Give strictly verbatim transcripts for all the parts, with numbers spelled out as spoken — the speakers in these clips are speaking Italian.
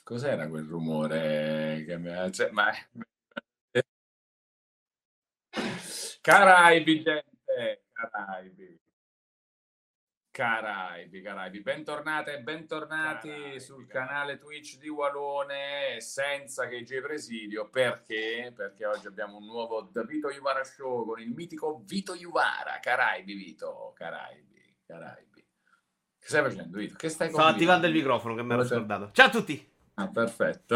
Cos'era quel rumore che mi ha cioè, ma Caraibi gente, Caraibi. Caraibi, Caraibi. Bentornate e bentornati sul Caraibi, Caraibi. canale Twitch di Walone senza K J Presidio. Perché? Perché oggi abbiamo un nuovo The Vito Juvara Show con il mitico Vito Juvara. Caraibi, Vito. Caraibi, Caraibi. Che stai facendo, Vito? Che stai Stavo attivando il combinando? microfono che mi ero Come te- scordato. Ciao a tutti! Ah, perfetto.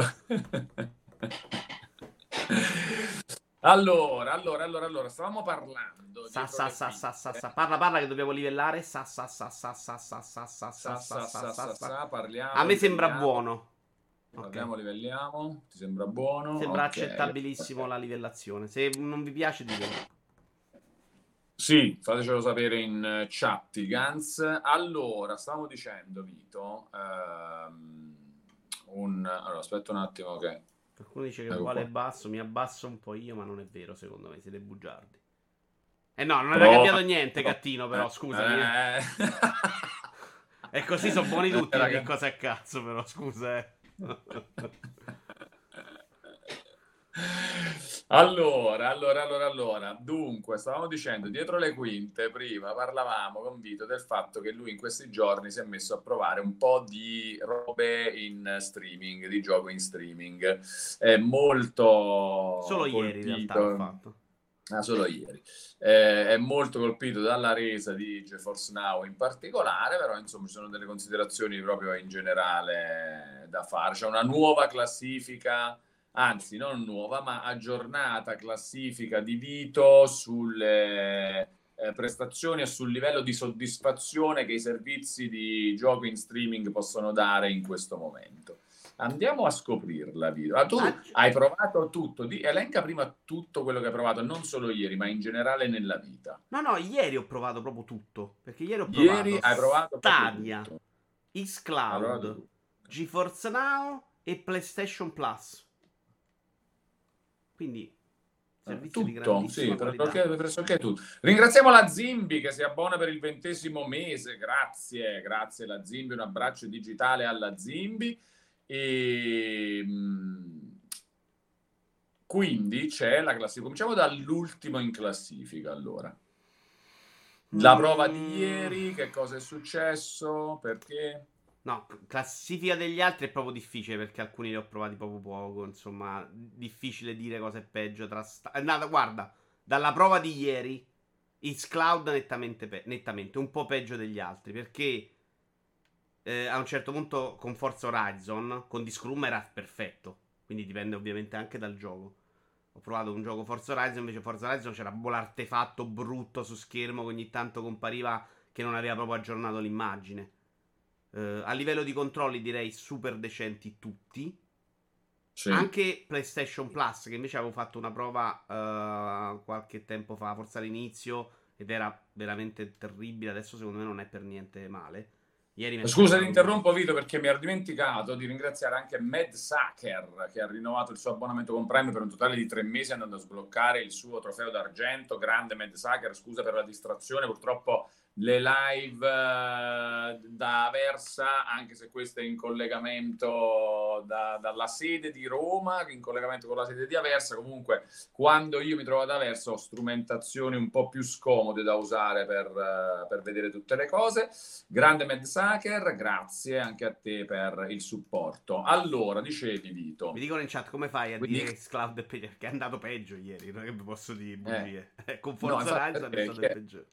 Allora, allora, allora, allora, stavamo parlando Sa dietro sa le sa sa quinte. sa sa. Parla parla che dobbiamo livellare. Sa sa sa sa sa sa sa sa sa Sa, sa sa, sa sa, sa sa, sa. sa, A parliamo, me sembra livelliamo. buono. Ok. Parliamo, livelliamo. Ti sembra buono? Sembra Ok. accettabilissimo la livellazione. Se non vi piace ditelo. Sì, fatecelo sapere in eh, chat, Gans. Allora, stavo dicendo, Vito, ehm, un... Allora, aspetta un attimo che... Qualcuno dice che Ecco vuole qua. basso, mi abbasso un po' io, ma non è vero secondo me, siete bugiardi. Eh no, non era Prova. cambiato niente, gattino, però, scusami, eh. Eh. E così sono buoni tutti da Era che che- cosa a cazzo, però, scusa, eh. Allora, allora, allora, allora, dunque, stavamo dicendo, dietro le quinte, prima parlavamo con Vito del fatto che lui in questi giorni si è messo a provare un po' di robe in streaming, di gioco in streaming. È Solo molto ieri in realtà l'ho colpito, fatto. ah, solo ieri, Eh, è molto colpito dalla resa di GeForce Now in particolare, però insomma ci sono delle considerazioni proprio in generale da fare. C'è una nuova classifica, anzi non nuova, ma aggiornata classifica di Vito sulle eh, prestazioni e sul livello di soddisfazione che i servizi di gioco in streaming possono dare in questo momento. Andiamo a scoprirla, Vito. Ah, tu Aggi- hai provato tutto, di, elenca prima tutto quello che hai provato, non solo ieri, ma in generale nella vita. No, no, ieri ho provato proprio tutto. Perché ieri ho Ieri provato hai provato proprio Stadia, tutto. Hai provato xCloud, tutto. GeForce Now e PlayStation Plus. Quindi, Eh, servizio di Tutto, sì, grandissima qualità. pressoché, pressoché tutto. Ringraziamo la Zimbi che si abbona per il ventesimo mese. Grazie, grazie la Zimbi, un abbraccio digitale alla Zimbi. E mh, quindi c'è la classifica. Cominciamo dall'ultimo in classifica, allora. La prova di Mm, ieri, che cosa è successo? Perché? no, classifica degli altri è proprio difficile perché alcuni li ho provati proprio poco. Insomma, difficile dire cosa è peggio tra. Sta- eh, no, guarda, dalla prova di ieri, xCloud nettamente, pe- nettamente un po' peggio degli altri perché eh, a un certo punto con Forza Horizon, con Discrum era perfetto. Quindi dipende ovviamente anche dal gioco. Ho provato un gioco Forza Horizon, invece Forza Horizon c'era un l'artefatto brutto su schermo che ogni tanto compariva che non aveva proprio aggiornato l'immagine. Eh, a livello di controlli direi super decenti tutti. Sì. Anche PlayStation Plus, che invece avevo fatto una prova eh, qualche tempo fa, forse all'inizio, ed era veramente terribile. Adesso secondo me non è per niente male. Ieri mi è Scusa, ti sembrato un. interrompo Vito perché mi ero dimenticato di ringraziare anche Mad Sucker che ha rinnovato il suo abbonamento con Prime per un totale di tre mesi andando a sbloccare il suo trofeo d'argento. Grande Mad Sucker, scusa per la distrazione, purtroppo le live eh, da Aversa, anche se questo è in collegamento da- dalla sede di Roma, in collegamento con la sede di Aversa, comunque quando io mi trovo ad Aversa ho strumentazioni un po' più scomode da usare per, eh, per vedere tutte le cose. Grande Mad Sucker, grazie anche a te per il supporto. Allora, dicevi Mi Vito, dicono in chat come fai a quindi dire che Xcloud è peggio? Perché è andato peggio ieri. Non è che vi posso dire eh, bugie. Con no, Forza infatti Horizon è perché stato chi il è? peggiore.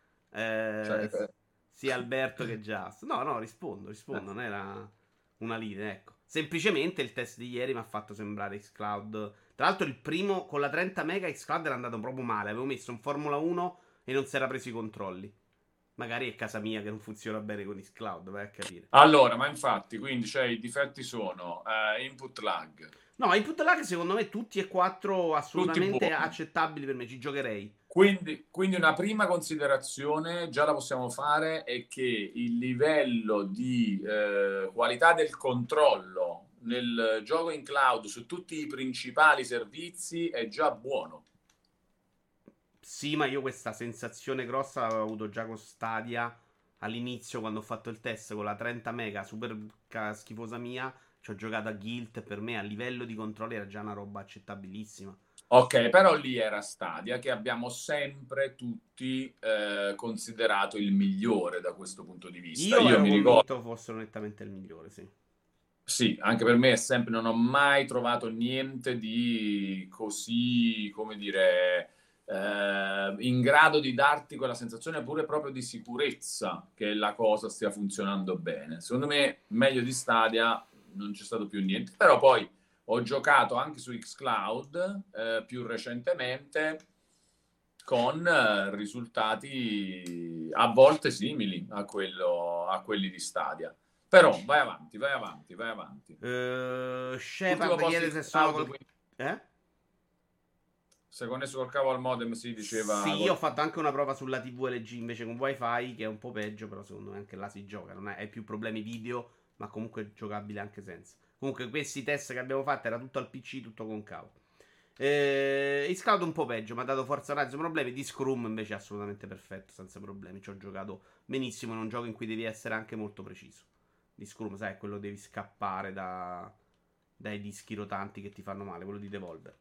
Eh, Cioè, s- eh, sia Alberto che Just. No, no, rispondo, rispondo. Non era una linea, ecco. Semplicemente il test di ieri mi ha fatto sembrare Xcloud. Tra l'altro, il primo con la trenta mega Xcloud era andato proprio male. Avevo messo un Formula uno e non si era preso i controlli. Magari è casa mia che non funziona bene con Xcloud, vai a capire. allora, ma infatti, quindi cioè, i difetti sono eh, input lag, No, input lag secondo me tutti e quattro tutti assolutamente buoni. accettabili per me. Ci giocherei. Quindi, quindi una prima considerazione, già la possiamo fare, è che il livello di eh, qualità del controllo nel gioco in cloud su tutti i principali servizi è già buono. Sì, ma io questa sensazione grossa l'avevo avuto già con Stadia all'inizio quando ho fatto il test con la trenta mega super ca- schifosa mia Ci ho giocato a Guild, per me a livello di controllo era già una roba accettabilissima. Ok, però lì era Stadia, che abbiamo sempre tutti eh, considerato il migliore da questo punto di vista. Io Io ero mi ricordo, convinto fosse nettamente il migliore, sì. sì, anche per me è sempre, non ho mai trovato niente di così, come dire, eh, in grado di darti quella sensazione pure proprio di sicurezza che la cosa stia funzionando bene. Secondo me, meglio di Stadia non c'è stato più niente, però poi ho giocato anche su xCloud eh, più recentemente con eh, risultati a volte simili a, quello, a quelli di Stadia. Però vai avanti, vai avanti, vai avanti. Uh, Ultimo Shepard post chiede di se sono cloud, col... quindi Eh? se connesso col cavo al modem si diceva... Sì, io ho col- fatto anche una prova sulla T V L G invece con wifi, che è un po' peggio, però secondo me anche là si gioca. Non è, hai più problemi video, ma comunque è giocabile anche senza. Comunque questi test che abbiamo fatto era tutto al P C, tutto con cavo. Eh, il Scout un po' peggio, mi ha dato Forza Horizon problemi. Di Scrum invece è assolutamente perfetto, senza problemi. Ci ho giocato benissimo in un gioco in cui devi essere anche molto preciso. Di Scrum, sai, quello devi scappare da, dai dischi rotanti che ti fanno male, quello di Devolver.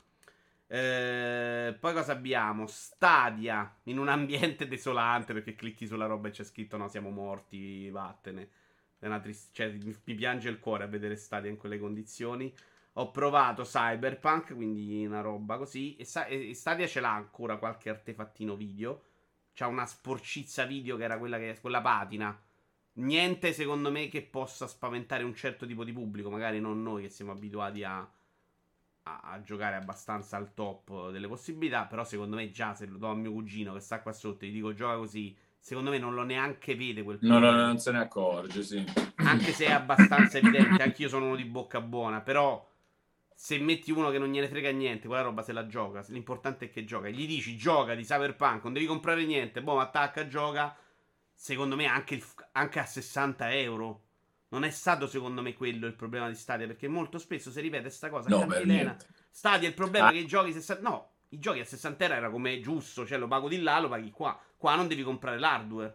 Eh, poi cosa abbiamo? Stadia in un ambiente desolante perché clicchi sulla roba e c'è scritto no, siamo morti, vattene. È una trist- cioè, mi, mi piange il cuore a vedere Stadia in quelle condizioni. Ho provato Cyberpunk, quindi una roba così. E, Sa- e Stadia ce l'ha ancora qualche artefattino video. C'ha una sporcizia video che era quella, che, quella patina. Niente, secondo me, che possa spaventare un certo tipo di pubblico. Magari non noi che siamo abituati a, a, a giocare abbastanza al top delle possibilità. Però, secondo me, già se lo do a mio cugino che sta qua sotto e gli dico gioca così, secondo me non lo neanche vede quel No, no, pericolo. non se ne accorge, sì. Anche se è abbastanza evidente, anch'io sono uno di bocca buona, però se metti uno che non gliene frega niente, quella roba se la gioca. L'importante è che gioca. Gli dici gioca di Cyberpunk, non devi comprare niente, boh, attacca, gioca. Secondo me anche, il, anche a sessanta euro. Non è stato secondo me quello il problema di Stadia, perché molto spesso si ripete sta cosa a No, per cantilena. niente. Stadia il problema Ah, è che i giochi sessanta... No, i giochi a sessanta euro era come giusto, cioè lo pago di là, lo paghi qua. Qua non devi comprare l'hardware.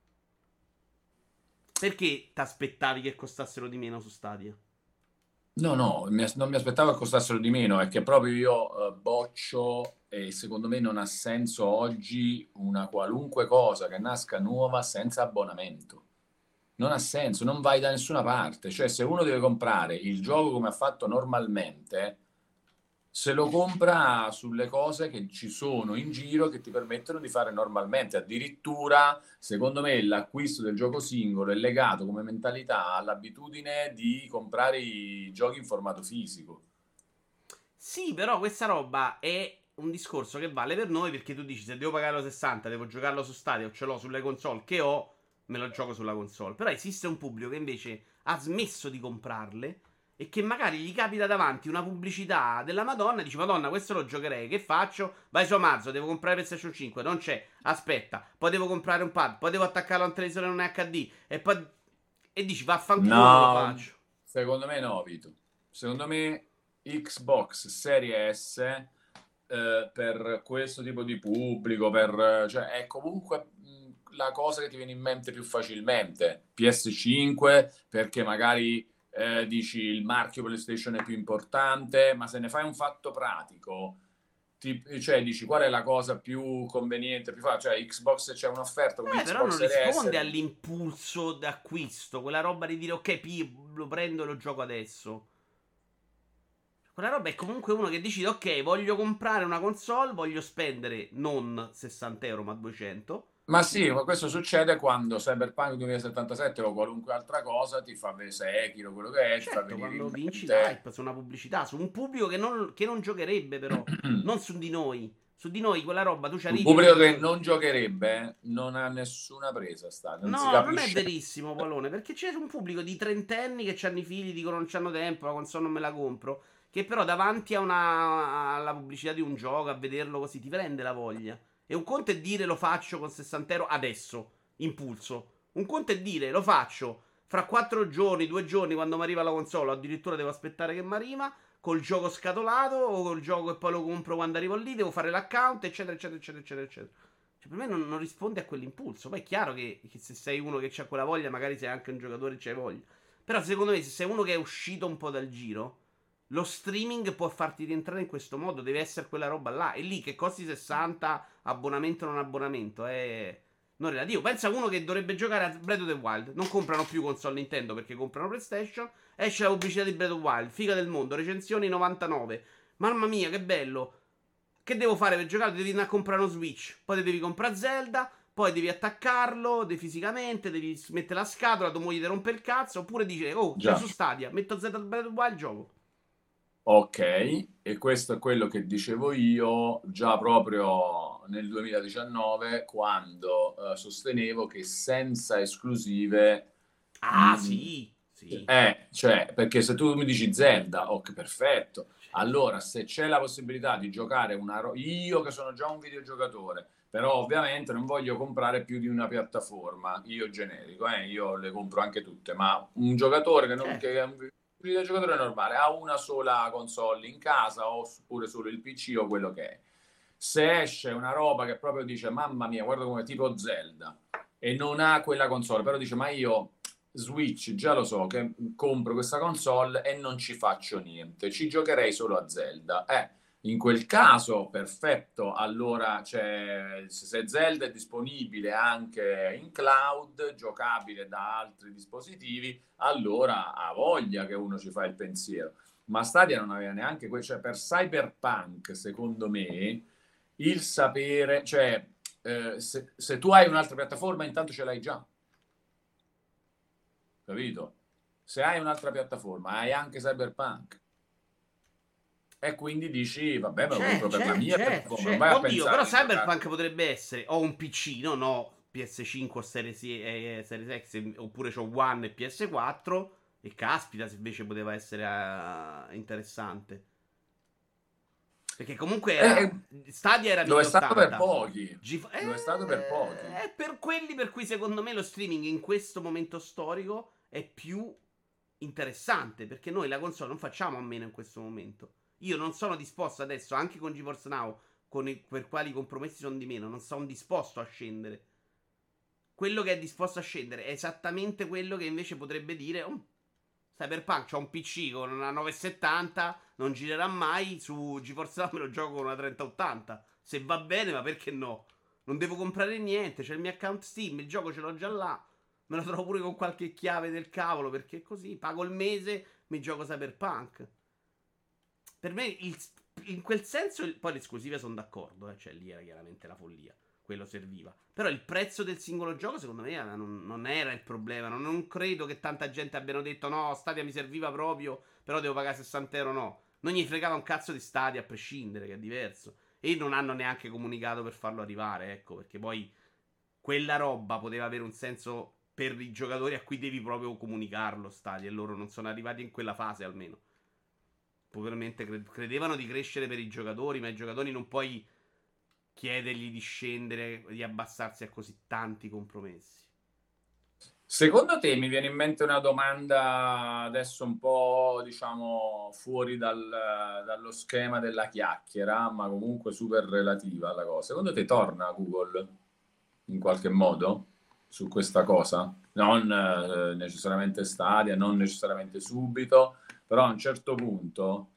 Perché ti aspettavi che costassero di meno su Stadia? no, no, mi as- non mi aspettavo che costassero di meno, è che proprio io eh, boccio e secondo me non ha senso oggi una qualunque cosa che nasca nuova senza abbonamento. Non ha senso, non vai da nessuna parte. Cioè, se uno deve comprare il gioco come ha fatto normalmente, se lo compra sulle cose che ci sono in giro che ti permettono di fare normalmente. Addirittura, secondo me, l'acquisto del gioco singolo è legato come mentalità all'abitudine di comprare i giochi in formato fisico. Sì, però questa roba è un discorso che vale per noi perché tu dici se devo pagare lo sessanta, devo giocarlo su Stadia o ce l'ho sulle console che ho, me lo gioco sulla console. Però esiste un pubblico che invece ha smesso di comprarle e che magari gli capita davanti una pubblicità della Madonna e dice Madonna, questo lo giocherei, che faccio? Vai su Amazon, devo comprare PlayStation cinque, non c'è, aspetta, poi devo comprare un pad, poi devo attaccarlo a un televisore non H D e poi... E dici vaffanculo, non lo No, faccio. secondo me no, Vito. Secondo me Xbox Series S eh, per questo tipo di pubblico, per, cioè, è comunque mh, la cosa che ti viene in mente più facilmente. P S cinque perché magari eh, dici il marchio PlayStation è più importante, ma se ne fai un fatto pratico, ti- cioè dici qual è la cosa più conveniente, più facile, cioè Xbox c'è un'offerta come Eh, però Xbox non Series S. risponde all'impulso d'acquisto. Quella roba di dire, ok, P, lo prendo e lo gioco adesso. Quella roba è comunque uno che decide, ok, voglio comprare una console, voglio spendere non sessanta euro ma duecento. Ma sì, ma questo succede quando Cyberpunk duemilasettantasette o qualunque altra cosa ti fa vedere Sekiro, quello che è, ti fa Certo, venire in quando vinci mente l'hype su una pubblicità, su un pubblico che non, che non giocherebbe però, non su di noi. Su di noi quella roba, tu ci un arrivi e pubblico dici, che giochi. non giocherebbe, non ha nessuna presa, sta, non si No, non è capisce. verissimo, Palone, perché c'è un pubblico di trentenni che hanno i figli, dicono non c'hanno tempo, la console non me la compro, che però davanti a una, alla pubblicità di un gioco, a vederlo così, ti prende la voglia. E un conto è dire lo faccio con sessanta euro adesso, impulso. Un conto è dire lo faccio fra quattro giorni, due giorni, quando mi arriva la console, o addirittura devo aspettare che mi arriva, col gioco scatolato, o col gioco che poi lo compro quando arrivo lì, devo fare l'account, eccetera, eccetera, eccetera, eccetera, eccetera. Cioè, per me non, non risponde a quell'impulso. Poi è chiaro che, che se sei uno che ha quella voglia, magari sei anche un giocatore e c'hai voglia. Però secondo me se sei uno che è uscito un po' dal giro, lo streaming può farti rientrare in questo modo, deve essere quella roba là. E lì che costi sessanta, abbonamento o non abbonamento, è non relativo. Pensa a uno che dovrebbe giocare a Breath of the Wild, non comprano più console Nintendo perché comprano PlayStation, esce la pubblicità di Breath of the Wild, figa del mondo, recensioni novantanove. Mamma mia, che bello. Che devo fare per giocare? Devi andare a comprare uno Switch, poi devi comprare Zelda, poi devi attaccarlo devi fisicamente, devi mettere la scatola, tua moglie ti rompe il cazzo, oppure dice, oh, c'è Già. su Stadia, metto Zelda Breath of the Wild, gioco. Ok, e questo è quello che dicevo io già proprio nel duemiladiciannove, quando eh, sostenevo che senza esclusive, Ah, mh, sì, sì. eh, cioè, perché se tu mi dici Zelda, ok, perfetto. Certo. Allora, se c'è la possibilità di giocare una ro- io che sono già un videogiocatore, però ovviamente non voglio comprare più di una piattaforma, io generico, eh, io le compro anche tutte, ma un giocatore che, non, Certo. che è un videogiocatore normale ha una sola console in casa oppure solo il P C o quello che è. Se esce una roba che proprio dice mamma mia, guarda come tipo Zelda e non ha quella console, però dice ma io Switch già lo so che compro questa console e non ci faccio niente, ci giocherei solo a Zelda. Eh, in quel caso, perfetto, allora c'è, se Zelda è disponibile anche in cloud, giocabile da altri dispositivi, allora ha voglia che uno ci fa il pensiero. Ma Stadia non aveva neanche quel, cioè per Cyberpunk, secondo me, il sapere, cioè eh, se, se tu hai un'altra piattaforma, intanto ce l'hai già, capito? Se hai un'altra piattaforma, hai anche Cyberpunk. E quindi dici, vabbè, me lo compro C'è, per la c'è, mia c'è, piattaforma, non vai c'è. a Oddio, però pensare di giocare. Cyberpunk potrebbe essere. Ho un P C, no, no, P S cinque o Series, eh, Series X, oppure c'ho One e P S quattro. E caspita, se invece poteva essere uh, interessante. Perché comunque E, era. Stadia era lo è stato per mille ottanta. pochi, Gef- lo è stato per pochi. eh, è per quelli per cui secondo me lo streaming in questo momento storico è più interessante. Perché noi la console non facciamo a meno in questo momento. Io non sono disposto adesso, anche con GeForce Now, con i, per quali i compromessi sono di meno, non sono disposto a scendere. Quello che è disposto a scendere è esattamente quello che invece potrebbe dire: "Oh, Cyberpunk c'ha un P C con una novecentosettanta, non girerà mai. Su GeForce Now me lo gioco con una trenta ottanta. Se va bene, ma perché no? Non devo comprare niente. C'è il mio account Steam, il gioco ce l'ho già là. Me lo trovo pure con qualche chiave del cavolo. Perché così pago il mese, mi gioco Cyberpunk. Per me, il- in quel senso, il- poi le esclusive sono d'accordo. Eh, cioè, lì era chiaramente la follia. Quello serviva. Però il prezzo del singolo gioco, secondo me, era- non, non era il problema. Non, non credo che tanta gente abbiano detto: no, Stadia mi serviva proprio, però devo pagare sessanta euro. No, non gli fregava un cazzo di Stadia a prescindere, che è diverso. E non hanno neanche comunicato per farlo arrivare. Ecco, perché poi quella roba poteva avere un senso per i giocatori a cui devi proprio comunicarlo. Stadia, e loro non sono arrivati in quella fase almeno. Probabilmente credevano di crescere per i giocatori, ma i giocatori non puoi chiedergli di scendere, di abbassarsi a così tanti compromessi. Secondo te mi viene in mente una domanda adesso un po', diciamo, fuori dal, dallo schema della chiacchiera, ma comunque super relativa alla cosa. Secondo te torna Google in qualche modo su questa cosa? Non eh, necessariamente Stadia, non necessariamente subito, però a un certo punto.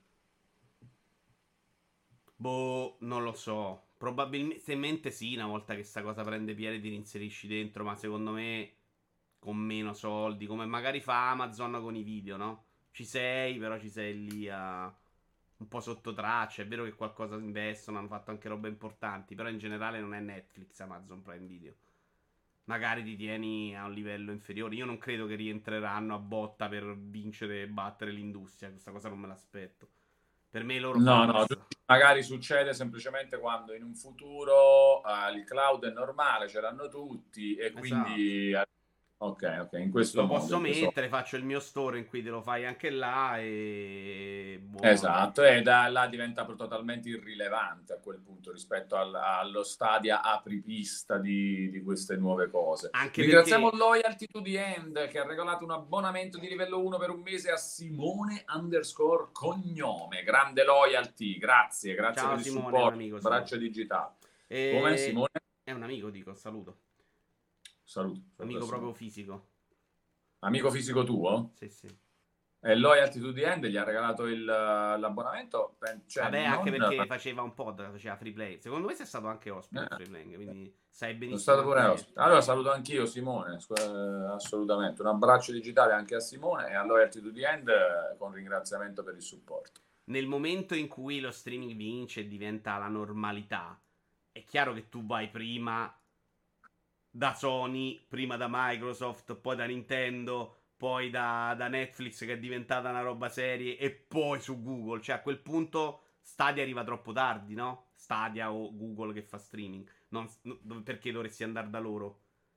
Boh, non lo so. Probabilmente sì, una volta che sta cosa prende piede ti rinserisci dentro, ma secondo me con meno soldi, come magari fa Amazon con i video, no? Ci sei, però ci sei lì a un po' sotto traccia. È vero che qualcosa investono, hanno fatto anche robe importanti, però in generale non è Netflix, Amazon Prime Video. Magari ti tieni a un livello inferiore. Io non credo che rientreranno a botta per vincere e battere l'industria. Questa cosa non me l'aspetto. Per me loro No, fanno no, questa. magari succede semplicemente quando in un futuro eh, il cloud è normale, ce l'hanno tutti e Esatto. quindi. eh, Ok, ok, in questo Lo modo, posso in questo. mettere, faccio il mio store in cui te lo fai anche là e buono. Esatto, e da là diventa totalmente irrilevante a quel punto rispetto al- allo stadia apripista di, di queste nuove cose. Anche Ringraziamo perché Loyalty to the End che ha regalato un abbonamento di livello uno per un mese a Simone underscore cognome. Grande Loyalty, grazie, grazie ciao per il Simone, è un supporto. amico Simone. Braccio digitale. Come E... Simone? È un amico, dico, saluto. Saluto, saluto a Amico proprio Simone. fisico. amico fisico tuo, Sì, sì. e Loyalty to the End gli ha regalato il, l'abbonamento, pen- cioè Vabbè, anche non... perché faceva un pod, faceva free play. Secondo me sei stato anche ospite a eh, free play, quindi sai sono benissimo stato quanto pure riesci. ospite. Allora saluto anch'io Simone, scu- eh, assolutamente. Un abbraccio digitale anche a Simone e a Loyalty to the End eh, con ringraziamento per il supporto. Nel momento in cui lo streaming vince e diventa la normalità, è chiaro che tu vai prima da Sony, prima da Microsoft, poi da Nintendo, poi da, da Netflix che è diventata una roba serie e poi su Google. Cioè a quel punto Stadia arriva troppo tardi, no? Stadia o Google che fa streaming. Non- no- perché dovresti andare da loro?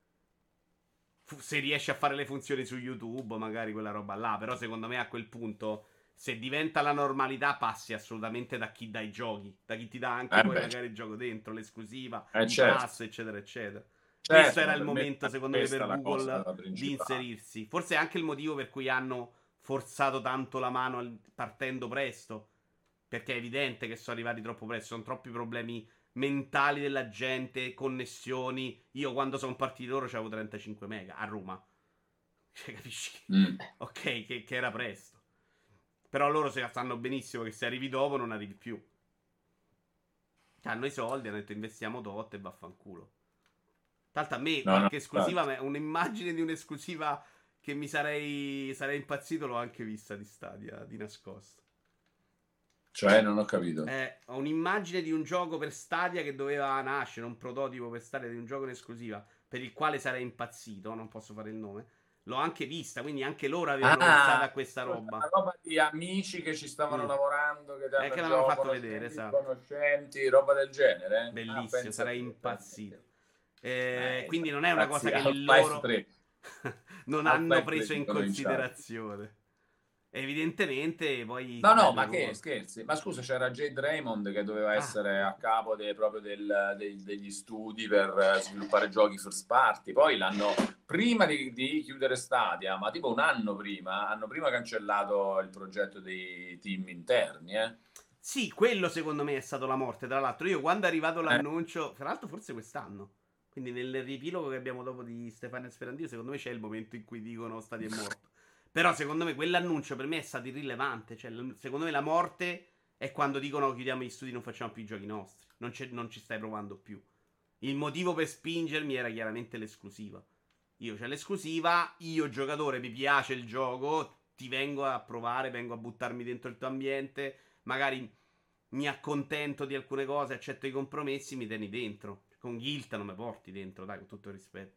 Fu- Se riesci a fare le funzioni su YouTube, magari quella roba là. Però secondo me a quel punto, se diventa la normalità, passi assolutamente da chi dà i giochi. Da chi ti dà anche Eh poi beh, magari il gioco dentro, l'esclusiva, eh, i certo, plus, eccetera, eccetera. Questo certo, era ma il per me momento, è secondo me, questa per la cosa Google di principale. inserirsi. Forse è anche il motivo per cui hanno forzato tanto la mano al- partendo presto. Perché è evidente che sono arrivati troppo presto. Sono troppi problemi mentali della gente, connessioni. Io quando sono partito loro c'avevo trentacinque mega a Roma. Cioè, capisci? Mm. Ok, che, che era presto. Però loro se sanno benissimo che se arrivi dopo non arrivi più. Cioè, hanno i soldi, hanno detto investiamo tot e vaffanculo. Tanto a me No, no, qualche esclusiva, infatti. ma un'immagine di un'esclusiva che mi sarei, sarei impazzito l'ho anche vista di Stadia, di nascosto. Cioè, non ho capito. Eh, ho un'immagine di un gioco per Stadia che doveva nascere, un prototipo per Stadia di un gioco in esclusiva per il quale sarei impazzito, non posso fare il nome. L'ho anche vista, quindi anche loro avevano pensato Ah, a questa una roba. roba di amici che ci stavano Mm. lavorando, che È danno che il l'hanno gioco, fatto vedere, conoscenti, esatto. conoscenti, roba del genere? Ah, Bellissimo, pensa a sarei te, pensa a impazzito. te. Eh, Eh, quindi non è una cosa Ragazzi, che Half-Life loro tre. non hanno Half-Life tre preso in dicono in chat. considerazione. Evidentemente, poi No, ti dai no, due ma che ruoli. scherzi? Ma scusa, c'era Jade Raymond che doveva Ah, essere a capo de- proprio del- dei- degli studi per eh, sviluppare giochi first party. Poi l'hanno, prima di, di chiudere Stadia, ma tipo un anno prima, hanno prima cancellato il progetto dei team interni, eh? sì, quello secondo me è stato la morte. Tra l'altro, io quando è arrivato Eh, l'annuncio, tra l'altro, forse quest'anno. Quindi nel riepilogo che abbiamo dopo di Stefano Sperandino, secondo me c'è il momento in cui dicono Stadia è morto. Però secondo me quell'annuncio per me è stato irrilevante. Cioè, l- secondo me la morte è quando dicono chiudiamo gli studi, non facciamo più i giochi nostri. Non, c'è- non ci stai provando più. Il motivo per spingermi era chiaramente l'esclusiva. Io c'è l'esclusiva, io giocatore mi piace il gioco, ti vengo a provare, vengo a buttarmi dentro il tuo ambiente, magari mi accontento di alcune cose, accetto i compromessi, mi tieni dentro. Con Guilt non mi porti dentro, dai, con tutto il rispetto.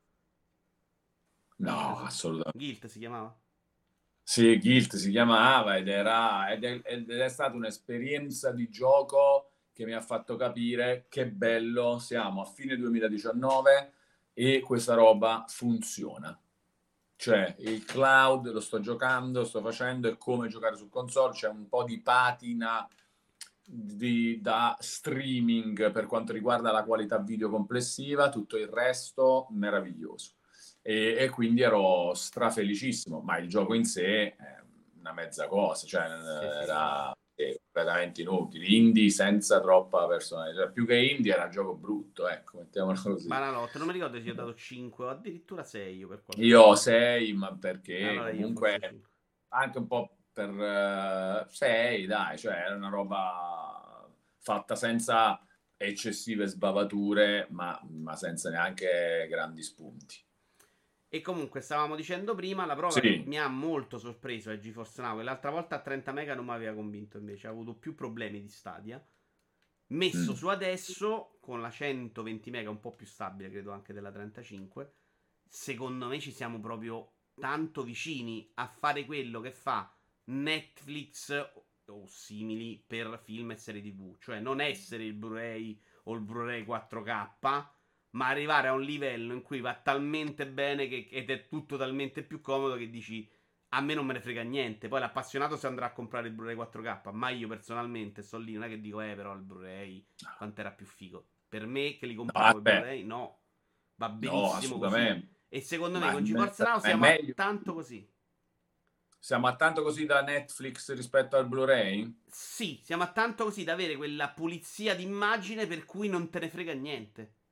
Guilt, no, si... assolutamente. Guilt si chiamava? Sì, Guilt si chiamava ed era, ed è, ed è stata un'esperienza di gioco che mi ha fatto capire che bello siamo a fine duemiladiciannove e questa roba funziona. Cioè, il cloud lo sto giocando, sto facendo, è come giocare su console, c'è un po' di patina di, da streaming per quanto riguarda la qualità video complessiva, tutto il resto meraviglioso. E, e quindi ero strafelicissimo, ma il gioco in sé è una mezza cosa, cioè Sì, sì, sì. era eh, completamente inutile. Indie senza troppa personalità, cioè, più che indie era un gioco brutto, ecco, mettiamolo così. Banalotto, non mi ricordo se gli ho dato cinque o addirittura sei io per qualche Io ho motivo. sei, ma perché Allora io comunque forse cinque. anche un po' per eh, sei, dai, cioè era una roba fatta senza eccessive sbavature, ma, ma senza neanche grandi spunti. E comunque stavamo dicendo prima, la prova che Sì, mi ha molto sorpreso è GeForce Now, che l'altra volta a trenta mega non mi aveva convinto invece, ha avuto più problemi di Stadia. Messo mm. su adesso, con la centoventi mega un po' più stabile, credo anche della trentacinque, secondo me ci siamo proprio tanto vicini a fare quello che fa Netflix o simili per film e serie T V, cioè non essere il Blu-ray o il Blu-ray quattro K, ma arrivare a un livello in cui va talmente bene che, ed è tutto talmente più comodo che dici a me non me ne frega niente. Poi l'appassionato si andrà a comprare il Blu-ray quattro K, ma io personalmente sto lì, non è che dico eh però il Blu-ray quanto era più figo. Per me che li No, compravo i vabbè, Blu-ray no, va no, benissimo così. assolutamente. E secondo me Ma con è, GeForce Now è siamo a meglio. tanto così. Siamo a tanto così da Netflix rispetto al Blu-ray? Sì, siamo a tanto così da avere quella pulizia d'immagine per cui non te ne frega niente.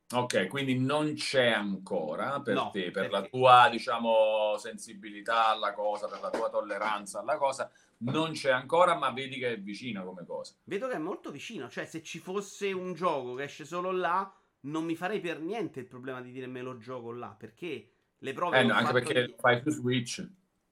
Ok, quindi non c'è ancora per No, te, per la perché tua, diciamo, sensibilità alla cosa, per la tua tolleranza alla cosa, non c'è ancora, ma vedi che è vicina come cosa. vedo che è molto vicino. Cioè, se ci fosse un gioco che esce solo là, non mi farei per niente il problema di dire me lo gioco là. Perché le prove Eh l'ho no, anche fatto perché io. lo fai su Switch,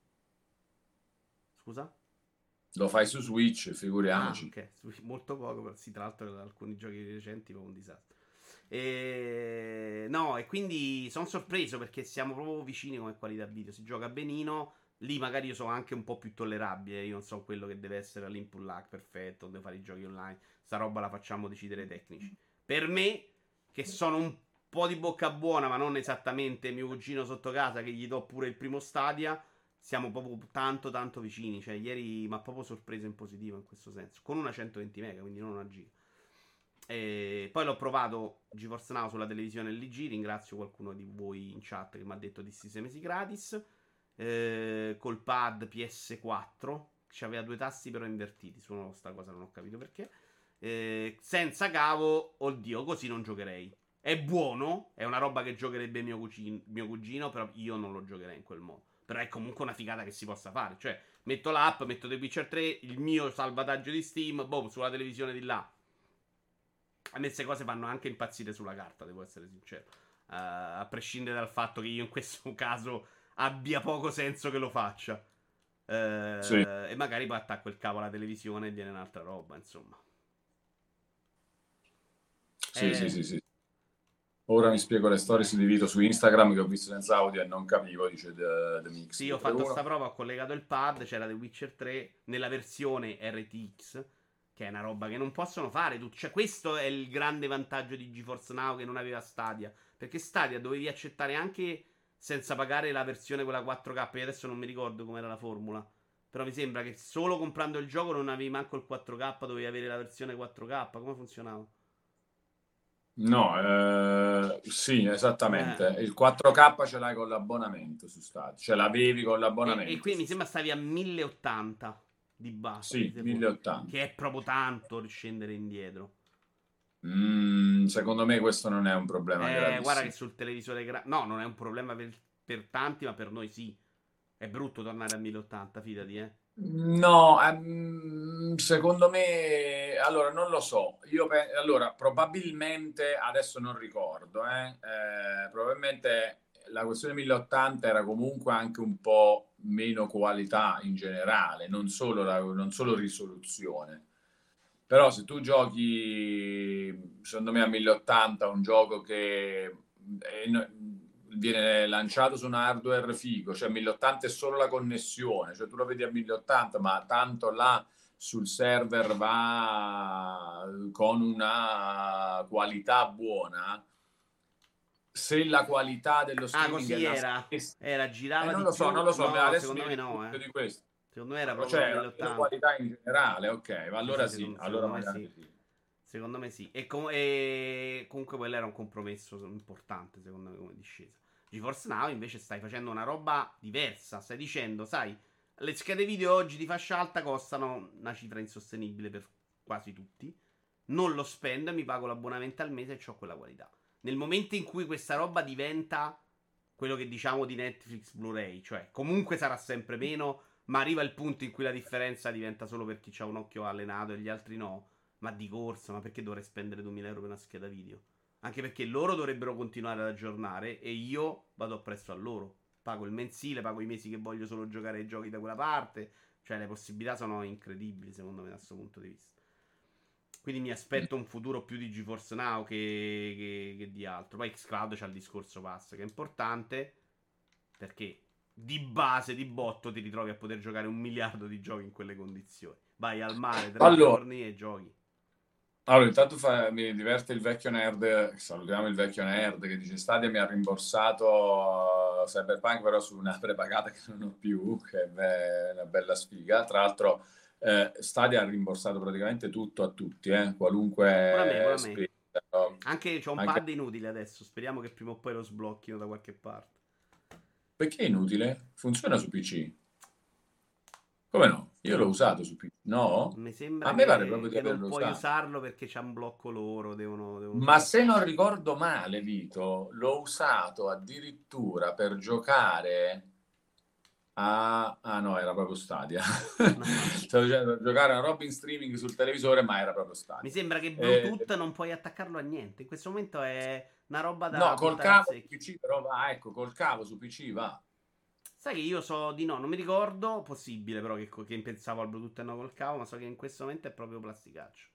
Scusa? lo fai su Switch, Ah, figuriamoci. ok. Su- Molto poco, però sì, tra l'altro alcuni giochi recenti proprio un disastro. E... No, e quindi sono sorpreso perché siamo proprio vicini come qualità video. Si gioca benino. Lì magari io sono anche un po' più tollerabile. Io non so quello che deve essere l'input lag perfetto. Devo fare i giochi online. Sta roba la facciamo decidere i tecnici. Per me, che sono un po' di bocca buona, ma non esattamente mio cugino sotto casa, che gli do pure il primo Stadia. Siamo proprio tanto tanto vicini. Cioè, ieri mi ha proprio sorpreso in positivo in questo senso. Con una centoventi mega, quindi non una giga. E poi l'ho provato GeForce Now sulla televisione L G. Ringrazio qualcuno di voi in chat che mi ha detto di sti sei mesi gratis. Eh, col pad P S quattro. Che aveva due tasti però invertiti. Su sta cosa non ho capito perché. Eh, senza cavo, oddio, così non giocherei. È buono, è una roba che giocherebbe mio cugino, mio cugino, però io non lo giocherei in quel modo. Però è comunque una figata che si possa fare. Cioè, metto l'app, metto The Witcher tre, il mio salvataggio di Steam, boh, sulla televisione di là. A me queste cose fanno anche impazzire sulla carta, devo essere sincero. Uh, a prescindere dal fatto che io in questo caso abbia poco senso che lo faccia. Uh, Sì, e magari poi attacco il cavo alla televisione e viene un'altra roba, insomma. sì, sì, Eh, sì, sì. Ora mi spiego le storie di Vito su Instagram che ho visto senza audio e non capivo, dice The, The sì, Mix ho fatto sta due tre uno. prova, ho collegato il pad, c'era The Witcher tre nella versione R T X, che è una roba che non possono fare tutti. Cioè, questo è il grande vantaggio di GeForce Now che non aveva Stadia. Perché Stadia dovevi accettare anche senza pagare la versione quella quattro K. Io adesso non mi ricordo com'era la formula. Però mi sembra che solo comprando il gioco non avevi manco il quattro K, dovevi avere la versione quattro K. Come funzionava? No, eh, sì, Eh. esattamente. Il quattro K ce l'hai con l'abbonamento su Stadia, ce l'avevi con E, e l'abbonamento qui mi su sembra Stadia. stavi a mille e ottanta di base, di Sì, default. Che mille ottanta. è proprio tanto riscendere indietro. Mm, secondo me questo non è un problema Eh, guarda che gravissimo. sul televisore gra- no, non è un problema per, per tanti, ma per noi sì. È brutto tornare a mille ottanta, fidati, eh. No, ehm, secondo me, allora non lo so. Io pe- allora, probabilmente adesso non ricordo, eh, eh, probabilmente la questione mille ottanta era comunque anche un po' meno qualità in generale, non solo, la, non solo risoluzione. Però se tu giochi, secondo me a mille ottanta, un gioco che è no- viene lanciato su un hardware figo, cioè mille ottanta è solo la connessione, cioè tu lo vedi a mille ottanta, ma tanto là sul server va con una qualità buona. Se la qualità dello Ah, streaming è così la era. stessa, Era, eh, girava non di lo so, non più. lo so, ma No, adesso mi secondo me rendo no, conto eh. di questo. Secondo me era proprio a Cioè, la meno mille ottanta. qualità in generale, ok, ma Sì, allora sì, sì, secondo, allora secondo me magari sì. sì. Secondo me sì. E, com- e comunque quello era un compromesso importante, secondo me, come discesa. GeForce Now invece stai facendo una roba diversa. Stai dicendo, sai, le schede video oggi di fascia alta costano una cifra insostenibile per quasi tutti. Non lo spendo e mi pago l'abbonamento al mese e ho quella qualità. Nel momento in cui questa roba diventa quello che diciamo di Netflix Blu-ray, cioè comunque sarà sempre meno, ma arriva il punto in cui la differenza diventa solo per chi ha un occhio allenato e gli altri no. Ma di corsa, ma perché dovrei spendere duemila euro per una scheda video? Anche perché loro dovrebbero continuare ad aggiornare e io vado appresso a loro. Pago il mensile, pago i mesi che voglio solo giocare ai giochi da quella parte. Cioè, le possibilità sono incredibili, secondo me, da questo punto di vista. Quindi mi aspetto un futuro più di GeForce Now che, che, che di altro. Poi Xcloud c'ha il discorso pass, che è importante perché di base, di botto, ti ritrovi a poter giocare un miliardo di giochi in quelle condizioni. Vai al mare tre Allora, giorni e giochi. allora intanto fa- mi diverte il vecchio nerd, salutiamo il vecchio nerd che dice Stadia mi ha rimborsato uh, Cyberpunk però su una prepagata che non ho più, che è be- una bella sfiga. Tra l'altro eh, Stadia ha rimborsato praticamente tutto a tutti, eh, Pure a me, pure qualunque a me. spesa, no? Anche c'ho un Anche pad inutile adesso. Speriamo che prima o poi lo sblocchino da qualche parte. perché è inutile? Funziona su P C. Come no? Io l'ho usato su P C, no? Mi sembra A me pare che, proprio di che non averlo puoi usato. usarlo perché c'è un blocco loro, devono, devono Ma usare. se non ricordo male, Vito, l'ho usato addirittura per giocare a... Ah no, era proprio Stadia. No, no. Stavo dicendo per giocare a una roba in streaming sul televisore, ma era proprio Mi Stadia. sembra che Eh, Bluetooth non puoi attaccarlo a niente. In questo momento è una roba no, da col buttare al cavo su secchio. P C però va, ecco, col cavo su P C va. Sai che io so di no, non mi ricordo. Possibile però che, che pensavo al Bluetooth e no col cavo, ma so che in questo momento è proprio plasticaccio.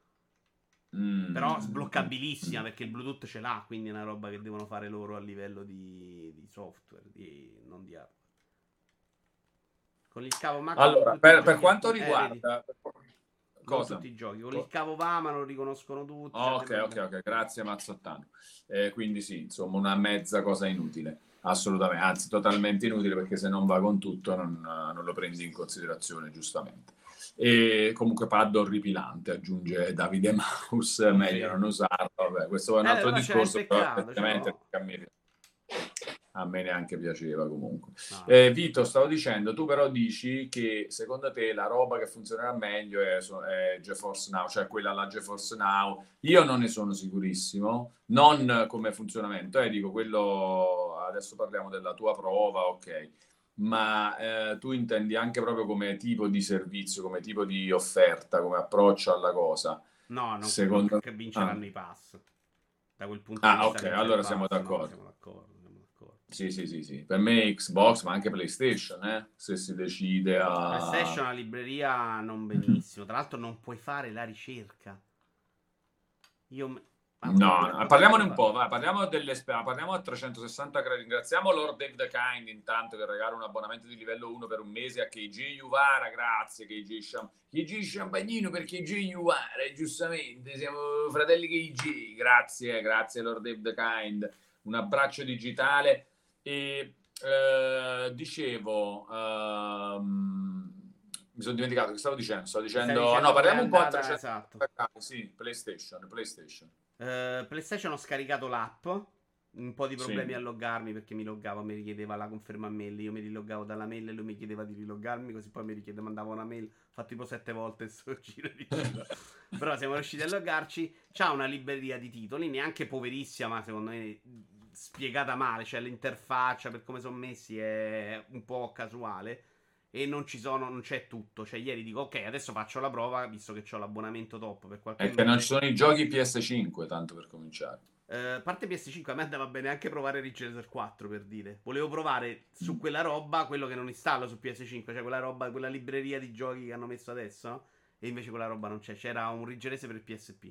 Però Mm, mm, sbloccabilissima mm. perché il Bluetooth ce l'ha, quindi è una roba che devono fare loro a livello di, di software, di, non di hardware. Con il cavo Max con Allora, tutti i per, per giochi quanto appunto. Eh, vedi, riguarda... non Cosa? tutti i giochi. Con il Co- cavo va, ma lo riconoscono tutti, c'ha dei Ok, ok, problemi. ok, grazie Mazzottano. Eh, quindi sì, insomma, una mezza cosa inutile, assolutamente, anzi totalmente inutile perché se non va con tutto non, non lo prendi in considerazione, giustamente. E comunque pad orripilante, aggiunge Davide Maus, meglio Sì. non usarlo, vabbè, questo è un Eh, altro però c'è il discorso, però peccato, ce effettivamente l'ho. a me, a me neanche piaceva comunque. No, no. Eh, Vito, stavo dicendo, tu però dici che secondo te la roba che funzionerà meglio è, so- è GeForce Now, cioè quella alla GeForce Now. Io non ne sono sicurissimo, non come funzionamento, eh, dico quello, adesso parliamo della tua prova, ok, ma eh, tu intendi anche proprio come tipo di servizio, come tipo di offerta, come approccio alla cosa. No, non credo Secondo... che Ah, vinceranno i pass. Da quel punto di ah, vista ok, vince il allora siamo pass. No, d'accordo. siamo d'accordo, siamo d'accordo. Sì, sì, sì, sì. Per me Xbox, ma anche PlayStation, eh? Se si decide a... PlayStation è una libreria non benissimo. Tra l'altro non puoi fare la ricerca. Io... me- Ah, No, potrebbe, no, potrebbero parliamone un po', farlo. vai, parliamo delle spe- parliamo a trecentosessanta gradi. Ringraziamo Lord Dave the Kind intanto che regala un abbonamento di livello uno per un mese a K J Uvara, grazie K J Cham- K J Champagnino per K J Uvara, giustamente, siamo fratelli K J, grazie, grazie Lord Dave the Kind, un abbraccio digitale e eh, dicevo, ehm, mi sono dimenticato che stavo dicendo, stavo Mi stai dicendo, no, dicendo com'è parliamo un po' a andata, trecentosessanta esatto. gradi, sì, PlayStation, PlayStation. Eh, PlayStation ho scaricato l'app. Un po' di Sì. problemi a loggarmi perché mi loggavo, mi richiedeva la conferma mail. Io mi riloggavo dalla mail e lui mi chiedeva di riloggarmi. Così poi mi richiede, mandava una mail. Ho fatto tipo sette volte il suo giro di giro. Però siamo riusciti a loggarci. C'ha una libreria di titoli, neanche poverissima, ma secondo me spiegata male. Cioè l'interfaccia per come sono messi è un po' casuale. E non ci sono, non c'è tutto. Cioè, ieri dico, ok, adesso faccio la prova, visto che ho l'abbonamento top per qualche È che non ci mese. sono i giochi P S cinque, tanto per cominciare. Eh, a parte P S cinque, a me andava bene anche provare Ridge Racer quattro per dire. Volevo provare su Mm. quella roba quello che non installo su P S cinque, cioè quella roba, quella libreria di giochi che hanno messo adesso, no? E invece quella roba non c'è. C'era un Ridge Racer per il P S P.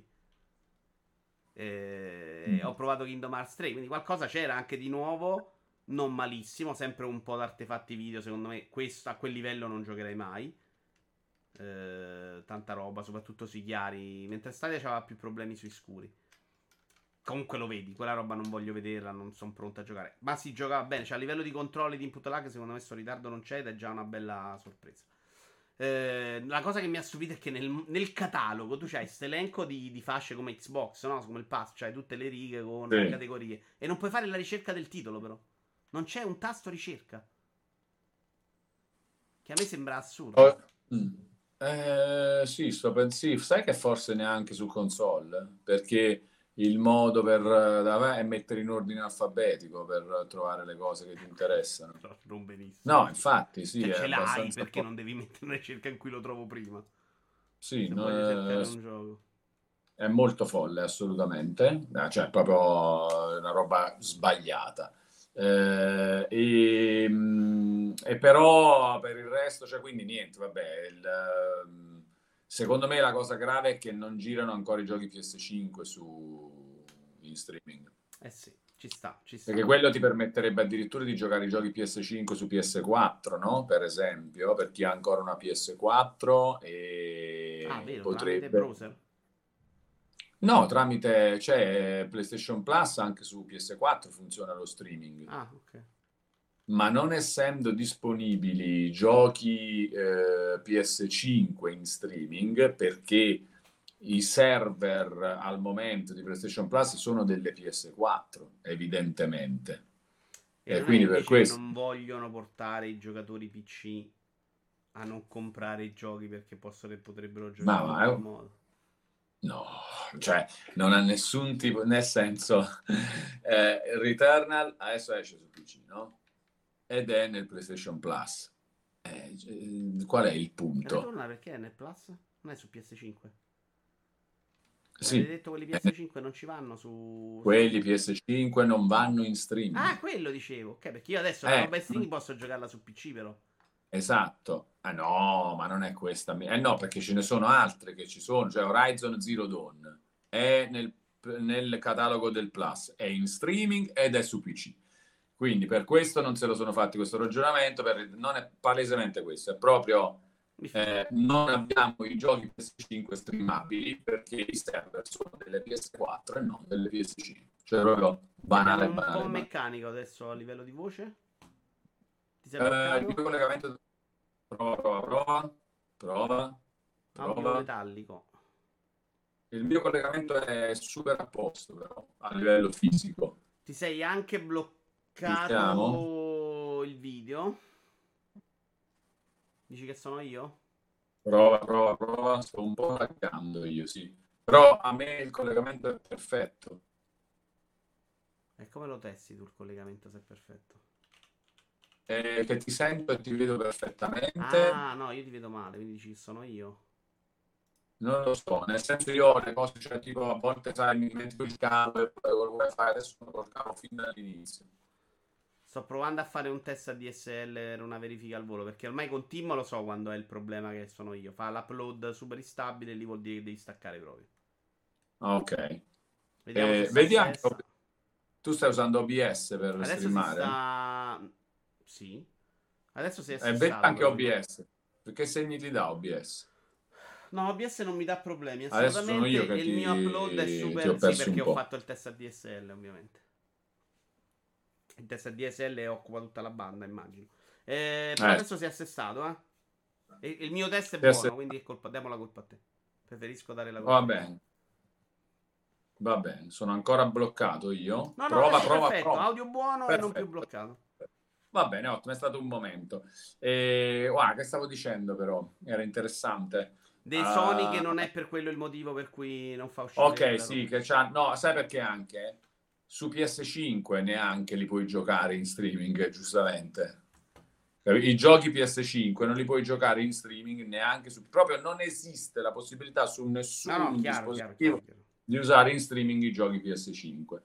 Eh, Mm. ho provato Kingdom Hearts tre, quindi qualcosa c'era anche di nuovo. Non malissimo, sempre un po' d'artefatti video. Secondo me, questo a quel livello non giocherei mai. Eh, tanta roba, soprattutto sui chiari. Mentre Stadia aveva più problemi sui scuri. Comunque lo vedi, quella roba non voglio vederla, non sono pronto a giocare. Ma si giocava bene, cioè a livello di controlli di input lag, secondo me sto ritardo non c'è ed è già una bella sorpresa. Eh, la cosa che mi ha stupito è che nel, nel catalogo tu c'hai questo elenco di, di fasce come Xbox, no? Come il pass, c'hai tutte le righe con le Sì. categorie. E non puoi fare la ricerca del titolo, però. Non c'è un tasto ricerca. Che a me sembra assurdo. Oh, mm. Eh, sì, sto pensando, sai che forse neanche su console, perché il modo per eh, da- è mettere in ordine alfabetico per trovare le cose che ti interessano. Però non benissimo. No, infatti, sì, Cioè, è ce l'hai abbastanza... perché fo- non devi mettere una ricerca in cui lo trovo prima. Sì, Se no, voglio cercare eh, un gioco. è molto folle, assolutamente. Eh, cioè, proprio una roba sbagliata. Eh, e, mh, e però per il resto, cioè, quindi niente, vabbè. Il, ehm, secondo me la cosa grave è che non girano ancora i giochi P S cinque su, in streaming. Eh sì, ci sta, ci Perché sta. quello ti permetterebbe addirittura di giocare i giochi P S cinque su P S quattro, no? Per esempio, per chi ha ancora una P S quattro Ah, e vero, tramite potrebbe... browser? No, tramite c'è PlayStation Plus, anche su P S quattro funziona lo streaming, Ah, ok. ma non essendo disponibili giochi eh, P S cinque in streaming, perché i server al momento di PlayStation Plus sono delle P S quattro, evidentemente. E E non è quindi per invece che questo... non vogliono portare i giocatori P C a non comprare i giochi perché possono, potrebbero Ma, giocarli in ma quel è- modo. no, cioè non ha nessun tipo, nel senso, eh, Returnal adesso esce su P C, no? Ed è nel PlayStation Plus. Eh, eh, qual è il punto? Ritorna perché è nel Plus? Non è su P S cinque. Mi avete Sì, detto quelli eh, P S cinque non ci vanno su, su quelli P C. P S cinque non vanno in Ah, streaming. quello dicevo. Ok, perché io adesso la Eh, roba in streaming posso giocarla su P C però. esatto. Ah no, ma non è questa. Eh no, perché ce ne sono altre che ci sono. Cioè Horizon Zero Dawn è nel, nel catalogo del Plus, è in streaming ed è su P C. Quindi per questo non se lo sono fatti questo ragionamento, per, non è palesemente questo, è proprio Mi fido. eh, non abbiamo i giochi P S cinque streamabili perché i server sono delle P S quattro e non delle P S cinque. Cioè proprio Ti abbiamo banale, un po' banale, banale. meccanico adesso a livello di voce. Ti sei Eh, il mio bloccato? collegamento... Prova, prova, prova, prova, Audio prova. metallico. Il mio collegamento è super a posto, però, a livello fisico. Ti sei anche Ci siamo? bloccato il video. Dici che sono io? Prova, prova, prova. Sto un po' laggando io, sì. Però a me il collegamento è perfetto. E come lo testi tu il collegamento se è perfetto? Eh, che ti sento e ti vedo perfettamente. Ah, no, io ti vedo male, quindi dici che sono io. Non lo so, nel senso io ho le cose, cioè tipo a volte sai, mi dimentico il cavo e poi col wifi, adesso sono col cavo fin dall'inizio. Sto provando a fare un test a D S L per una verifica al volo. Perché ormai con Team lo so quando è il problema che sono io. Fa l'upload super instabile, lì vuol dire che devi staccare proprio. Ah, ok. Vediamo se Eh, sta vedi anche, stessa. tu stai usando O B S per Adesso si streamare? sta. Sì. Adesso si è Eh, vedi assestato anche però. Non... O B S. Che segni ti dà O B S? No, O B S non mi dà problemi Adesso sono assolutamente. io E che il mio upload è ti, ti ho super. Sì, perso perché un ho po'. fatto il test a D S L, ovviamente. Il test a D S L occupa tutta la banda, immagino. Eh, però Eh, adesso si è assestato, eh. E il mio test è sì, sì. buono, quindi è colpa... diamo la colpa a te. Preferisco dare la Va colpa a te. bene, va bene. Sono ancora bloccato io. No, no, Prova, adesso prova, perfetto. prova. Audio buono e non più Perfetto. bloccato. Va bene, ottimo, è stato un momento. E, guarda, che stavo dicendo però? Era interessante. Dei Sony che Ah, non è per quello il motivo per cui non fa uscire ok, la sì, roba. che c'ha... No, sai perché anche? Su P S cinque neanche li puoi giocare in streaming, giustamente. I giochi P S cinque non li puoi giocare in streaming neanche su... Proprio non esiste la possibilità su No, no, nessun chiaro, chiaro, chiaro, dispositivo chiaro. di usare in streaming i giochi P S cinque.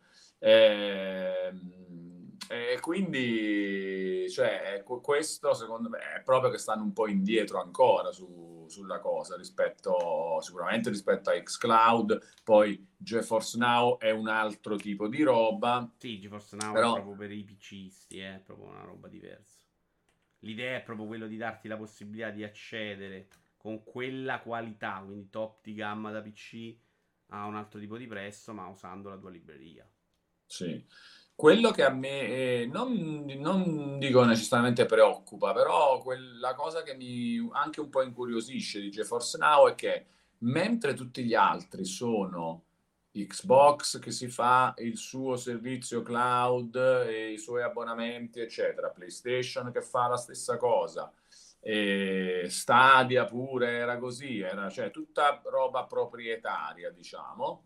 Ehm, E, quindi, cioè, questo secondo me è proprio che stanno un po' indietro ancora su, sulla cosa rispetto, sicuramente rispetto a xCloud, poi GeForce Now è un altro tipo di roba, Sì, GeForce Now è però proprio per i PCisti, è proprio una roba diversa. L'idea è proprio quello di darti la possibilità di accedere con quella qualità, quindi top di gamma da P C, a un altro tipo di prezzo, ma usando la tua libreria. sì. Quello che a me eh, non, non dico necessariamente preoccupa, però quella cosa che mi anche un po' incuriosisce di GeForce Now è che mentre tutti gli altri sono Xbox che si fa il suo servizio cloud e i suoi abbonamenti, eccetera, PlayStation che fa la stessa cosa, e Stadia pure era così, era cioè tutta roba proprietaria, diciamo.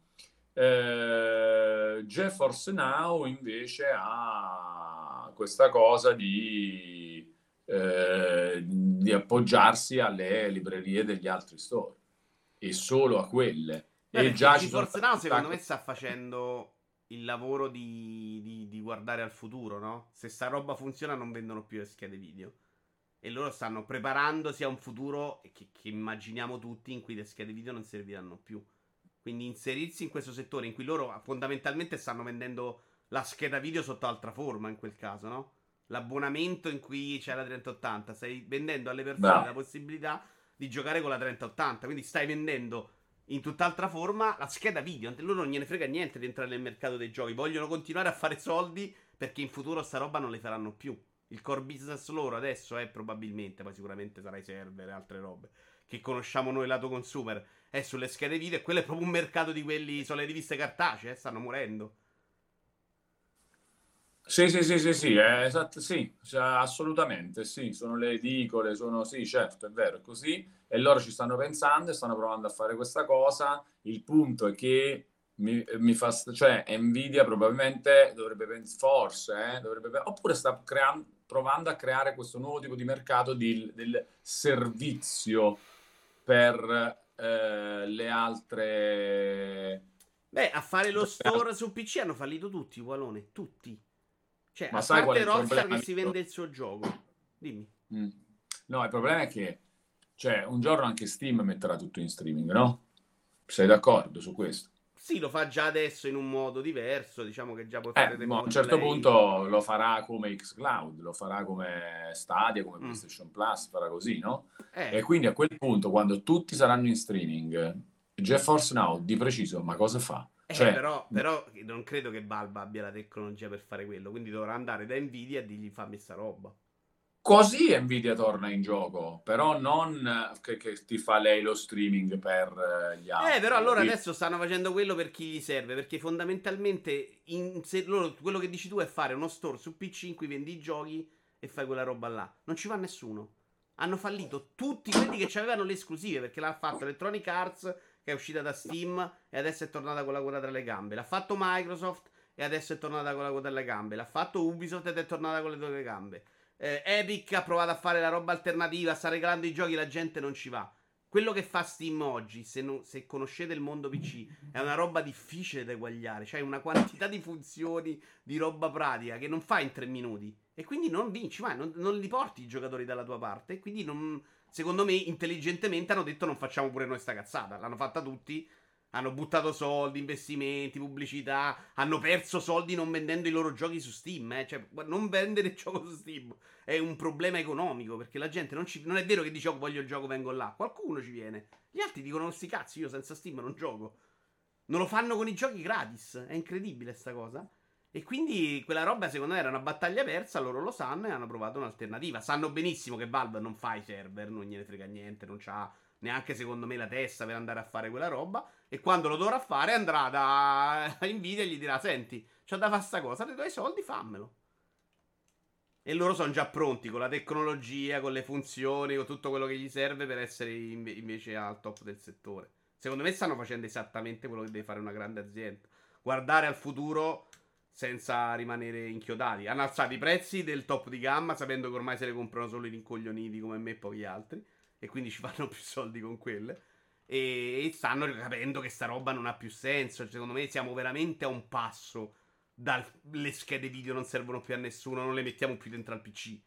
Eh, GeForce Now invece ha questa cosa di, eh, di appoggiarsi alle librerie degli altri store e solo a quelle. Beh, E perché già ci sono GeForce stati Now un secondo me sacco. sta facendo il lavoro di, di- di guardare al futuro, no? Se sta roba funziona non vendono più le schede video. E loro stanno preparandosi a un futuro che, che immaginiamo tutti in cui le schede video non serviranno più. Quindi inserirsi in questo settore in cui loro fondamentalmente stanno vendendo la scheda video sotto altra forma in quel caso, no? L'abbonamento in cui c'è la trenta ottanta, stai vendendo alle persone la Bravo. possibilità di giocare con la trenta ottanta, quindi stai vendendo in tutt'altra forma la scheda video. Loro non gliene frega niente di entrare nel mercato dei giochi, vogliono continuare a fare soldi perché in futuro sta roba non le faranno più. Il core business loro adesso è probabilmente, poi sicuramente sarà i server e altre robe che conosciamo noi lato consumer, è sulle schede video e quello è proprio un mercato di quelli, sono le riviste cartacee, eh, stanno morendo. Sì, sì, sì, sì, sì, è esatto, sì, cioè, assolutamente, sì, sono le edicole, sono, sì, certo, è vero, è così, e loro ci stanno pensando e stanno provando a fare questa cosa. Il punto è che mi, mi fa, st- cioè, Nvidia probabilmente dovrebbe pensare, forse, eh, dovrebbe, pe- oppure sta creando, provando a creare questo nuovo tipo di mercato di- del servizio per eh, le altre. Beh, a fare lo store su P C hanno fallito tutti, Walone, tutti. Cioè, Ma a sai qual è parte il Rockstar problema, che si amico? vende il suo gioco. Dimmi. Mm. No, il problema è che, cioè, un giorno anche Steam metterà tutto in streaming, no? Sei d'accordo su questo? Sì, lo fa già adesso in un modo diverso, diciamo che già puoi Eh, fare dei ma a un certo roleplay. punto lo farà come xCloud, lo farà come Stadia, come Mm. PlayStation Plus, farà così, no? Eh, E quindi a quel punto, quando tutti saranno in streaming, GeForce Now di preciso, ma cosa fa? eh, Cioè, però, però non credo che Valve abbia la tecnologia per fare quello, quindi dovrà andare da Nvidia e dirgli fammi sta roba. così Nvidia torna in gioco, però non eh, che, che ti fa lei lo streaming per eh, gli Eh, però altri, allora capito? adesso stanno facendo quello per chi gli serve, perché fondamentalmente in- se loro- quello che dici tu è fare uno store su P C in cui vendi i giochi e fai quella roba là. Non ci va nessuno. Hanno fallito tutti quelli che avevano le esclusive, perché l'ha fatto Electronic Arts, che è uscita da Steam e adesso è tornata con la coda tra le gambe. L'ha fatto Microsoft e adesso è tornata con la coda tra le gambe. L'ha fatto Ubisoft ed è tornata con le due gambe. Eh, Epic ha provato a fare la roba alternativa, sta regalando i giochi, la gente non ci va. Quello che fa Steam oggi, se, non- se conoscete il mondo P C, è una roba difficile da eguagliare. C'hai una quantità di funzioni, di roba pratica che non fai in tre minuti. E quindi non vinci mai, non, non li porti i giocatori dalla tua parte. E quindi non, secondo me, intelligentemente hanno detto non facciamo pure noi sta cazzata. L'hanno fatta tutti. Hanno buttato soldi, investimenti, pubblicità. Hanno perso soldi non vendendo i loro giochi su Steam. Eh. Cioè, non vendere il gioco su Steam è un problema economico. Perché la gente non, ci, non è vero che dice oh, voglio il gioco, vengo là. Qualcuno ci viene. Gli altri dicono sti cazzi, io senza Steam non gioco. Non lo fanno con i giochi gratis. È incredibile sta cosa. E quindi quella roba secondo me era una battaglia persa, loro lo sanno e hanno provato un'alternativa. Sanno benissimo che Valve non fa i server, non gliene frega niente, non c'ha neanche secondo me la testa per andare a fare quella roba. E quando lo dovrà fare andrà da Nvidia e gli dirà, senti, c'ho da fare sta cosa, ti do i soldi, fammelo. E loro sono già pronti con la tecnologia, con le funzioni, con tutto quello che gli serve per essere inve- invece al top del settore. Secondo me stanno facendo esattamente quello che deve fare una grande azienda. Guardare al futuro senza rimanere inchiodati. Hanno alzato i prezzi del top di gamma sapendo che ormai se le comprano solo i rincoglioniti come me e pochi altri. E quindi ci fanno più soldi con quelle. E stanno capendo che sta roba non ha più senso. Secondo me siamo veramente a un passo dalle schede video non servono più a nessuno, non le mettiamo più dentro al P C.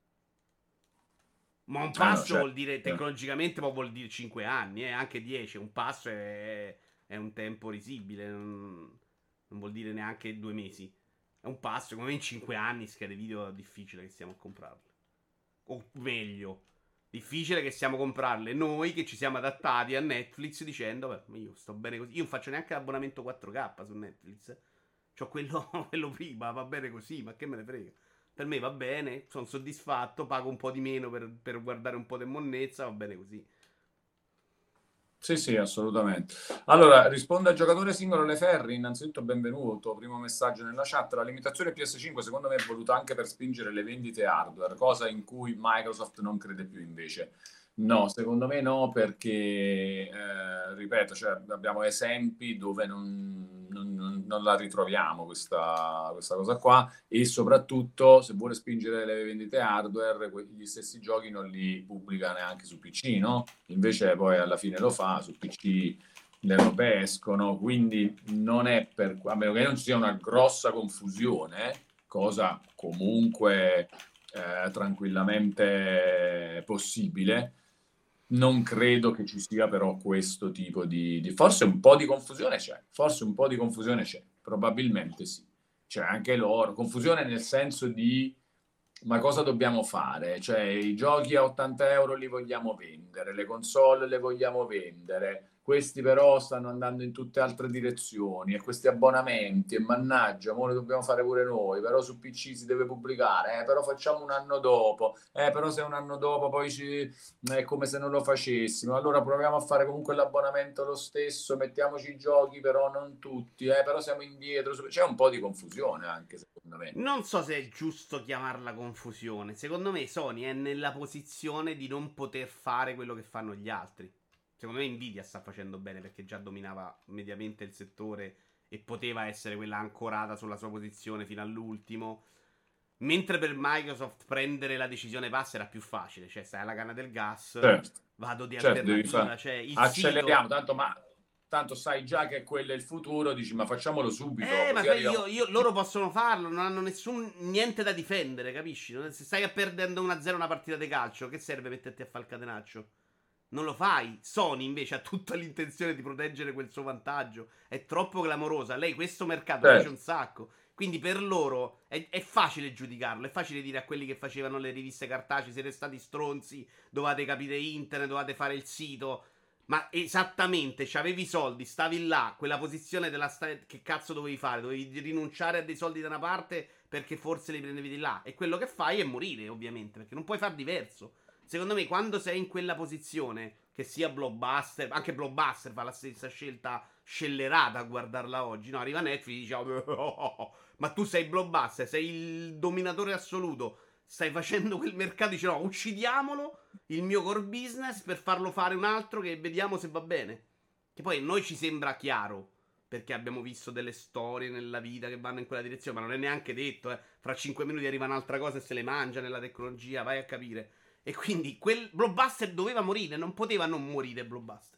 Ma un Ah no, passo vuol certo. dire tecnologicamente, ma vuol dire cinque anni, eh, anche dieci. Un passo è, è un tempo risibile, non, non vuol dire neanche due mesi. È un passo, come in cinque anni schede video è difficile che stiamo a comprarle. O meglio, difficile che stiamo a comprarle noi che ci siamo adattati a Netflix dicendo, beh, io sto bene così. Io non faccio neanche l'abbonamento quattro K su Netflix. C'ho quello, quello prima, va bene così, ma che me ne frega. Per me va bene, sono soddisfatto, pago un po' di meno per, per guardare un po' di monnezza, va bene così. Sì, sì, assolutamente. Allora, rispondo al giocatore singolo Le Ferri. Innanzitutto, benvenuto. Primo messaggio nella chat. La limitazione P S cinque, secondo me, è voluta anche per spingere le vendite hardware, cosa in cui Microsoft non crede più invece. No, secondo me no, perché, eh, ripeto, cioè, abbiamo esempi dove non, non- non- non la ritroviamo questa, questa cosa qua e soprattutto se vuole spingere le vendite hardware, que- gli stessi giochi non li pubblica neanche su P C, no? Invece poi alla fine lo fa, su P C le robe escono, quindi non è per, a meno che non ci sia una grossa confusione, cosa comunque eh, tranquillamente possibile. Non credo che ci sia però questo tipo di, di- Forse un po' di confusione c'è, forse un po' di confusione c'è, probabilmente sì. C'è anche loro, confusione nel senso di ma cosa dobbiamo fare? Cioè, i giochi a ottanta euro li vogliamo vendere, le console le vogliamo vendere, questi però stanno andando in tutte altre direzioni, e questi abbonamenti, e mannaggia, ora dobbiamo fare pure noi, però su P C si deve pubblicare, eh, però facciamo un anno dopo, eh, però se un anno dopo poi ci... è come se non lo facessimo, allora proviamo a fare comunque l'abbonamento lo stesso, mettiamoci i giochi, però non tutti, eh, però siamo indietro, c'è un po' di confusione anche secondo me. Non so se è giusto chiamarla confusione. Secondo me Sony è nella posizione di non poter fare quello che fanno gli altri. Secondo me Nvidia sta facendo bene perché già dominava mediamente il settore e poteva essere quella ancorata sulla sua posizione fino all'ultimo. Mentre per Microsoft prendere la decisione passa era più facile. Cioè, stai alla canna del gas, Certo, vado di certo, devi alternativa. fare... Cioè, il Acceleriamo, sito. tanto, ma tanto sai già che quello è il futuro, dici ma facciamolo subito, Eh, ma così que- arriviamo. io, io- loro possono farlo, non hanno nessun niente da difendere, capisci? Non- Se stai perdendo uno a zero una partita di calcio, che serve metterti a fare il catenaccio? Non lo fai. Sony invece ha tutta l'intenzione di proteggere quel suo vantaggio. È troppo clamorosa. Lei questo mercato piace Certo. un sacco. Quindi per loro è, è facile giudicarlo. È facile dire a quelli che facevano le riviste cartacee: siete stati stronzi, dovete capire internet, dovete fare il sito. Ma esattamente, c'avevi i soldi, stavi là, quella posizione della sta- che cazzo dovevi fare? Dovevi rinunciare a dei soldi da una parte perché forse li prendevi di là. E quello che fai è morire, ovviamente, perché non puoi far diverso. Secondo me, quando sei in quella posizione, che sia Blockbuster, anche Blockbuster fa la stessa scelta scellerata a guardarla oggi, no? Arriva Netflix e dice, oh, oh, oh, oh, ma tu sei Blockbuster, sei il dominatore assoluto, stai facendo quel mercato, dice no, uccidiamolo, il mio core business, per farlo fare un altro che vediamo se va bene. Che poi a noi ci sembra chiaro, perché abbiamo visto delle storie nella vita che vanno in quella direzione, ma non è neanche detto, eh. Fra cinque minuti arriva un'altra cosa e se le mangia nella tecnologia, vai a capire. E quindi quel Blockbuster doveva morire, non poteva non morire Blockbuster.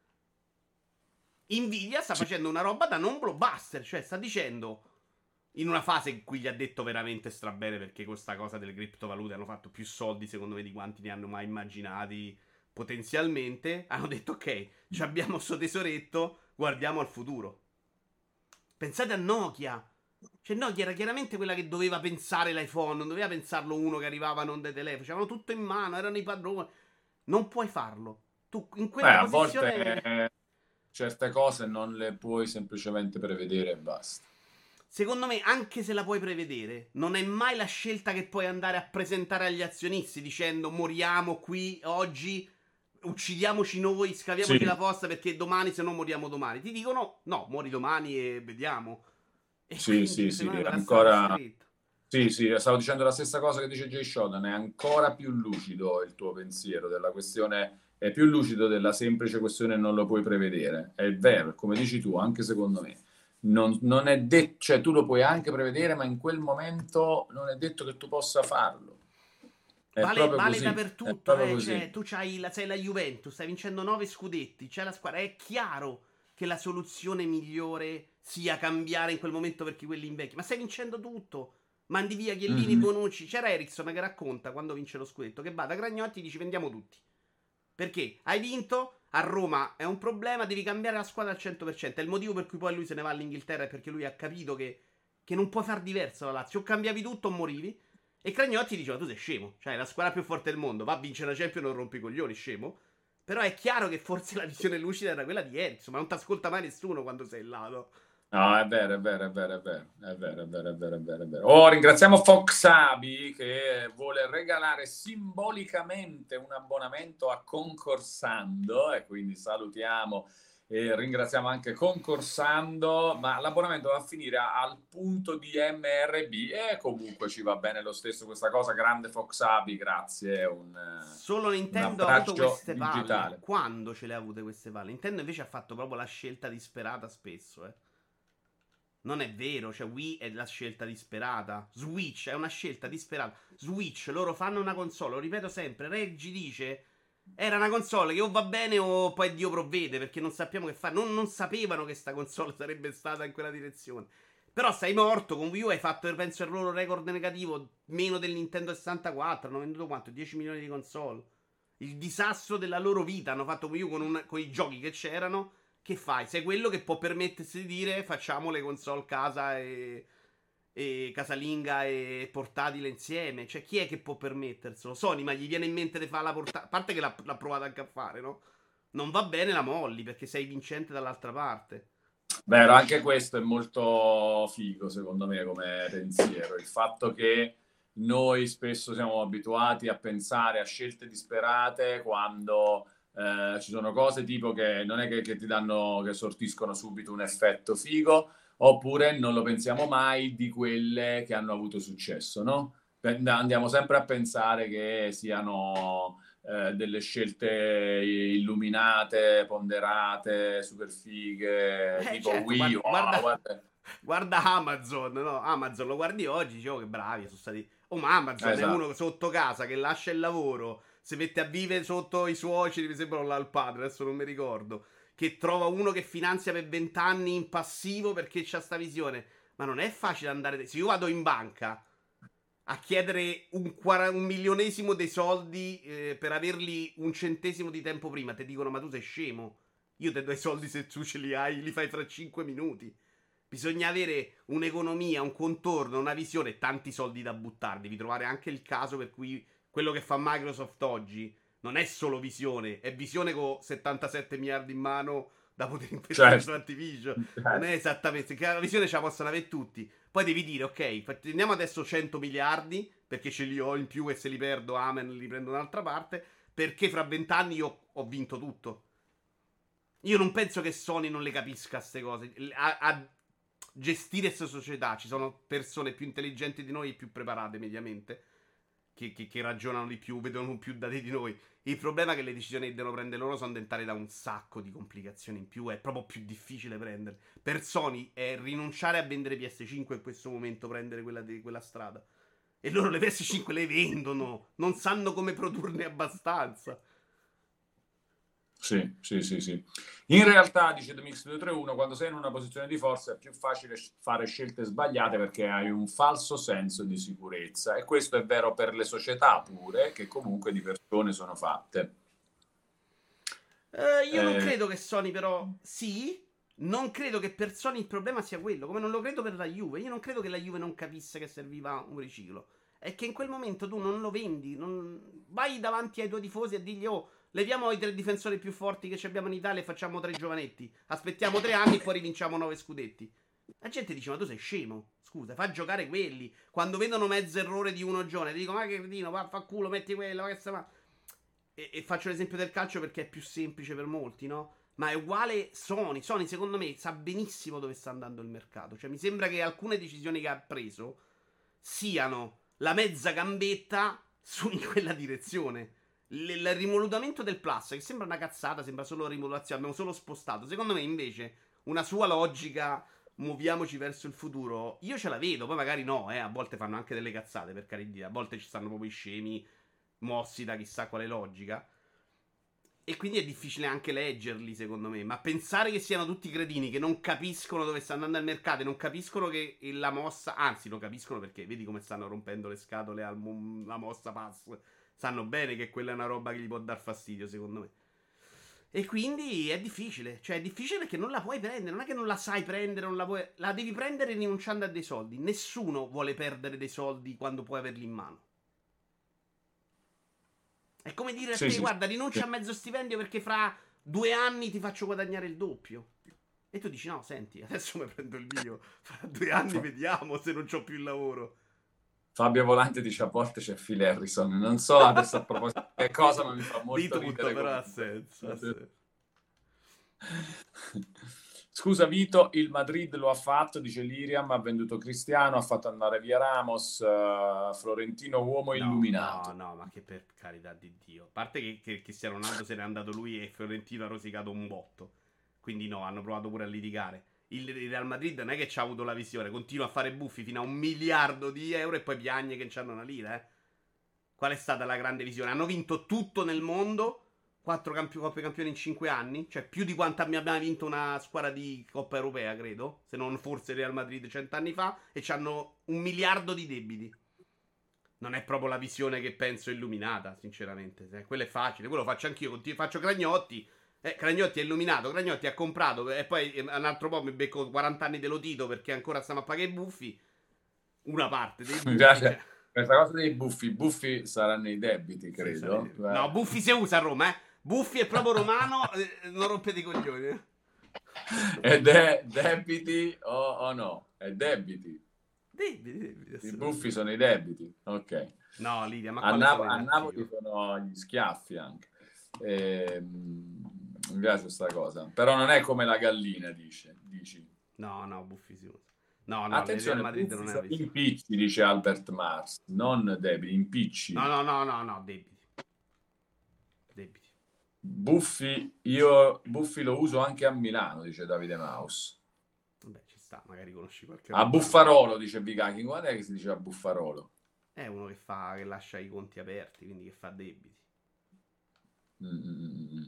Nvidia sta Sì. facendo una roba da non Blockbuster, cioè sta dicendo in una fase in cui gli ha detto veramente strabene perché con sta cosa delle criptovalute hanno fatto più soldi secondo me di quanti ne hanno mai immaginati potenzialmente, hanno detto ok, ci abbiamo sto tesoretto, guardiamo al futuro. Pensate a Nokia. Cioè Nokia era chiaramente quella che doveva pensare l'iPhone, non doveva pensarlo uno che arrivava non dai telefoni, avevano tutto in mano, erano i padroni. Non puoi farlo. Tu in Beh, quella a volte posizione, eh, certe cose non le puoi semplicemente prevedere e basta. secondo me, anche se la puoi prevedere, non è mai la scelta che puoi andare a presentare agli azionisti dicendo moriamo qui oggi, uccidiamoci noi, Sì, scaviamoci la fossa perché domani se no moriamo domani. Ti dicono no, muori domani e vediamo. E sì, sì, quindi sì, secondo me è quella strada è ancora... stretta. Sì, sì, stavo dicendo la stessa cosa che dice Jay Shodan, è ancora più lucido il tuo pensiero della questione, è più lucido della semplice questione non lo puoi prevedere. È vero, come dici tu, anche secondo me. Non, non è detto, cioè tu lo puoi anche prevedere, ma in quel momento non è detto che tu possa farlo. È Vale, proprio vale così, è dappertutto, proprio eh. Cioè, così. tu c'hai la, sei la Juventus, stai vincendo nove scudetti, c'è la squadra. È chiaro che la soluzione migliore sia cambiare in quel momento perché quelli invecchi. Ma stai vincendo tutto. Mandi via Chiellini, Mhm. Bonucci. C'era Ericsson che racconta quando vince lo scudetto che va da Gragnotti e dici vendiamo tutti. Perché hai vinto, a Roma è un problema, devi cambiare la squadra al cento per cento. È il motivo per cui poi lui se ne va all'Inghilterra, è perché lui ha capito che, che non puoi far diverso la Lazio. O cambiavi tutto o morivi. E Cragnotti diceva: tu sei scemo, cioè la squadra più forte del mondo, va a vincere la Champions, non rompi i coglioni, scemo. Però è chiaro che forse la visione lucida era quella di Ericsson, ma non ti ascolta mai nessuno quando sei là, no? No, è vero, è vero, è vero, è vero, è vero, è vero, è vero, è vero, è vero. Oh, ringraziamo Foxabi che vuole regalare simbolicamente un abbonamento a Concorsando, e quindi salutiamo e ringraziamo anche Concorsando, ma l'abbonamento va a finire al punto di M R B e comunque ci va bene lo stesso questa cosa. Grande Foxabi, grazie, un, Solo un Nintendo ha avuto abbraccio queste palle. digitale. Quando ce le ha avute queste palle? Nintendo invece ha fatto proprio la scelta disperata spesso, eh. Non è vero, cioè Wii è la scelta disperata. Switch è una scelta disperata. Switch, loro fanno una console, lo ripeto sempre. Reggie dice: era una console che o va bene o poi Dio provvede, perché non sappiamo che fare. Non, non sapevano che sta console sarebbe stata in quella direzione. Però sei morto, con Wii U hai fatto, penso, il loro record negativo, meno del Nintendo sessantaquattro. Hanno venduto quanto? dieci milioni di console. Il disastro della loro vita. Hanno fatto Wii U con, un- con i giochi che c'erano. Che fai? Sei quello che può permettersi di dire facciamo le console casa e, e casalinga e portatile insieme. Cioè, chi è che può permetterselo? Sony, ma gli viene in mente di fare la portatile? A parte che l'ha, l'ha provato anche a fare, no? Non va bene, la molli perché sei vincente dall'altra parte. Vero, anche questo è molto figo secondo me come pensiero, il fatto che noi spesso siamo abituati a pensare a scelte disperate quando eh, ci sono cose tipo che non è che, che ti danno, che sortiscono subito un effetto figo, oppure non lo pensiamo mai di quelle che hanno avuto successo, no? Andiamo sempre a pensare che siano eh, delle scelte illuminate, ponderate, super fighe, Eh tipo certo, Wii, guarda, wow, guarda, guarda. guarda Amazon, no? Amazon lo guardi oggi, dicevo che bravi sono stati. Oh, ma Amazon è Esatto. uno sotto casa che lascia il lavoro, si mette a vivere sotto i suoceri, mi sembra là il padre, adesso non mi ricordo, che trova uno che finanzia per vent'anni in passivo perché c'ha sta visione. Ma non è facile andare. Se io vado in banca a chiedere un, quara- un milionesimo dei soldi eh, per averli un centesimo di tempo prima, ti dicono: ma tu sei scemo? Io te do i soldi se tu ce li hai, li fai fra cinque minuti. Bisogna avere un'economia, un contorno, una visione, tanti soldi da buttare. Devi trovare anche il caso per cui quello che fa Microsoft oggi non è solo visione, è visione con settantasette miliardi in mano da poter investire su Certo, Activision. Non è certo. esattamente, che la visione ce la possono avere tutti. Poi devi dire, ok, teniamo adesso cento miliardi, perché ce li ho in più e se li perdo, amen, li prendo da un'altra parte, perché fra vent'anni io ho vinto tutto. Io non penso che Sony non le capisca queste cose. A, a gestire queste società ci sono persone più intelligenti di noi e più preparate mediamente, che, che, che ragionano di più, vedono più dati di noi. Il problema è che le decisioni che devono prendere loro sono dentate da un sacco di complicazioni in più, è proprio più difficile prendere. Per Sony è rinunciare a vendere P S cinque in questo momento, prendere quella, di, quella strada. E loro le P S cinque le vendono, non sanno come produrne abbastanza. Sì, sì, sì, sì. In realtà, dice The Mix due tre uno, quando sei in una posizione di forza è più facile fare scelte sbagliate perché hai un falso senso di sicurezza. E questo è vero per le società pure, che comunque di persone sono fatte. Eh, io non Eh, credo che Sony, però, sì. Non credo che per Sony il problema sia quello. Come non lo credo per la Juve. Io non credo che la Juve non capisse che serviva un riciclo. È che in quel momento tu non lo vendi. Non... Vai davanti ai tuoi tifosi a dirgli: oh, leviamo i tre difensori più forti che abbiamo in Italia e facciamo tre giovanetti. Aspettiamo tre anni e poi rivinciamo nove scudetti. La gente dice: ma tu sei scemo. Scusa, fa giocare quelli. Quando vedono mezzo errore di uno giovane, ti dicono: ma che cretino, va, fa culo, metti quello, ma che sta fa? E, e faccio l'esempio del calcio perché è più semplice per molti, no? Ma è uguale Sony. Sony, secondo me, sa benissimo dove sta andando il mercato. Cioè, mi sembra che alcune decisioni che ha preso siano la mezza gambetta su in quella direzione. L- il rimodullamento del Plus, che sembra una cazzata, sembra solo rimodulazione, abbiamo solo spostato. Secondo me, invece, una sua logica, muoviamoci verso il futuro, io ce la vedo, poi magari no, eh, a volte fanno anche delle cazzate, per carità, a volte ci stanno proprio i scemi mossi da chissà quale logica. E quindi è difficile anche leggerli, secondo me. Ma pensare che siano tutti cretini che non capiscono dove sta andando il mercato e non capiscono che la mossa. Anzi, lo capiscono perché vedi come stanno rompendo le scatole alla mossa pass. Sanno bene che quella è una roba che gli può dar fastidio, secondo me. E quindi è difficile. Cioè, è difficile perché non la puoi prendere. Non è che non la sai prendere, non la puoi. La devi prendere rinunciando a dei soldi. Nessuno vuole perdere dei soldi quando puoi averli in mano. È come dire a sì, te, sì, guarda, sì. rinuncia a mezzo stipendio perché fra due anni ti faccio guadagnare il doppio. E tu dici, no, senti, adesso mi prendo il mio. Fra due anni vediamo se non c'ho più il lavoro. Fabio Volante dice a volte c'è Phil Harrison. Non so adesso a proposito di che cosa, ma mi fa Di molto tutto, ridere però ha comunque. senso, ha senso. Scusa Vito, il Madrid lo ha fatto, dice Liriam, ha venduto Cristiano, ha fatto andare via Ramos, uh, Florentino uomo No, no, illuminato. no, ma che per carità di Dio. A parte che, che Cristiano Ronaldo se n'è andato lui e Fiorentino ha rosicato un botto. Quindi no, hanno provato pure a litigare. Il Real Madrid non è che ci ha avuto la visione, continua a fare buffi fino a un miliardo di euro e poi piagne che non c'hanno una lira, eh. Qual è stata la grande visione? Hanno vinto tutto nel mondo, quattro campi- Coppe Campioni in cinque anni, cioè più di quanto abbia mai vinto una squadra di Coppa Europea, credo, se non forse Real Madrid cent'anni fa, e hanno un miliardo di debiti. Non è proprio la visione che penso illuminata, sinceramente. Eh, quello è facile, quello lo faccio anch'io. Continuo, faccio Cragnotti. Eh, Cragnotti è illuminato. Cragnotti ha comprato. E poi eh, un altro po' mi becco quaranta anni dello Tito perché ancora stiamo a pagare i buffi. Una parte dei Mi buffi, cioè. piace questa cosa dei buffi. I buffi saranno i debiti, Sì, credo. sarei... Eh, No, Buffi si usa a Roma, eh. Buffi è proprio romano, eh, non rompete i coglioni. Eh. Ed è debiti o, o no? È debiti. Debiti, debiti, I buffi sono i debiti, ok. No, Lidia, ma A, quale Nap- sono i a dati? Napoli sono gli schiaffi anche. Ehm, mi piace questa cosa. Però non è come la gallina, dice, dici. No, no, Buffi si usa. No, no, il Real Attenzione, Madrid buffi non è la sono vista. impicci, dice Albert Mars, non debiti, No, impicci. no, no, no, no, debiti. Debiti. Buffi, io Buffi lo uso anche a Milano, dice Davide Maus. Vabbè, ci sta, magari conosci qualche A romano. Buffarolo, dice Bigacchi. Quando è che si dice a Buffarolo? È uno che fa, che lascia i conti aperti, quindi che fa debiti. Mm-mm.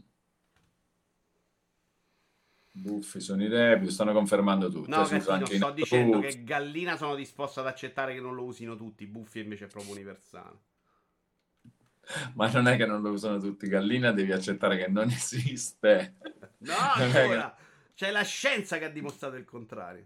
Buffi sono i debiti, stanno confermando tutto. No, Si usa Gattino, anche in sto dicendo Abruzzo. che gallina sono disposto ad accettare che non lo usino tutti. Buffi invece è proprio universale. Ma non è che non lo usano tutti. Gallina devi accettare che non esiste. No, Non è che... ancora! C'è la scienza che ha dimostrato il contrario.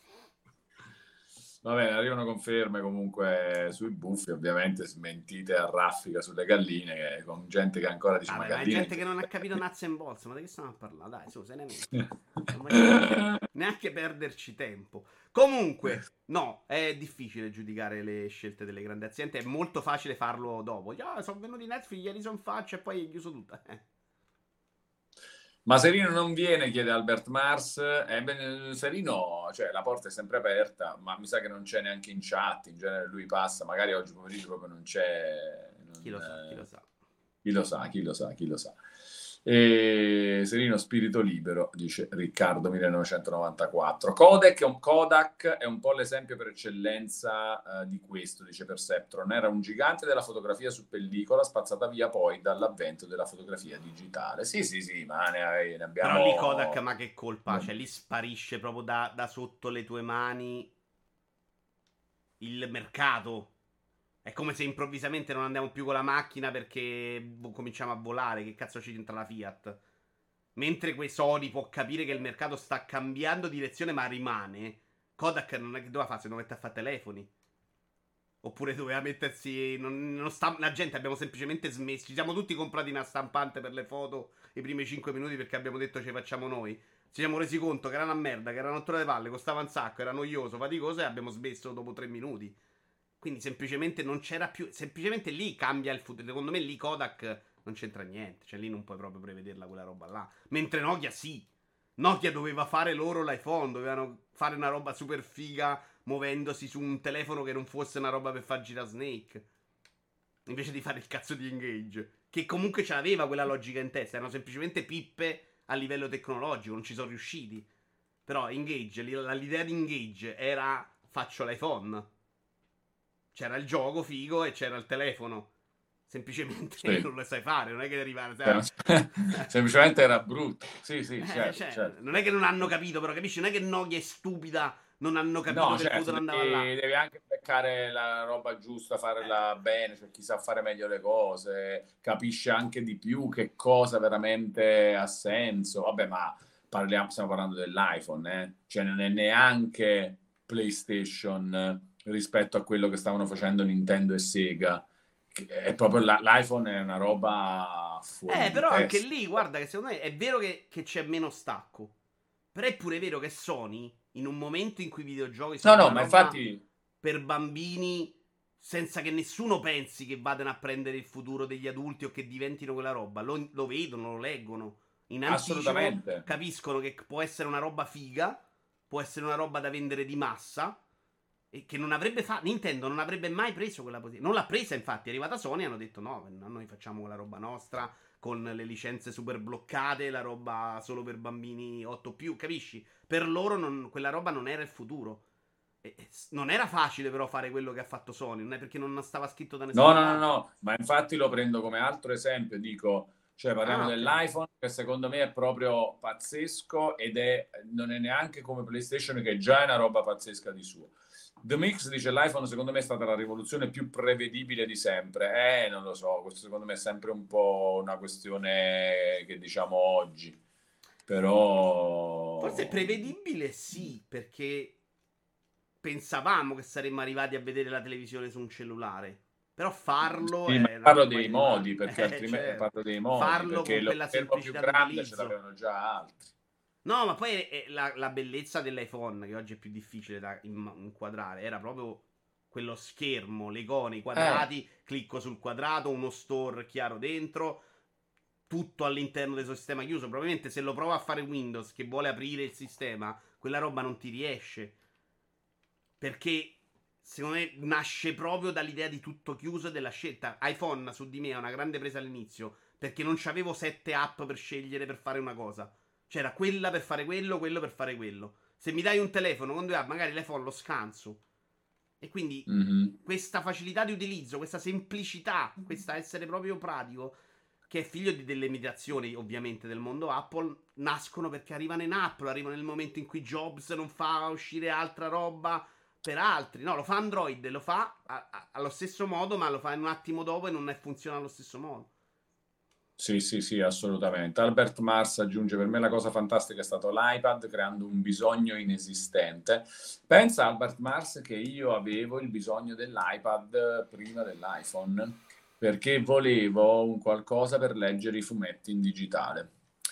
Va bene, arrivano conferme comunque sui buffi, ovviamente smentite a raffica sulle galline, che- con gente che ancora dice ma Vabbè, ma è galline... gente che non ha capito nuts and bolts. Ma di che stiamo a parlare? Dai, su, seriamente. Non voglio neanche, neanche perderci tempo. Comunque, no, è difficile giudicare le scelte delle grandi aziende. È molto facile farlo dopo. Ah, sono venuti Netflix, ieri sono faccia e poi è chiuso tutto. Eh. Ma Serino non viene, chiede Albert Mars. Eh, beh, Serino, cioè la porta è sempre aperta, ma mi sa che non c'è neanche in chat. In genere lui passa, magari oggi pomeriggio proprio non c'è. Non, Chi lo sa, chi eh, lo sa. chi lo sa, chi lo sa, chi lo sa. E Serino spirito libero, dice Riccardo millenovecentonovantaquattro. Kodak è un, Kodak è un po' l'esempio per eccellenza uh, di questo, dice Perceptron. Era un gigante della fotografia su pellicola, spazzata via poi dall'avvento della fotografia digitale. Sì, sì, sì, ma ne, ne Però lì Kodak, abbiamo... ma che colpa? Cioè, lì sparisce proprio da, da sotto le tue mani il mercato. È come se improvvisamente non andiamo più con la macchina perché cominciamo a volare. Che cazzo ci entra la Fiat? Mentre quei Sony può capire che il mercato sta cambiando direzione, ma rimane. Kodak non è che doveva fare, se doveva fare telefoni. Oppure doveva mettersi. Non, non sta, la gente abbiamo semplicemente smesso. Ci siamo tutti comprati una stampante per le foto i primi cinque minuti perché abbiamo detto ce le facciamo noi. Ci siamo resi conto che era una merda, che era una rottura di palle, costava un sacco, era noioso, faticoso e abbiamo smesso dopo tre minuti. Quindi semplicemente non c'era più. Semplicemente lì cambia il futuro. Secondo me lì Kodak non c'entra niente. Cioè lì non puoi proprio prevederla quella roba là. Mentre Nokia sì. Nokia doveva fare loro l'iPhone. Dovevano fare una roba super figa muovendosi su un telefono che non fosse una roba per far girare Snake. Invece di fare il cazzo di Engage. Che comunque c'aveva quella logica in testa. Erano semplicemente pippe a livello tecnologico. Non ci sono riusciti. Però Engage, l'idea di Engage era faccio l'iPhone. C'era il gioco figo e c'era il telefono. Semplicemente Sì. non lo sai fare, non è che arrivare. Sai, semplicemente era brutto. Sì, sì, Eh, certo, cioè, certo. non è che non hanno capito, però capisci? Non è che Nokia è stupida, non hanno capito No, che il certo, futuro andava là. devi, devi anche beccare la roba giusta, farla Eh, bene, cioè chi sa fare meglio le cose, capisce anche di più che cosa veramente ha senso. Vabbè, ma parliamo, stiamo parlando dell'iPhone, eh? Cioè non è neanche PlayStation rispetto a quello che stavano facendo Nintendo e Sega. Che È proprio la- l'iPhone è una roba fuori eh, di però anche testa. lì, guarda che secondo me è vero che, che c'è meno stacco. Però è pure vero che Sony, in un momento in cui i videogiochi No, sono no, una ma roba infatti per bambini, senza che nessuno pensi che vadano a prendere il futuro degli adulti o che diventino quella roba, lo, lo vedono, lo leggono in anticipo, assolutamente. capiscono che può essere una roba figa, può essere una roba da vendere di massa. E che non avrebbe fatto. Nintendo non avrebbe mai preso quella posizione. Non l'ha presa, infatti. È arrivata Sony e hanno detto: no, noi facciamo quella roba nostra. Con le licenze super bloccate, la roba solo per bambini otto più. Capisci? Per loro non- quella roba non era il futuro. E- e s- non era facile, però, fare quello che ha fatto Sony. Non è perché non stava scritto da No, nessuna no, no, parte. no, ma infatti lo prendo come altro esempio, dico, cioè parliamo Ah, ok. dell'iPhone che secondo me è proprio pazzesco ed è, non è neanche come PlayStation che già è una roba pazzesca di suo. The Mix dice l'iPhone secondo me è stata la rivoluzione più prevedibile di sempre. Eh, non lo so, questo secondo me è sempre un po' una questione che diciamo oggi, Forse però... prevedibile, sì, perché pensavamo che saremmo arrivati a vedere la televisione su un cellulare. Però farlo Sì, ma è un parlo altro dei paio di mani. modi, perché Eh, altrimenti certo. parlo dei modi, Farlo perché con lo quella schermo più semplicità grande ce d'utilizzo. l'avevano già altri. No, ma poi è la, la bellezza dell'iPhone, che oggi è più difficile da im- inquadrare, era proprio quello schermo, le icone, i Eh, quadrati, clicco sul quadrato, uno store chiaro dentro, tutto all'interno del suo sistema chiuso. Probabilmente se lo prova a fare Windows che vuole aprire il sistema, quella roba non ti riesce. Perché secondo me nasce proprio dall'idea di tutto chiuso e della scelta. iPhone su di me è una grande presa all'inizio, perché non c'avevo sette app per scegliere per fare una cosa. C'era quella per fare quello, quello per fare quello. Se mi dai un telefono con due app, magari l'iPhone lo scanso. E quindi mhm. questa facilità di utilizzo, questa semplicità, questa essere proprio pratico, che è figlio di delle imitazioni ovviamente del mondo Apple, nascono perché arrivano in Apple, arrivano nel momento in cui Jobs non fa uscire altra roba per altri. No, lo fa Android, lo fa a- a- allo stesso modo, ma lo fa in un attimo dopo e non è- funziona allo stesso modo. Sì, sì, sì, assolutamente. Albert Mars aggiunge, per me la cosa fantastica è stato l'iPad creando un bisogno inesistente. Pensa Albert Mars che io avevo il bisogno dell'iPad prima dell'iPhone perché volevo un qualcosa per leggere i fumetti in digitale.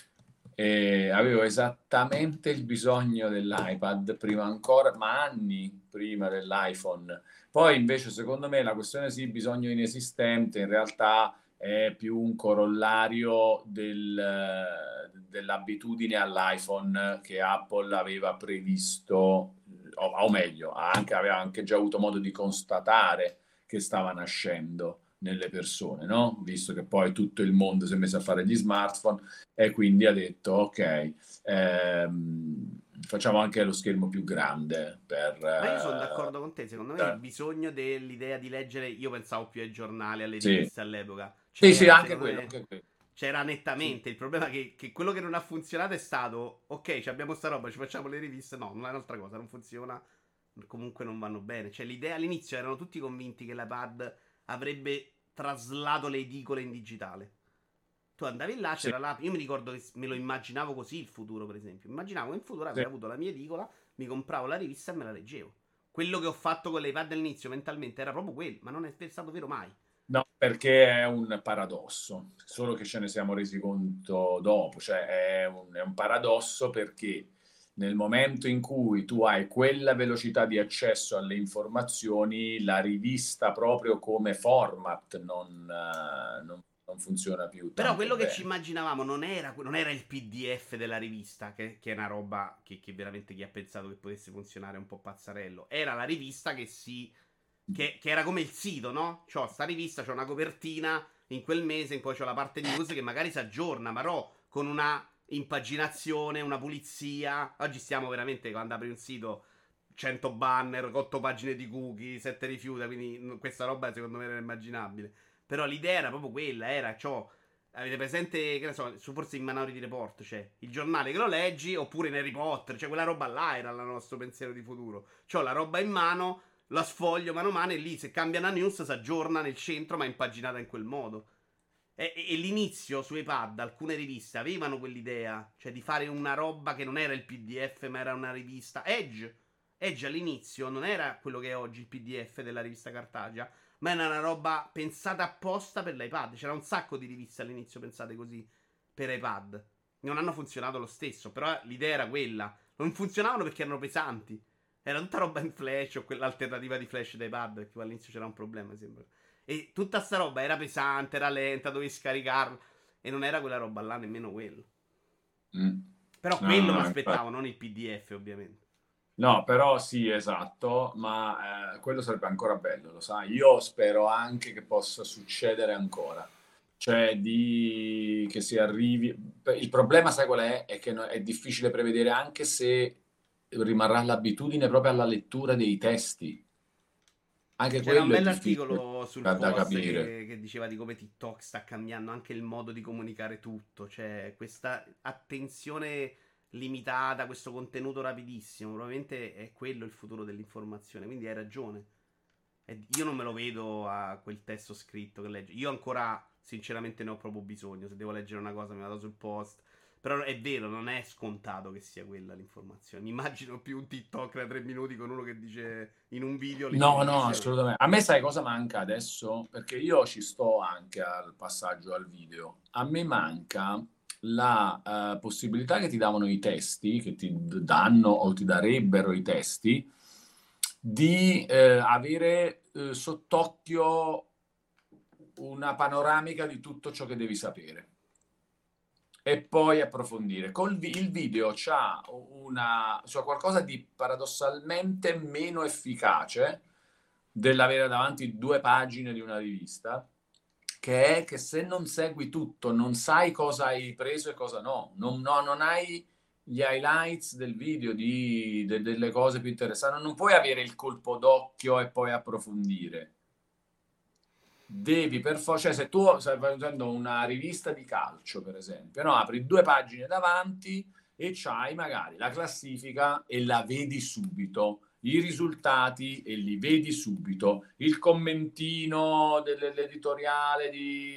E avevo esattamente il bisogno dell'iPad prima ancora, ma anni prima dell'iPhone. Poi invece secondo me la questione sì, bisogno inesistente, in realtà è più un corollario del, dell'abitudine all'iPhone che Apple aveva previsto, o, o meglio, anche, aveva anche già avuto modo di constatare che stava nascendo nelle persone, no? Visto che poi tutto il mondo si è messo a fare gli smartphone e quindi ha detto ok, ehm, facciamo anche lo schermo più grande per... Ma io sono eh, d'accordo con te, secondo me il eh, bisogno dell'idea di leggere, io pensavo più ai giornali, alle sì, riviste all'epoca, sì, sì, c'era, anche secondo quello, me, anche quello. c'era Sì. nettamente. Il problema è che, che quello che non ha funzionato è stato, ok, ci abbiamo sta roba, ci facciamo le riviste, no, non è un'altra cosa, non funziona, comunque non vanno bene. Cioè l'idea all'inizio erano tutti convinti che l'iPad avrebbe traslato le edicole in digitale. Tu andavi là, Sì, c'era l'app. Io mi ricordo che me lo immaginavo così il futuro, per esempio. Immaginavo che in futuro sì. avrei avuto la mia edicola, mi compravo la rivista e me la leggevo. Quello che ho fatto con l'iPad all'inizio mentalmente era proprio quello, ma non è stato vero mai. No, perché è un paradosso, solo che ce ne siamo resi conto dopo, cioè è un, è un paradosso perché nel momento in cui tu hai quella velocità di accesso alle informazioni, la rivista proprio come format non, eh, non- non funziona più Però tanto quello che ci bene. immaginavamo non era, non era il P D F della rivista, che, che è una roba che, che veramente chi ha pensato che potesse funzionare è un po' pazzarello. Era la rivista che si. Che, che era come il sito, no? C'ho sta rivista, c'ho una copertina in quel mese, poi c'ho la parte news che magari si aggiorna, ma no, con una impaginazione, una pulizia. Oggi stiamo veramente, quando apri un sito, cento banner, otto pagine di cookie, sette rifiuta, quindi mm, questa roba secondo me era immaginabile. Però l'idea era proprio quella, era, c'ho avete presente, che ne so, su forse in Minority Report c'è cioè, il giornale che lo leggi, oppure in Harry Potter, cioè quella roba là era il nostro pensiero di futuro. C'ho la roba in mano, la sfoglio mano a mano e lì se cambia una news si aggiorna nel centro, ma impaginata in quel modo. E, e, e l'inizio su iPad, alcune riviste avevano quell'idea, cioè di fare una roba che non era il P D F, ma era una rivista. Edge, Edge all'inizio non era quello che è oggi il P D F della rivista cartacea, ma era una roba pensata apposta per l'iPad. C'era un sacco di riviste all'inizio pensate così per iPad. Non hanno funzionato lo stesso, però l'idea era quella. Non funzionavano perché erano pesanti. Era tutta roba in flash o quell'alternativa di flash da iPad, perché all'inizio c'era un problema, sembra. E tutta sta roba era pesante, era lenta, dovevi scaricarla. E non era quella roba là, nemmeno quello. Mm. Però No, no, quello mi no, infatti. aspettavo, non il P D F, ovviamente. No, però sì, esatto, ma eh, quello sarebbe ancora bello, lo sai. Io spero anche che possa succedere ancora, cioè di... che si arrivi. Il problema, sai qual è? È che no- è difficile prevedere anche se rimarrà l'abitudine proprio alla lettura dei testi. Anche C'era un quello è difficile bell'articolo sul da, da post capire. che, che diceva di come TikTok sta cambiando anche il modo di comunicare tutto. Cioè, questa attenzione limitata, questo contenuto rapidissimo. Probabilmente è quello il futuro dell'informazione. Quindi hai ragione. E io non me lo vedo a quel testo scritto che legge. Io ancora, sinceramente, ne ho proprio bisogno. Se devo leggere una cosa, mi vado sul post. Però è vero, non è scontato che sia quella l'informazione. Mi immagino più un TikTok da tre minuti con uno che dice in un video No, no, l'informazione. assolutamente. A me sai cosa manca adesso? Perché io ci sto anche al passaggio al video. A me manca la eh, possibilità che ti davano i testi, che ti d- danno o ti darebbero i testi, di eh, avere eh, sott'occhio una panoramica di tutto ciò che devi sapere e poi approfondire. Col vi- il video c'ha una, c'ha qualcosa di paradossalmente meno efficace dell'avere davanti due pagine di una rivista, che è che se non segui tutto, non sai cosa hai preso e cosa no, non, no, non hai gli highlights del video, di, de- delle cose più interessanti, non puoi avere il colpo d'occhio e poi approfondire. Devi per forza, cioè se tu stai facendo una rivista di calcio, per esempio, no? Apri due pagine davanti e c'hai magari la classifica e la vedi subito, i risultati e li vedi subito, il commentino dell'editoriale di,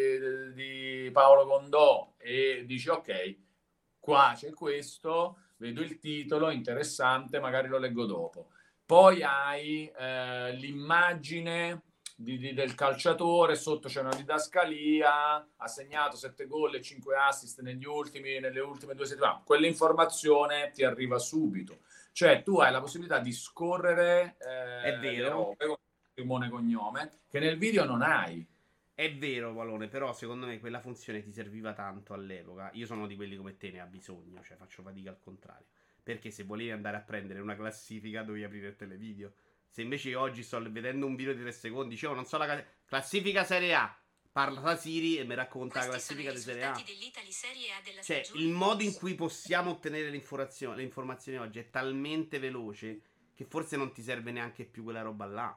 di Paolo Condò e dici ok, qua c'è questo, vedo il titolo, interessante, magari lo leggo dopo. Poi hai eh, l'immagine di, di, del calciatore, sotto c'è una didascalia, ha segnato sette gol e cinque assist negli ultimi, nelle ultime due settimane. Quell'informazione ti arriva subito. Cioè tu hai la possibilità di scorrere È eh, le vero, robe con nome e cognome che nel video non hai. è vero, Valone, però secondo me quella funzione ti serviva tanto all'epoca. Io sono di quelli come te, ne ha bisogno, cioè faccio fatica al contrario. Perché se volevi andare a prendere una classifica dovevi aprire il televideo. Se invece oggi sto vedendo un video di tre secondi, dicevo, non so la ca- classifica Serie A, parla da Siri e mi racconta la classifica di Serie A. Serie A della Cioè, stagione il modo in cui possiamo ottenere le informazioni, le informazioni oggi è talmente veloce che forse non ti serve neanche più quella roba là.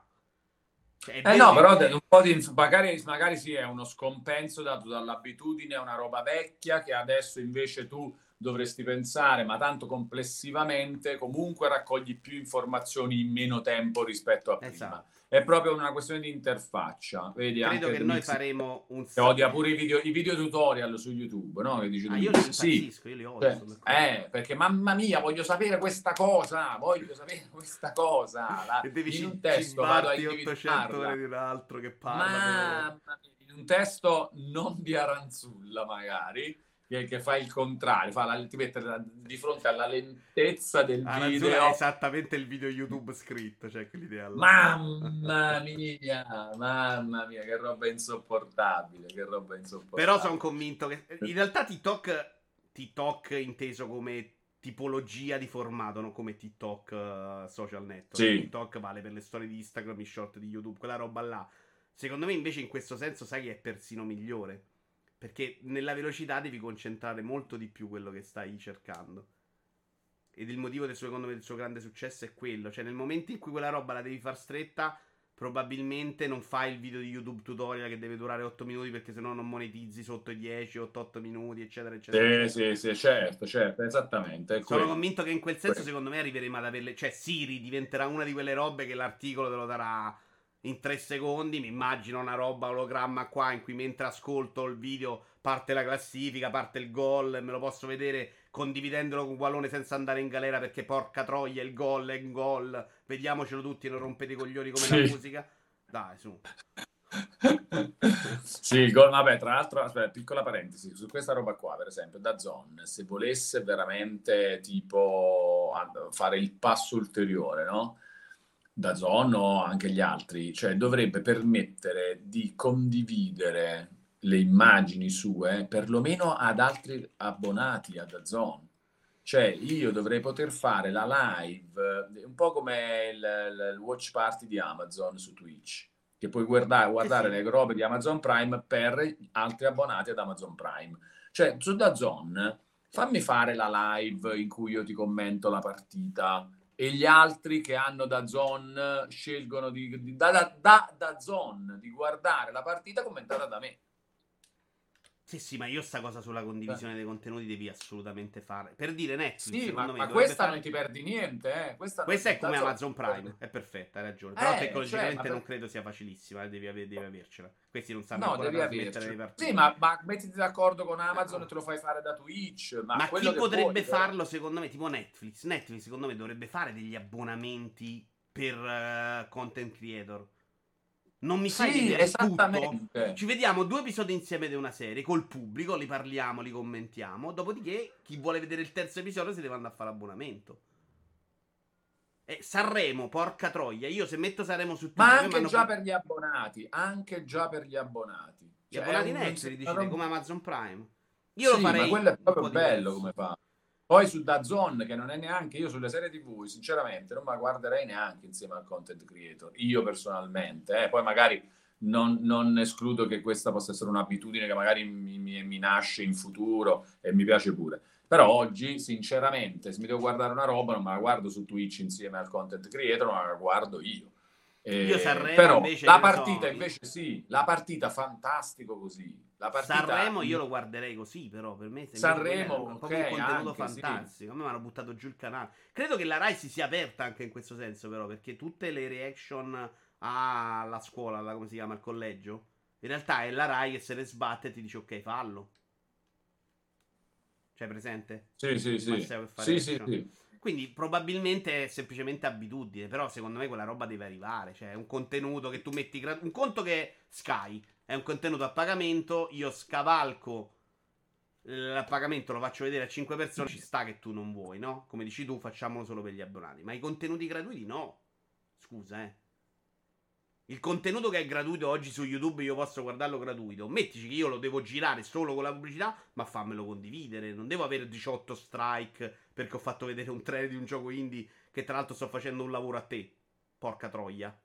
Cioè, è Eh vero no, che però un po' di magari, magari sì, è uno scompenso dato dall'abitudine, è una roba vecchia che adesso invece tu dovresti pensare, ma tanto complessivamente comunque raccogli più informazioni in meno tempo rispetto a prima. esatto. È proprio una questione di interfaccia. Vedi Credo anche che The noi Mix faremo un che sa- odia pure i video, i video tutorial su YouTube, no? Che dice The Ah, io li Mix. Sì, impazzisco, io li odio, cioè, sono d'accordo. eh, perché mamma mia, voglio sapere questa cosa, voglio sapere questa cosa. La- E devi in un ci- testo vado a cibarti ottocento ore individuarla. di un altro che parla per... Mamma mia, in un testo non di Aranzulla, magari, che, che fa il contrario, fa la, ti mette la- di fronte alla lentezza del Aranzulla è video. esattamente il video YouTube scritto, cioè quell'idea là. Mamma mia, mamma mia, che roba insopportabile, che roba Però sono insopportabile. convinto che... In realtà TikTok, TikTok inteso come tipologia di formato, non come TikTok uh, social network. Sì, TikTok vale per le storie di Instagram, i short di YouTube, quella roba là. Secondo me invece in questo senso sai che è persino migliore. Perché nella velocità devi concentrare molto di più quello che stai cercando. Ed il motivo del suo, secondo me, del suo grande successo è quello. Cioè, nel momento in cui quella roba la devi far stretta, probabilmente non fai il video di YouTube tutorial che deve durare otto minuti perché sennò non monetizzi sotto i dieci, otto minuti, eccetera, eccetera, sì, eccetera. sì, sì, certo, certo, esattamente, è Sono quello. convinto che in quel senso, quello. secondo me, arriveremo ad averle. Cioè, Siri diventerà una di quelle robe che l'articolo te lo darà in tre secondi. Mi immagino una roba ologramma qua in cui mentre ascolto il video parte la classifica, parte il gol, me lo posso vedere condividendolo con Gualone senza andare in galera perché porca troia il gol è un gol. Vediamocelo tutti e non rompete i coglioni come la Sì. musica. Dai, su. Sì, il gol, vabbè, tra l'altro, aspetta, piccola parentesi, su questa roba qua, per esempio, da Zon, se volesse veramente tipo fare il passo ulteriore, no? Da Zon o anche gli altri, cioè dovrebbe permettere di condividere le immagini sue perlomeno ad altri abbonati a DAZN. Cioè io dovrei poter fare la live, eh, un po' come il, il- il watch party di Amazon su Twitch, che puoi guardare, Sì, guardare sì. le robe di Amazon Prime per altri abbonati ad Amazon Prime. Cioè su DAZN fammi fare la live in cui io ti commento la partita e gli altri che hanno DAZN scelgono di, di, da, da, da DAZN di guardare la partita commentata da me. Sì, sì, ma io sta cosa sulla Eh. condivisione dei contenuti devi assolutamente fare. Per dire Netflix, Sì, ma, secondo me ma dovrebbe questa non fare. ti perdi niente, eh. Questa Questa è non, come da zona, Amazon ti perdi- Prime, è perfetta, hai ragione. Però Eh, cioè, ma tecnologicamente non per- credo sia facilissima, eh, devi, ave- devi avercela. Questi non sanno no, ancora devi trasmettere le avercelo. Sì, partite. ma, ma mettiti d'accordo con Amazon e No. te lo fai fare da Twitch, ma Ma quello chi che vuoi, potrebbe però. farlo secondo me? Tipo Netflix. Netflix secondo me dovrebbe fare degli abbonamenti per eh, content creator. Non mi fai Sì, vedere tutto? esattamente. Ci vediamo due episodi insieme di una serie col pubblico, li parliamo, li commentiamo. Dopodiché, chi vuole vedere il terzo episodio si deve andare a fare l'abbonamento. E Sanremo, porca troia. Io se metto Sanremo su Twitch, Ma poi mi anche hanno già pu- per gli abbonati, anche già per gli abbonati. gli Cioè, è abbonati un, un- Netflix, una dici te, roba- come Amazon Prime. Io lo Sì, ma farei quello è un proprio po' bello diverso. come fa. Poi su DAZN, che non è neanche io sulle serie T V, sinceramente non me la guarderei neanche insieme al content creator, io personalmente. eh. Poi magari non, non escludo che questa possa essere un'abitudine che magari mi, mi- mi nasce in futuro e mi piace pure. Però oggi, sinceramente, se mi devo guardare una roba, non me la guardo su Twitch insieme al content creator, ma la guardo io. Io Eh, Sanremo però invece, la che ne so, partita invece sì, la partita fantastico così. La partita Sanremo io lo guarderei così, però per me se invece quello è Sanremo, un- ok, proprio un contenuto anche sì. fantastico. A me mi hanno buttato giù il canale. Credo che la Rai si sia aperta anche in questo senso, però, perché tutte le reaction alla scuola, alla, come si chiama, al collegio, in realtà è la Rai che se ne sbatte e ti dice ok, fallo. Cioè, presente? Sì, sì, Il sì. Massimo che fa Sì, sì, reaction. sì. Quindi probabilmente è semplicemente abitudine, però secondo me quella roba deve arrivare, cioè è un contenuto che tu metti gra- un conto che è Sky, è un contenuto a pagamento, io scavalco il pagamento, lo faccio vedere a cinque persone, ci sta che tu non vuoi, no? Come dici tu, facciamolo solo per gli abbonati, ma i contenuti gratuiti no. Scusa, eh. Il contenuto che è gratuito oggi su YouTube io posso guardarlo gratuito. Mettici che io lo devo girare solo con la pubblicità, ma fammelo condividere. Non devo avere diciotto strike perché ho fatto vedere un trailer di un gioco indie che tra l'altro sto facendo un lavoro a te. Porca troia.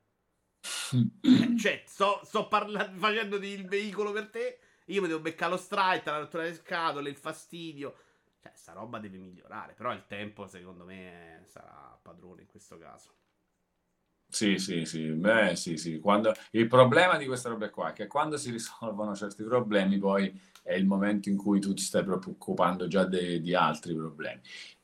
Eh, cioè, sto, sto parla- facendoti il veicolo per te. Io mi devo beccare lo strike, la rottura delle scatole, il fastidio. Cioè, sta roba deve migliorare. Però il tempo, secondo me, sarà padrone in questo caso. Sì, sì, sì, beh, sì, sì. Quando... Il problema di queste robe qua è che quando si risolvono certi problemi, poi è il momento in cui tu ti stai preoccupando già de- di altri problemi.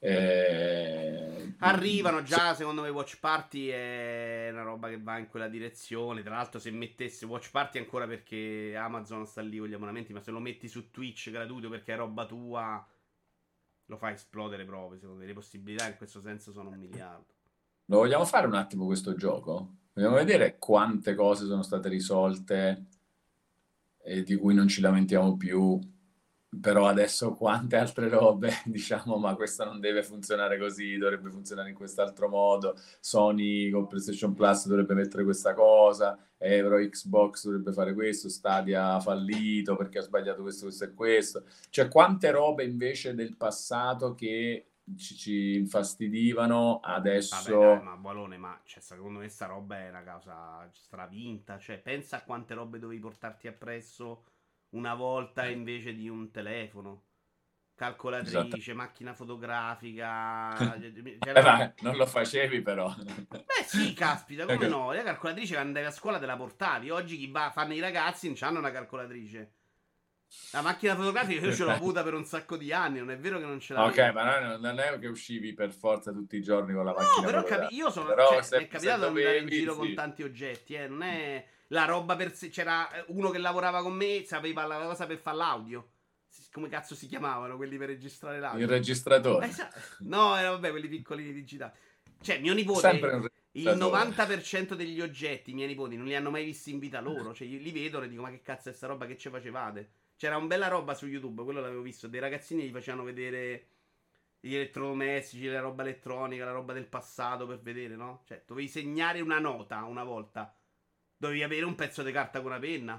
Eh, Arrivano sì. già, secondo me, Watch Party è una roba che va in quella direzione. Tra l'altro, se mettesse Watch Party ancora perché Amazon sta lì con gli abbonamenti, ma se lo metti su Twitch gratuito perché è roba tua, lo fa esplodere proprio. Secondo me le possibilità in questo senso sono un miliardo. Lo vogliamo fare un attimo questo gioco? Vogliamo vedere quante cose sono state risolte e di cui non ci lamentiamo più, però adesso quante altre robe diciamo, ma questa non deve funzionare così, dovrebbe funzionare in quest'altro modo. Sony con PlayStation Plus dovrebbe mettere questa cosa, Euro Xbox dovrebbe fare questo, Stadia ha fallito perché ha sbagliato questo, questo e questo. Cioè, quante robe invece del passato che ci, ci infastidivano Vabbè, dai, adesso. ma Balone, ma cioè, secondo me sta roba è una cosa stravinta. Cioè, pensa a quante robe dovevi portarti appresso una volta invece di un telefono. Esatto. Calcolatrice, macchina fotografica. Eh, C'era. ma non lo facevi però. Beh, sì, caspita, come no? La calcolatrice quando andavi a scuola te la portavi. Oggi chi va, fanno i ragazzi non hanno una calcolatrice. La macchina fotografica io ce l'ho avuta per un sacco di anni, non è vero che non ce Ok, l'avevo. ma non non è che uscivi per forza tutti i giorni con la No, macchina però capi- io fotografica, sono. però Cioè, mi se, è se capitato di andare in dovevi, giro con sì. tanti oggetti, eh. Non è la roba per sé. C'era eh, uno che lavorava con me, sapeva la cosa per fare l'audio. Si- Come cazzo si chiamavano quelli per registrare Il l'audio? registratore. Esatto. No, era vabbè, quelli piccolini digitali. Cioè, mio nipote, Sempre un il registratore. novanta per cento degli oggetti, i miei nipoti, non li hanno mai visti in vita loro. Cioè, io li vedono e dico, ma che cazzo è sta roba che ci facevate? C'era un bella roba su YouTube, quello l'avevo visto. Dei ragazzini gli facevano vedere gli elettrodomestici, la roba elettronica, la roba del passato per vedere, no? Cioè, dovevi segnare una nota una volta. Dovevi avere un pezzo di carta con una penna.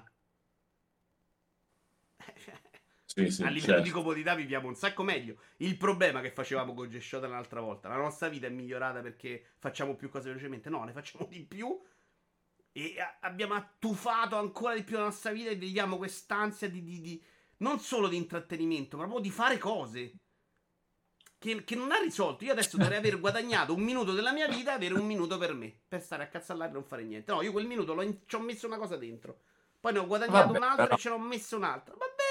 Sì, A sì, livello di certo. comodità viviamo un sacco meglio. Il problema che facevamo con G-Shot l'altra volta, la nostra vita è migliorata perché facciamo più cose velocemente. No, ne facciamo di più e a- abbiamo attufato ancora di più la nostra vita e viviamo quest'ansia di, di- di- non solo di intrattenimento, ma proprio di fare cose che, che non ha risolto. Io adesso dovrei aver guadagnato un minuto della mia vita e avere un minuto per me, per stare a cazzallare e non fare niente. No, io quel minuto l'ho in- ci ho messo una cosa dentro. Poi ne ho guadagnato Vabbè, un'altra però e ce l'ho messo un'altra. Va bene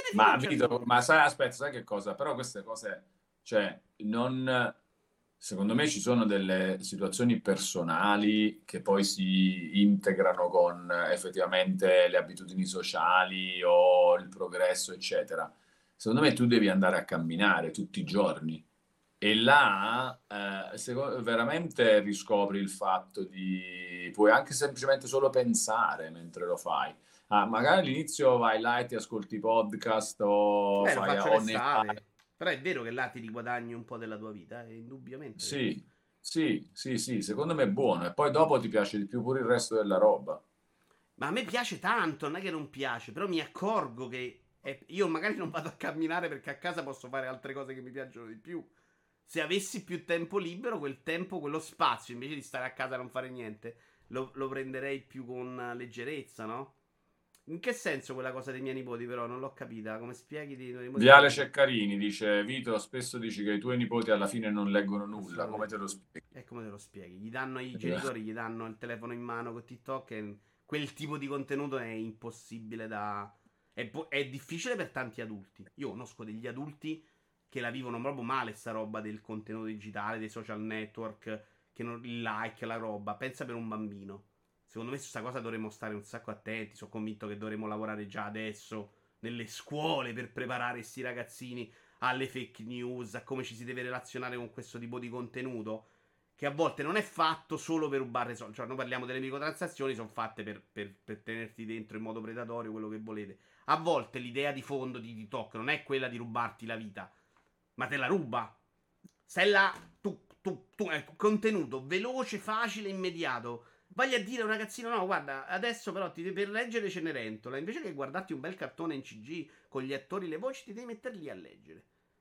fino a Ma, un certo Vito, punto. ma sai, aspetta, sai che cosa? Però queste cose, cioè, non... Secondo me ci sono delle situazioni personali che poi si integrano con eh, effettivamente le abitudini sociali o il progresso, eccetera. Secondo me tu devi andare a camminare tutti i giorni e là eh, seco- veramente riscopri il fatto di... puoi anche semplicemente solo pensare mentre lo fai. Ah, magari all'inizio vai là e ti ascolti podcast o Beh, lo fai faccio o ne fai. l'estate. Però è vero che là ti riguadagni un po' della tua vita, è indubbiamente vero. Sì, sì, sì, sì, secondo me è buono e poi dopo ti piace di più pure il resto della roba. Ma a me piace tanto, non è che non piace, però mi accorgo che è- io magari non vado a camminare perché a casa posso fare altre cose che mi piacciono di più. Se avessi più tempo libero, quel tempo, quello spazio, invece di stare a casa e non fare niente, lo, lo prenderei più con leggerezza, no? In che senso quella cosa dei miei nipoti, però? Non l'ho capita. Come spieghi dei tuoi nipoti non l'ho Viale capita. Ceccarini dice: Vito, spesso dici che i tuoi nipoti alla fine non leggono nulla, come te Assolutamente. lo spieghi? E come te lo spieghi? Gli danno i genitori, gli danno il telefono in mano con TikTok e quel tipo di contenuto è impossibile da... È, po- è difficile per tanti adulti. Io conosco degli adulti che la vivono proprio male sta roba del contenuto digitale, dei social network, che non, il like, la roba. Pensa per un bambino. Secondo me su questa cosa dovremmo stare un sacco attenti. Sono convinto che dovremmo lavorare già adesso nelle scuole per preparare questi ragazzini alle fake news, a come ci si deve relazionare con questo tipo di contenuto. Che a volte non è fatto solo per rubare soldi. Cioè, noi parliamo delle microtransazioni, sono fatte per, per, per tenerti dentro in modo predatorio, quello che volete. A volte l'idea di fondo di TikTok non è quella di rubarti la vita, ma te la ruba. Sei là, tu, tu, tu, è contenuto veloce, facile, immediato. Vai a dire a un ragazzino: no, guarda, adesso però ti, per leggere Cenerentola, invece che guardarti un bel cartone in C G con gli attori e le voci, ti devi mettere lì a leggere.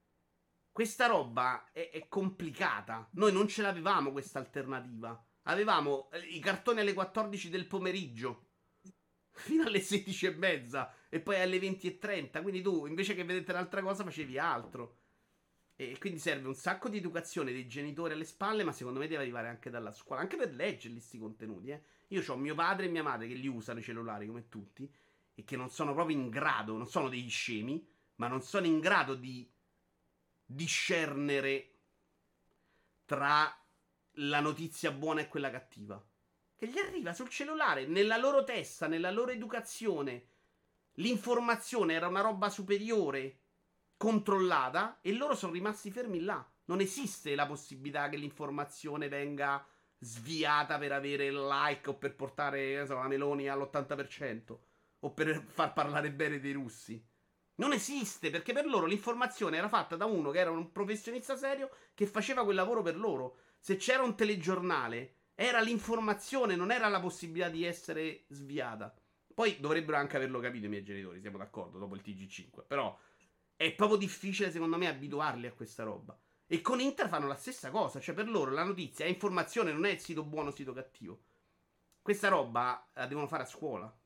Questa roba è, è complicata. Noi non ce l'avevamo questa alternativa. Avevamo eh, i cartoni alle quattordici del pomeriggio fino alle sedici e mezza e poi alle venti e trenta. Quindi tu invece che vedere un'altra cosa facevi altro. E quindi serve un sacco di educazione dei genitori alle spalle, ma secondo me deve arrivare anche dalla scuola, anche per leggerli questi contenuti. Eh. Io ho mio padre e mia madre che li usano i cellulari come tutti e che non sono proprio in grado, non sono degli scemi, ma non sono in grado di discernere tra la notizia buona e quella cattiva. Che gli arriva sul cellulare, nella loro testa, nella loro educazione. L'informazione era una roba superiore, controllata, e loro sono rimasti fermi là. Non esiste la possibilità che l'informazione venga sviata per avere il like o per portare so, la Meloni all'ottanta per cento o per far parlare bene dei russi. Non esiste perché per loro l'informazione era fatta da uno che era un professionista serio che faceva quel lavoro per loro. Se c'era un telegiornale, era l'informazione, non era la possibilità di essere sviata. Poi dovrebbero anche averlo capito i miei genitori, siamo d'accordo, dopo il T G cinque. Però è proprio difficile, secondo me, abituarli a questa roba. E con Inter fanno la stessa cosa, cioè per loro la notizia è informazione, non è il sito buono o sito cattivo. Questa roba la devono fare a scuola.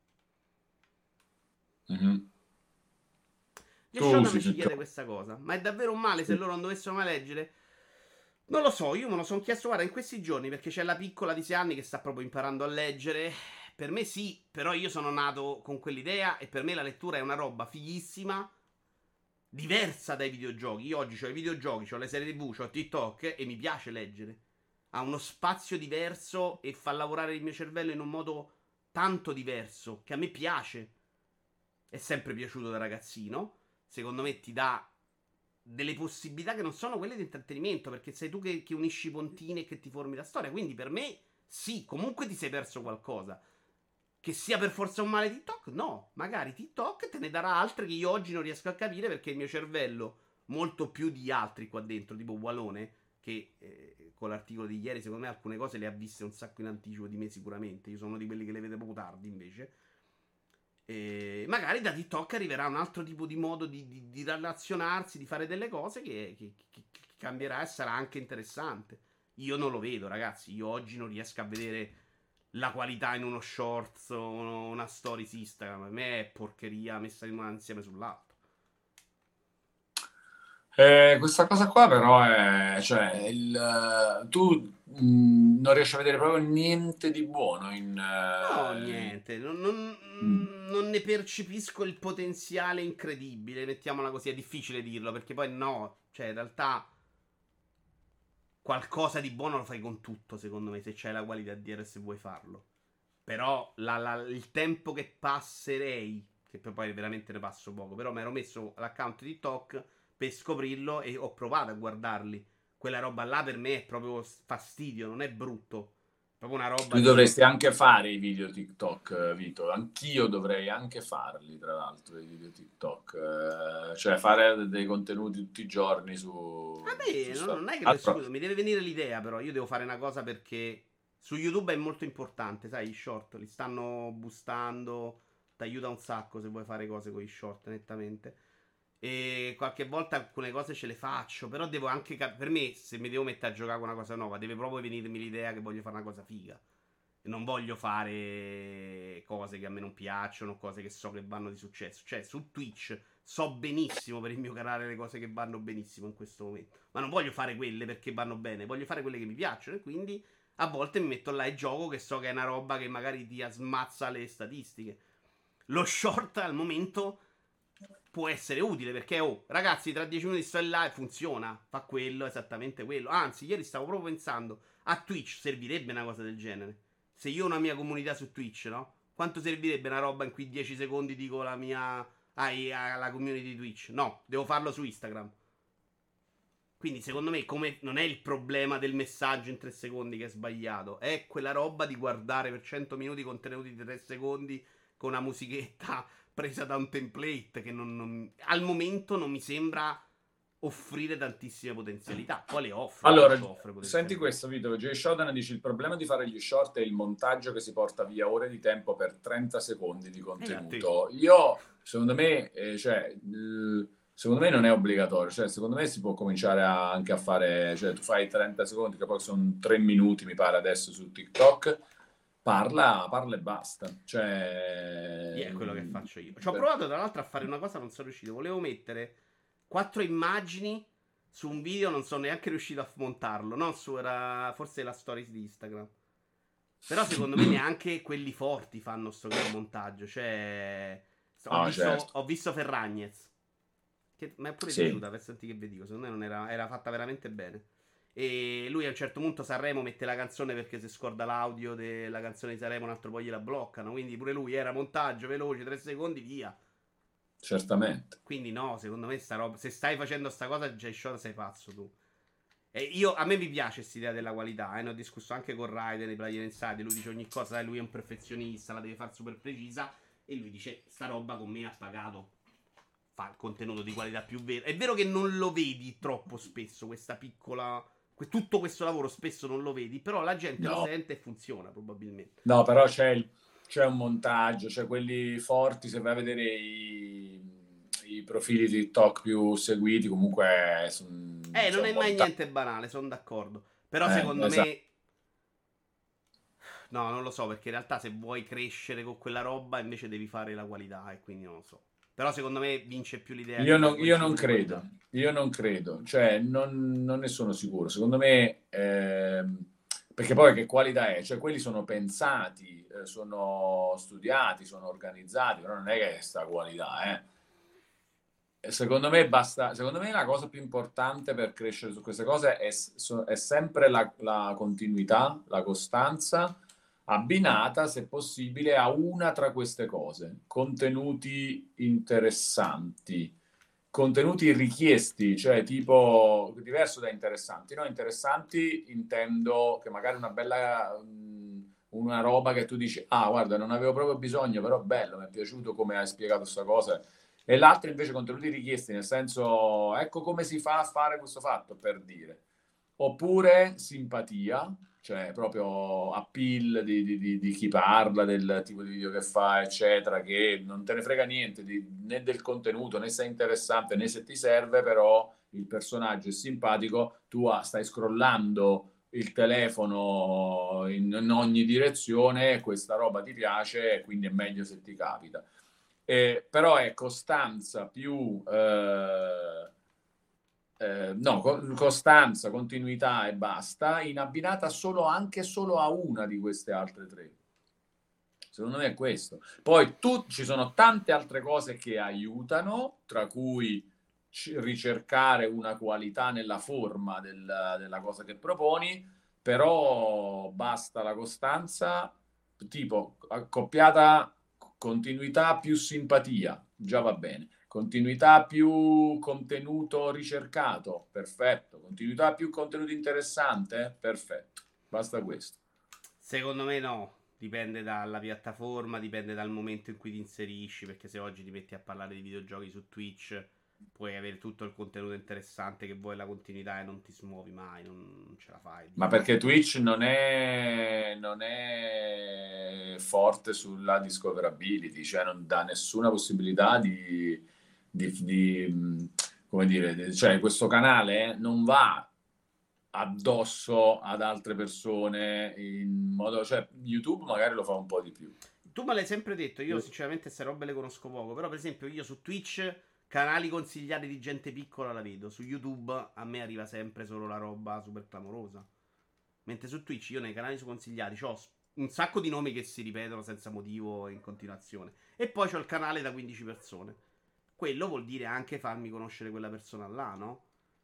Mhm. Dio Tu Shoda usi mi ci chiede TikTok? questa cosa, ma è davvero un male se loro non dovessero mai leggere? Non lo so, io me lo sono chiesto, guarda, in questi giorni, perché c'è la piccola di sei anni che sta proprio imparando a leggere. Per me sì, però io sono nato con quell'idea e per me la lettura è una roba fighissima, diversa dai videogiochi. Io oggi ho i videogiochi, ho le serie T V, ho TikTok e mi piace leggere. Ha uno spazio diverso e fa lavorare il mio cervello in un modo tanto diverso che a me piace. È sempre piaciuto da ragazzino. Secondo me ti dà delle possibilità che non sono quelle di intrattenimento, perché sei tu che, che unisci i pontini e che ti formi la storia. Quindi per me, sì, comunque ti sei perso qualcosa. Che sia per forza un male TikTok? No, magari TikTok te ne darà altre che io oggi non riesco a capire perché il mio cervello, molto più di altri qua dentro, tipo Walone, che eh, con l'articolo di ieri, secondo me alcune cose le ha viste un sacco in anticipo di me sicuramente. Io sono uno di quelli che le vede proprio tardi invece. E magari da TikTok arriverà un altro tipo di modo di, di, di relazionarsi, di fare delle cose che, che, che, che cambierà e sarà anche interessante. Io non lo vedo, ragazzi. Io oggi non riesco a vedere la qualità in uno shorts o una stories Instagram. A me è porcheria messa in una insieme sull'altro. Eh, questa cosa qua però è, cioè, il, tu mh, non riesci a vedere proprio niente di buono in... No, eh, niente, non, non- mm. non ne percepisco il potenziale incredibile, mettiamola così, è difficile dirlo, perché poi no, cioè in realtà qualcosa di buono lo fai con tutto, secondo me, se c'hai la qualità di R se vuoi farlo. Però la- la- il tempo che passerei, che poi veramente ne passo poco, però mi ero messo l'account TikTok per scoprirlo e ho provato a guardarli. Quella roba là per me è proprio fastidio, non è brutto. È proprio una roba Tu di... dovresti anche fare i video TikTok, eh, Vito. Anch'io dovrei anche farli, tra l'altro, i video TikTok. Eh, cioè fare dei contenuti tutti i giorni su, su Vabbè, no- sta... non è che lo Allora, escludo, mi deve venire l'idea però, io devo fare una cosa perché su YouTube è molto importante, sai, i short li stanno boostando, ti aiuta un sacco se vuoi fare cose con i short, nettamente. E qualche volta alcune cose ce le faccio, però devo anche cap- per me se mi devo mettere a giocare con una cosa nuova, deve proprio venirmi l'idea che voglio fare una cosa figa. E non voglio fare cose che a me non piacciono, cose che so che vanno di successo. Cioè, su Twitch so benissimo per il mio canale le cose che vanno benissimo in questo momento. Ma non voglio fare quelle perché vanno bene, voglio fare quelle che mi piacciono. E quindi a volte mi metto là e gioco che so che è una roba che magari ti smazza le statistiche. Lo short al momento può essere utile perché, oh, ragazzi, tra dieci minuti sto in live, funziona, fa quello, esattamente quello. Anzi, ieri stavo proprio pensando, a Twitch servirebbe una cosa del genere. Se io ho una mia comunità su Twitch, no? Quanto servirebbe una roba in cui dieci secondi dico la mia... ai- alla community di Twitch? No, devo farlo su Instagram. Quindi secondo me come non è il problema del messaggio in tre secondi che è sbagliato, è quella roba di guardare per cento minuti contenuti di tre secondi con una musichetta presa da un template che non, non- al momento non mi sembra offrire tantissime potenzialità. Poi le offre, allora, tutto offre senti potenzialità. questo, Vito. Jay Shodan dice il problema di fare gli short è il montaggio che si porta via ore di tempo per trenta secondi di E a te. contenuto. Io, secondo me, eh, cioè, il- secondo me non è obbligatorio. Cioè, secondo me si può cominciare a- anche a fare, cioè, tu fai trenta secondi, che poi sono tre minuti, mi pare adesso su TikTok. Parla, parla e basta. Sì, Cioè, è quello che mm, faccio io. Ci ho provato tra l'altro a fare una cosa, non sono riuscito. Volevo mettere quattro immagini su un video, non sono neanche riuscito a montarlo. No, su era forse la stories di Instagram. Però secondo me neanche quelli forti fanno sto gran montaggio. Cioè, ho no, visto, certo, ho visto Ferragnez. Che mi è pure sì. piaciuta per sentire che vi dico. Secondo me non era, era fatta veramente bene. E lui a un certo punto Sanremo mette la canzone perché se scorda l'audio della canzone di Sanremo, un altro poi gliela bloccano. Quindi pure lui era montaggio veloce, tre secondi, via. Certamente. Quindi no, secondo me sta roba. Se stai facendo sta cosa, Jay Shot sei pazzo tu. E io, a me mi piace questa idea della qualità. Eh, ne ho discusso anche con Raiden nei Player Inside. Lui dice ogni cosa, dai, lui è un perfezionista, la deve fare super precisa. E lui dice: sta roba con me ha pagato. Fa il contenuto di qualità più vero. È vero che non lo vedi troppo spesso, questa piccola. Tutto questo lavoro spesso non lo vedi, però la gente lo No. sente e funziona probabilmente. No, però c'è, il- c'è un montaggio, c'è quelli forti, se vai a vedere i, i profili TikTok più seguiti, comunque son- Eh, c'è non è un mai montaggio. niente banale, sono d'accordo. Però Eh, secondo esatto. me no, non lo so, perché in realtà se vuoi crescere con quella roba invece devi fare la qualità e quindi non lo so. Però secondo me vince più l'idea Io di fare non, quel io tipo non di credo, qualità. io non credo, cioè non, non ne sono sicuro. Secondo me, ehm, perché poi che qualità è? Cioè quelli sono pensati, eh, sono studiati, sono organizzati, però non è che è sta qualità, eh. E secondo me basta, secondo me la cosa più importante per crescere su queste cose è, so- è sempre la, la continuità, la costanza, abbinata, se possibile, a una tra queste cose. Contenuti interessanti, contenuti richiesti, cioè tipo diverso da interessanti, no? Interessanti intendo che magari una bella, mm, una roba che tu dici, ah, guarda, non avevo proprio bisogno, però bello, mi è piaciuto come hai spiegato questa cosa. E l'altro invece contenuti richiesti, nel senso, ecco come si fa a fare questo fatto, per dire. Oppure simpatia, cioè proprio appeal di, di- di- di chi parla, del tipo di video che fa, eccetera, che non te ne frega niente di- né del contenuto, né se è interessante, né se ti serve, però il personaggio è simpatico, tu ah, stai scrollando il telefono in, in ogni direzione, questa roba ti piace, e quindi è meglio se ti capita. Eh, però è costanza più, eh, Eh, no, co- costanza, continuità e basta, in abbinata solo anche solo a una di queste altre tre. Secondo me è questo. Poi tu, ci sono tante altre cose che aiutano, tra cui c- ricercare una qualità nella forma del- della cosa che proponi, però basta la costanza, tipo accoppiata continuità più simpatia, già va bene. Continuità più contenuto ricercato, perfetto. Continuità più contenuto interessante, perfetto. Basta questo. Secondo me no. Dipende dalla piattaforma, dipende dal momento in cui ti inserisci. Perché se oggi ti metti a parlare di videogiochi su Twitch, puoi avere tutto il contenuto interessante che vuoi, la continuità e non ti smuovi mai, non, non ce la fai. È Ma difficile. perché Twitch non è, non è forte sulla discoverability, cioè non dà nessuna possibilità di, di- di, mh, come dire, cioè questo canale non va addosso ad altre persone in modo, cioè YouTube magari lo fa un po' di più. Tu me l'hai sempre detto, io sinceramente queste robe le conosco poco, però per esempio io su Twitch canali consigliati di gente piccola la vedo, su YouTube a me arriva sempre solo la roba super clamorosa. Mentre su Twitch io nei canali su consigliati ho un sacco di nomi che si ripetono senza motivo in continuazione. E poi c'ho il canale da quindici persone. Quello vuol dire anche farmi conoscere quella persona là, no?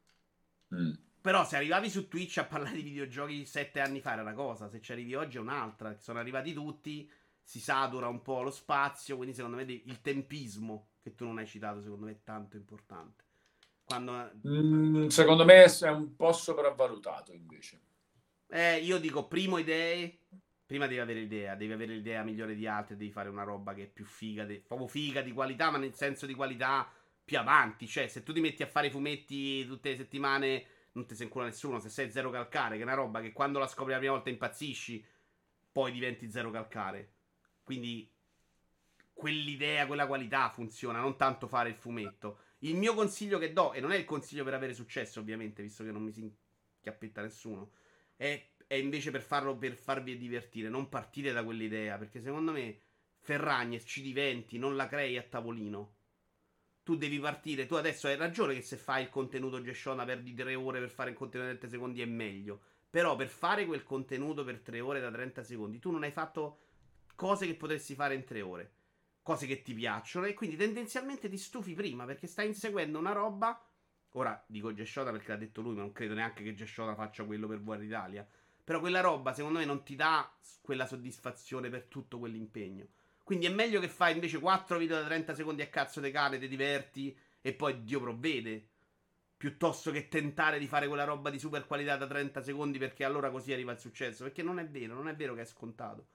Mm. Però se arrivavi su Twitch a parlare di videogiochi sette anni fa era una cosa, se ci arrivi oggi è un'altra. Sono arrivati tutti, si satura un po' lo spazio, quindi secondo me il tempismo, che tu non hai citato, secondo me è tanto importante. Quando... Mm, secondo me è un po' sopravvalutato invece. Eh, io dico, primo idee, prima devi avere idea, devi avere l'idea migliore di altri, devi fare una roba che è più figa, de- proprio figa di qualità, ma nel senso di qualità più avanti. Cioè, se tu ti metti a fare i fumetti tutte le settimane, non ti se incula nessuno. Se sei zero calcare, che è una roba che quando la scopri la prima volta impazzisci, poi diventi zero calcare. Quindi quell'idea, quella qualità funziona, non tanto fare il fumetto. Il mio consiglio che do, e non è il consiglio per avere successo, ovviamente, visto che non mi si inchiappetta nessuno, è, è invece per farlo per farvi divertire, non partire da quell'idea, perché secondo me Ferragne ci diventi, non la crei a tavolino. Tu devi partire, tu adesso hai ragione che se fai il contenuto Geshona perdi tre ore per fare il contenuto da trenta secondi è meglio. Però per fare quel contenuto per tre ore da trenta secondi, tu non hai fatto cose che potresti fare in tre ore. Cose che ti piacciono e quindi tendenzialmente ti stufi prima perché stai inseguendo una roba. Ora dico Geshona perché l'ha detto lui, ma non credo neanche che Geshona faccia quello per War Italia. Però quella roba secondo me non ti dà quella soddisfazione per tutto quell'impegno. Quindi è meglio che fai invece quattro video da trenta secondi a cazzo di cane, ti diverti e poi Dio provvede. Piuttosto che tentare di fare quella roba di super qualità da trenta secondi perché allora così arriva il successo. Perché non è vero, non è vero che è scontato.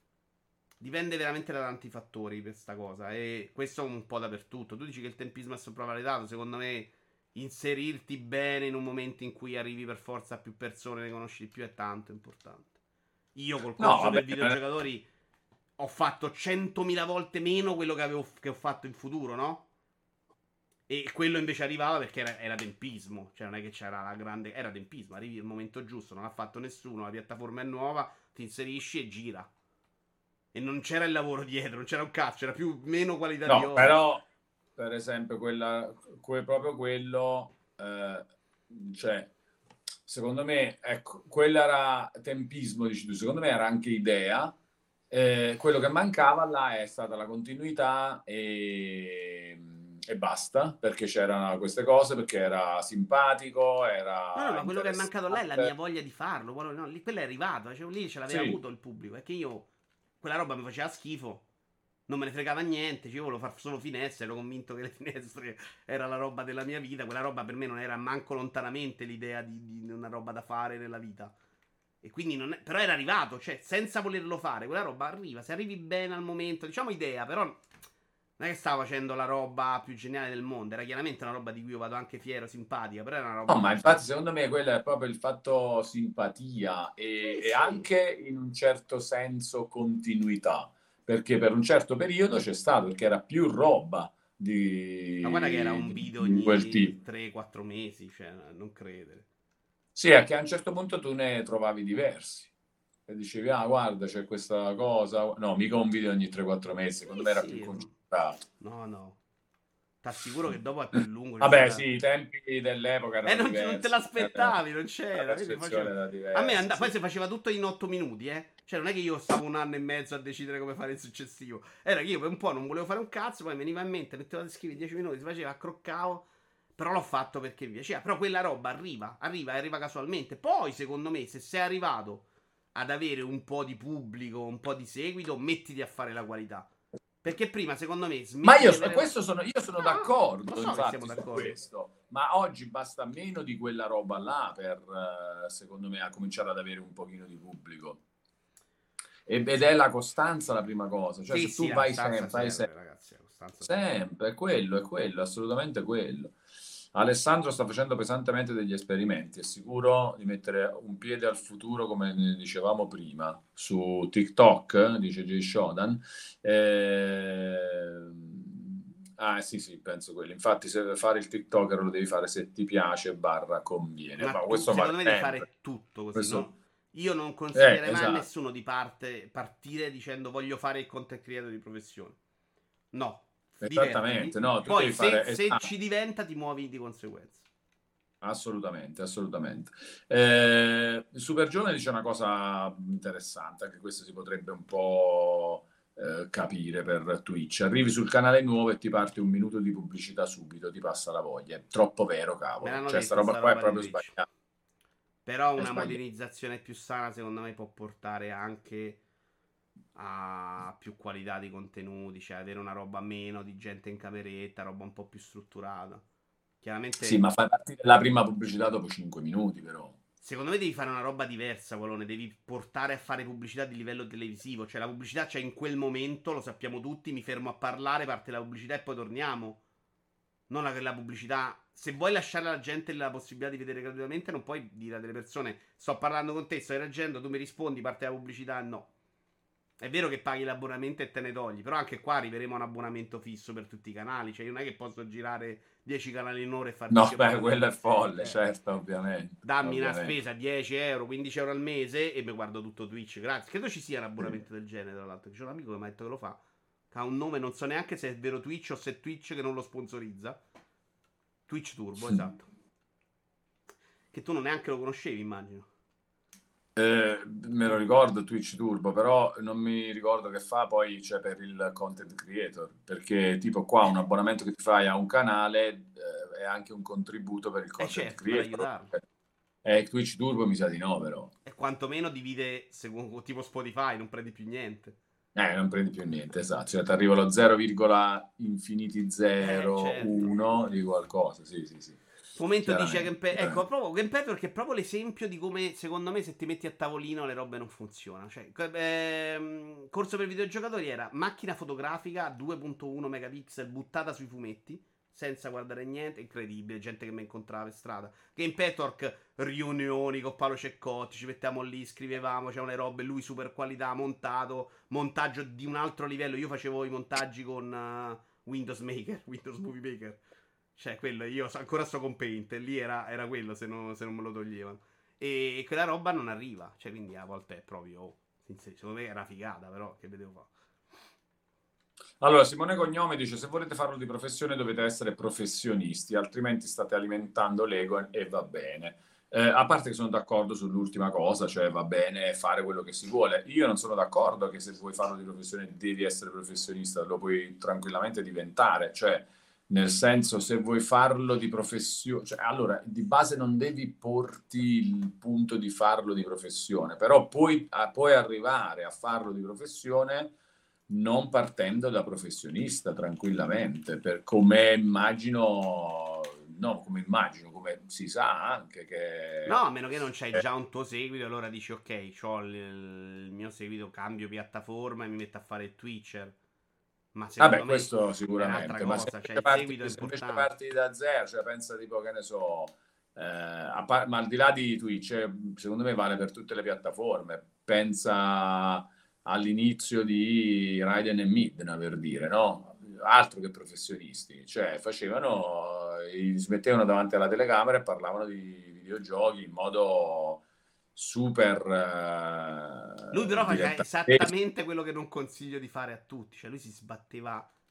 Dipende veramente da tanti fattori questa cosa. E questo un po' dappertutto. Tu dici che il tempismo è sopravvalutato. Secondo me, inserirti bene in un momento in cui arrivi per forza a più persone, ne conosci di più, è tanto importante. Io col No, corso vabbè, per videogiocatori ho fatto centomila volte meno quello che, avevo, che ho fatto in futuro, no? E quello invece arrivava perché era, era tempismo. Cioè, non è che c'era la grande. Era tempismo. Arrivi al momento giusto, non ha fatto nessuno. La piattaforma è nuova, ti inserisci e gira. E non c'era il lavoro dietro, non c'era un cazzo, c'era più meno qualità di no, ore. però per esempio quella, que- proprio quello, eh, cioè, secondo me, ecco, quello era tempismo, dici tu, secondo me era anche idea. Eh, quello che mancava là è stata la continuità e, e basta, perché c'erano queste cose, perché era simpatico, No, no, era ma quello che è mancato là è la mia interessante. voglia di farlo. Quello, no, lì, quello è arrivato, cioè, lì ce l'aveva Sì, avuto il pubblico. È che io, quella roba mi faceva schifo. Non me ne fregava niente, ci volevo fare solo finestre, ero convinto che le finestre era la roba della mia vita, quella roba per me non era manco lontanamente l'idea di, di una roba da fare nella vita. E quindi non è, però era arrivato, cioè senza volerlo fare, quella roba arriva, se arrivi bene al momento, diciamo idea, però non è che stava facendo la roba più geniale del mondo, era chiaramente una roba di cui io vado anche fiero, simpatica, però era una roba no, ma fatta. infatti secondo me quello è proprio il fatto simpatia e, Sì, e sì. anche in un certo senso continuità, perché per un certo periodo c'è stato, perché era più roba Ma guarda che era di, un di- video di quel ogni tipo. tre quattro mesi, cioè non credere. Sì, è che a un certo punto tu ne trovavi diversi e dicevi, ah, guarda, c'è questa cosa. No, mica un video ogni tre quattro mesi, secondo Sì, me era più sì. concentrato. No, no. T'assicuro che dopo è più lungo. Cioè Vabbè, sembra... sì, i tempi dell'epoca Eh, erano non, non te diversi, eh, l'aspettavi, non la c'era. Quindi percezione facevo... era A me diversa, andava, poi sì. si faceva tutto in otto minuti, eh. Cioè, non è che io stavo un anno e mezzo a decidere come fare il successivo. Era che io per un po' non volevo fare un cazzo, poi mi veniva in mente, mettevo a scrivere dieci minuti, si faceva, accroccavo. Però l'ho fatto perché mi piaceva. Però quella roba arriva, arriva e arriva casualmente. Poi, secondo me, se sei arrivato ad avere un po' di pubblico, un po' di seguito, mettiti a fare la qualità. Perché prima, secondo me, Ma smetti io, di su avere la... questo sono, io sono No, lo d'accordo, so che siamo infatti, su d'accordo. questo, ma oggi basta meno di quella roba là per, eh, secondo me, a cominciare ad avere un pochino di pubblico. E- Ed è la costanza la prima cosa, cioè Sì, se sì, tu la vai costanza sempre, vai serve, sempre, ragazzi. La costanza serve. sempre, è quello, è quello, assolutamente quello. Alessandro sta facendo pesantemente degli esperimenti, è sicuro di mettere un piede al futuro, come ne dicevamo prima, su TikTok, dice Jay Shodan. Eh, Ah, sì, sì, penso quello. Infatti, se vuoi fare il TikToker lo devi fare se ti piace, barra conviene. Ma Ma tu, questo vale secondo me, devi sempre. fare tutto così, Questo... no? Io non Eh, consiglierei mai a esatto. nessuno di parte, partire dicendo voglio fare il content creator di professione. No, divertiti. Esattamente, no, tu Poi, devi se, fare... se Esatto. ci diventa, ti muovi di conseguenza. Assolutamente, assolutamente. Eh, il Super Giovane dice una cosa interessante, anche questo si potrebbe un po' eh, capire per Twitch. Arrivi sul canale nuovo e ti parte un minuto di pubblicità subito, ti passa la voglia. È troppo vero, Me cavolo. l'hanno Cioè, sta detta roba sta qua è roba di proprio Twitch. sbagliata. Però È una sbagliata. modernizzazione più sana, secondo me, può portare anche a più qualità di contenuti, cioè avere una roba meno di gente in cameretta, roba un po' più strutturata. Sì, Chiaramente, ma fai partire la prima pubblicità dopo cinque minuti, però. secondo me devi fare una roba diversa, Colone. Devi portare a fare pubblicità di livello televisivo. Cioè, la pubblicità c'è in quel momento, lo sappiamo tutti. Mi fermo a parlare, parte la pubblicità e poi torniamo. Non la, la pubblicità. Se vuoi lasciare alla gente la possibilità di vedere gratuitamente, non puoi dire a delle persone: sto parlando con te, sto reagendo, tu mi rispondi, parte la pubblicità. No. È vero che paghi l'abbonamento e te ne togli, però anche qua arriveremo a un abbonamento fisso per tutti i canali. Cioè, io non è che posso girare dieci canali in un'ora e fare No, dieci beh, quello è abbonamenti. folle, Cioè, certo, ovviamente, dammi una ovviamente. spesa dieci euro, quindici euro al mese e mi guardo tutto Twitch. Grazie. Credo ci sia un Sì. abbonamento del genere, tra l'altro. C'è un amico che mi ha detto che lo fa. Che ha un nome, non so neanche se è vero Twitch o se è Twitch che non lo sponsorizza. Twitch Turbo, esatto. Che tu non neanche lo conoscevi, immagino. Eh, me lo ricordo Twitch Turbo, però non mi ricordo che fa poi c'è per il content creator, perché tipo qua un abbonamento che ti fai a un canale eh, è anche un contributo per il Eh content certo, per creator. aiutarlo. E Twitch Turbo mi sa di no, però. E quantomeno divide secondo, tipo Spotify, non prendi più niente. Eh, non prendi più niente, esatto. Cioè, ti arriva lo zero, infiniti Eh zero certo. uno di qualcosa. Sì, sì, sì. Momento dice Chiaramente. Game Ecco, proprio Game perché è proprio l'esempio di come, secondo me, se ti metti a tavolino le robe non funzionano. Cioè, ehm, corso per videogiocatori era macchina fotografica due virgola uno megapixel buttata sui fumetti, senza guardare niente, incredibile, gente che mi incontrava per strada. Game Petwork, riunioni con Paolo Ceccotti, ci mettiamo lì, scrivevamo, c'erano le robe, lui super qualità, montato, montaggio di un altro livello. Io facevo i montaggi con uh, Windows Maker, Windows Movie Maker. Cioè, quello, io so- ancora sto con Paint, lì era, era quello se non, se non me lo toglievano. E, e quella roba non arriva, cioè, quindi a volte è proprio, oh, secondo me era figata, però, che vedevo fa. Allora, Simone Cognome dice: se volete farlo di professione dovete essere professionisti, altrimenti state alimentando l'ego e va bene. Eh, a parte che sono d'accordo sull'ultima cosa, cioè va bene fare quello che si vuole. Io non sono d'accordo che se vuoi farlo di professione devi essere professionista, lo puoi tranquillamente diventare. Cioè, nel senso, se vuoi farlo di professione, cioè, allora di base non devi porti il punto di farlo di professione, però puoi, a, puoi arrivare a farlo di professione non partendo da professionista tranquillamente, per come immagino, no, come immagino, come si sa anche No, che... a meno che non c'hai eh, già un tuo seguito, allora dici, ok, ho il, il mio seguito, cambio piattaforma e mi metto a fare il Twitcher. Ma Vabbè, secondo me questo è un'altra sicuramente, ma se cosa, cioè invece il parti, seguito è se invece importante. parti da zero, cioè pensa tipo che ne so, eh, a par- ma al di là di Twitch, eh, secondo me vale per tutte le piattaforme. Pensa all'inizio di Raiden e Midna, per dire, no? Altro che professionisti, cioè facevano, eh, si mettevano davanti alla telecamera e parlavano di videogiochi in modo super Lui eh, però faceva dilettantesco. esattamente quello che non consiglio di fare a tutti, cioè lui si sbatteva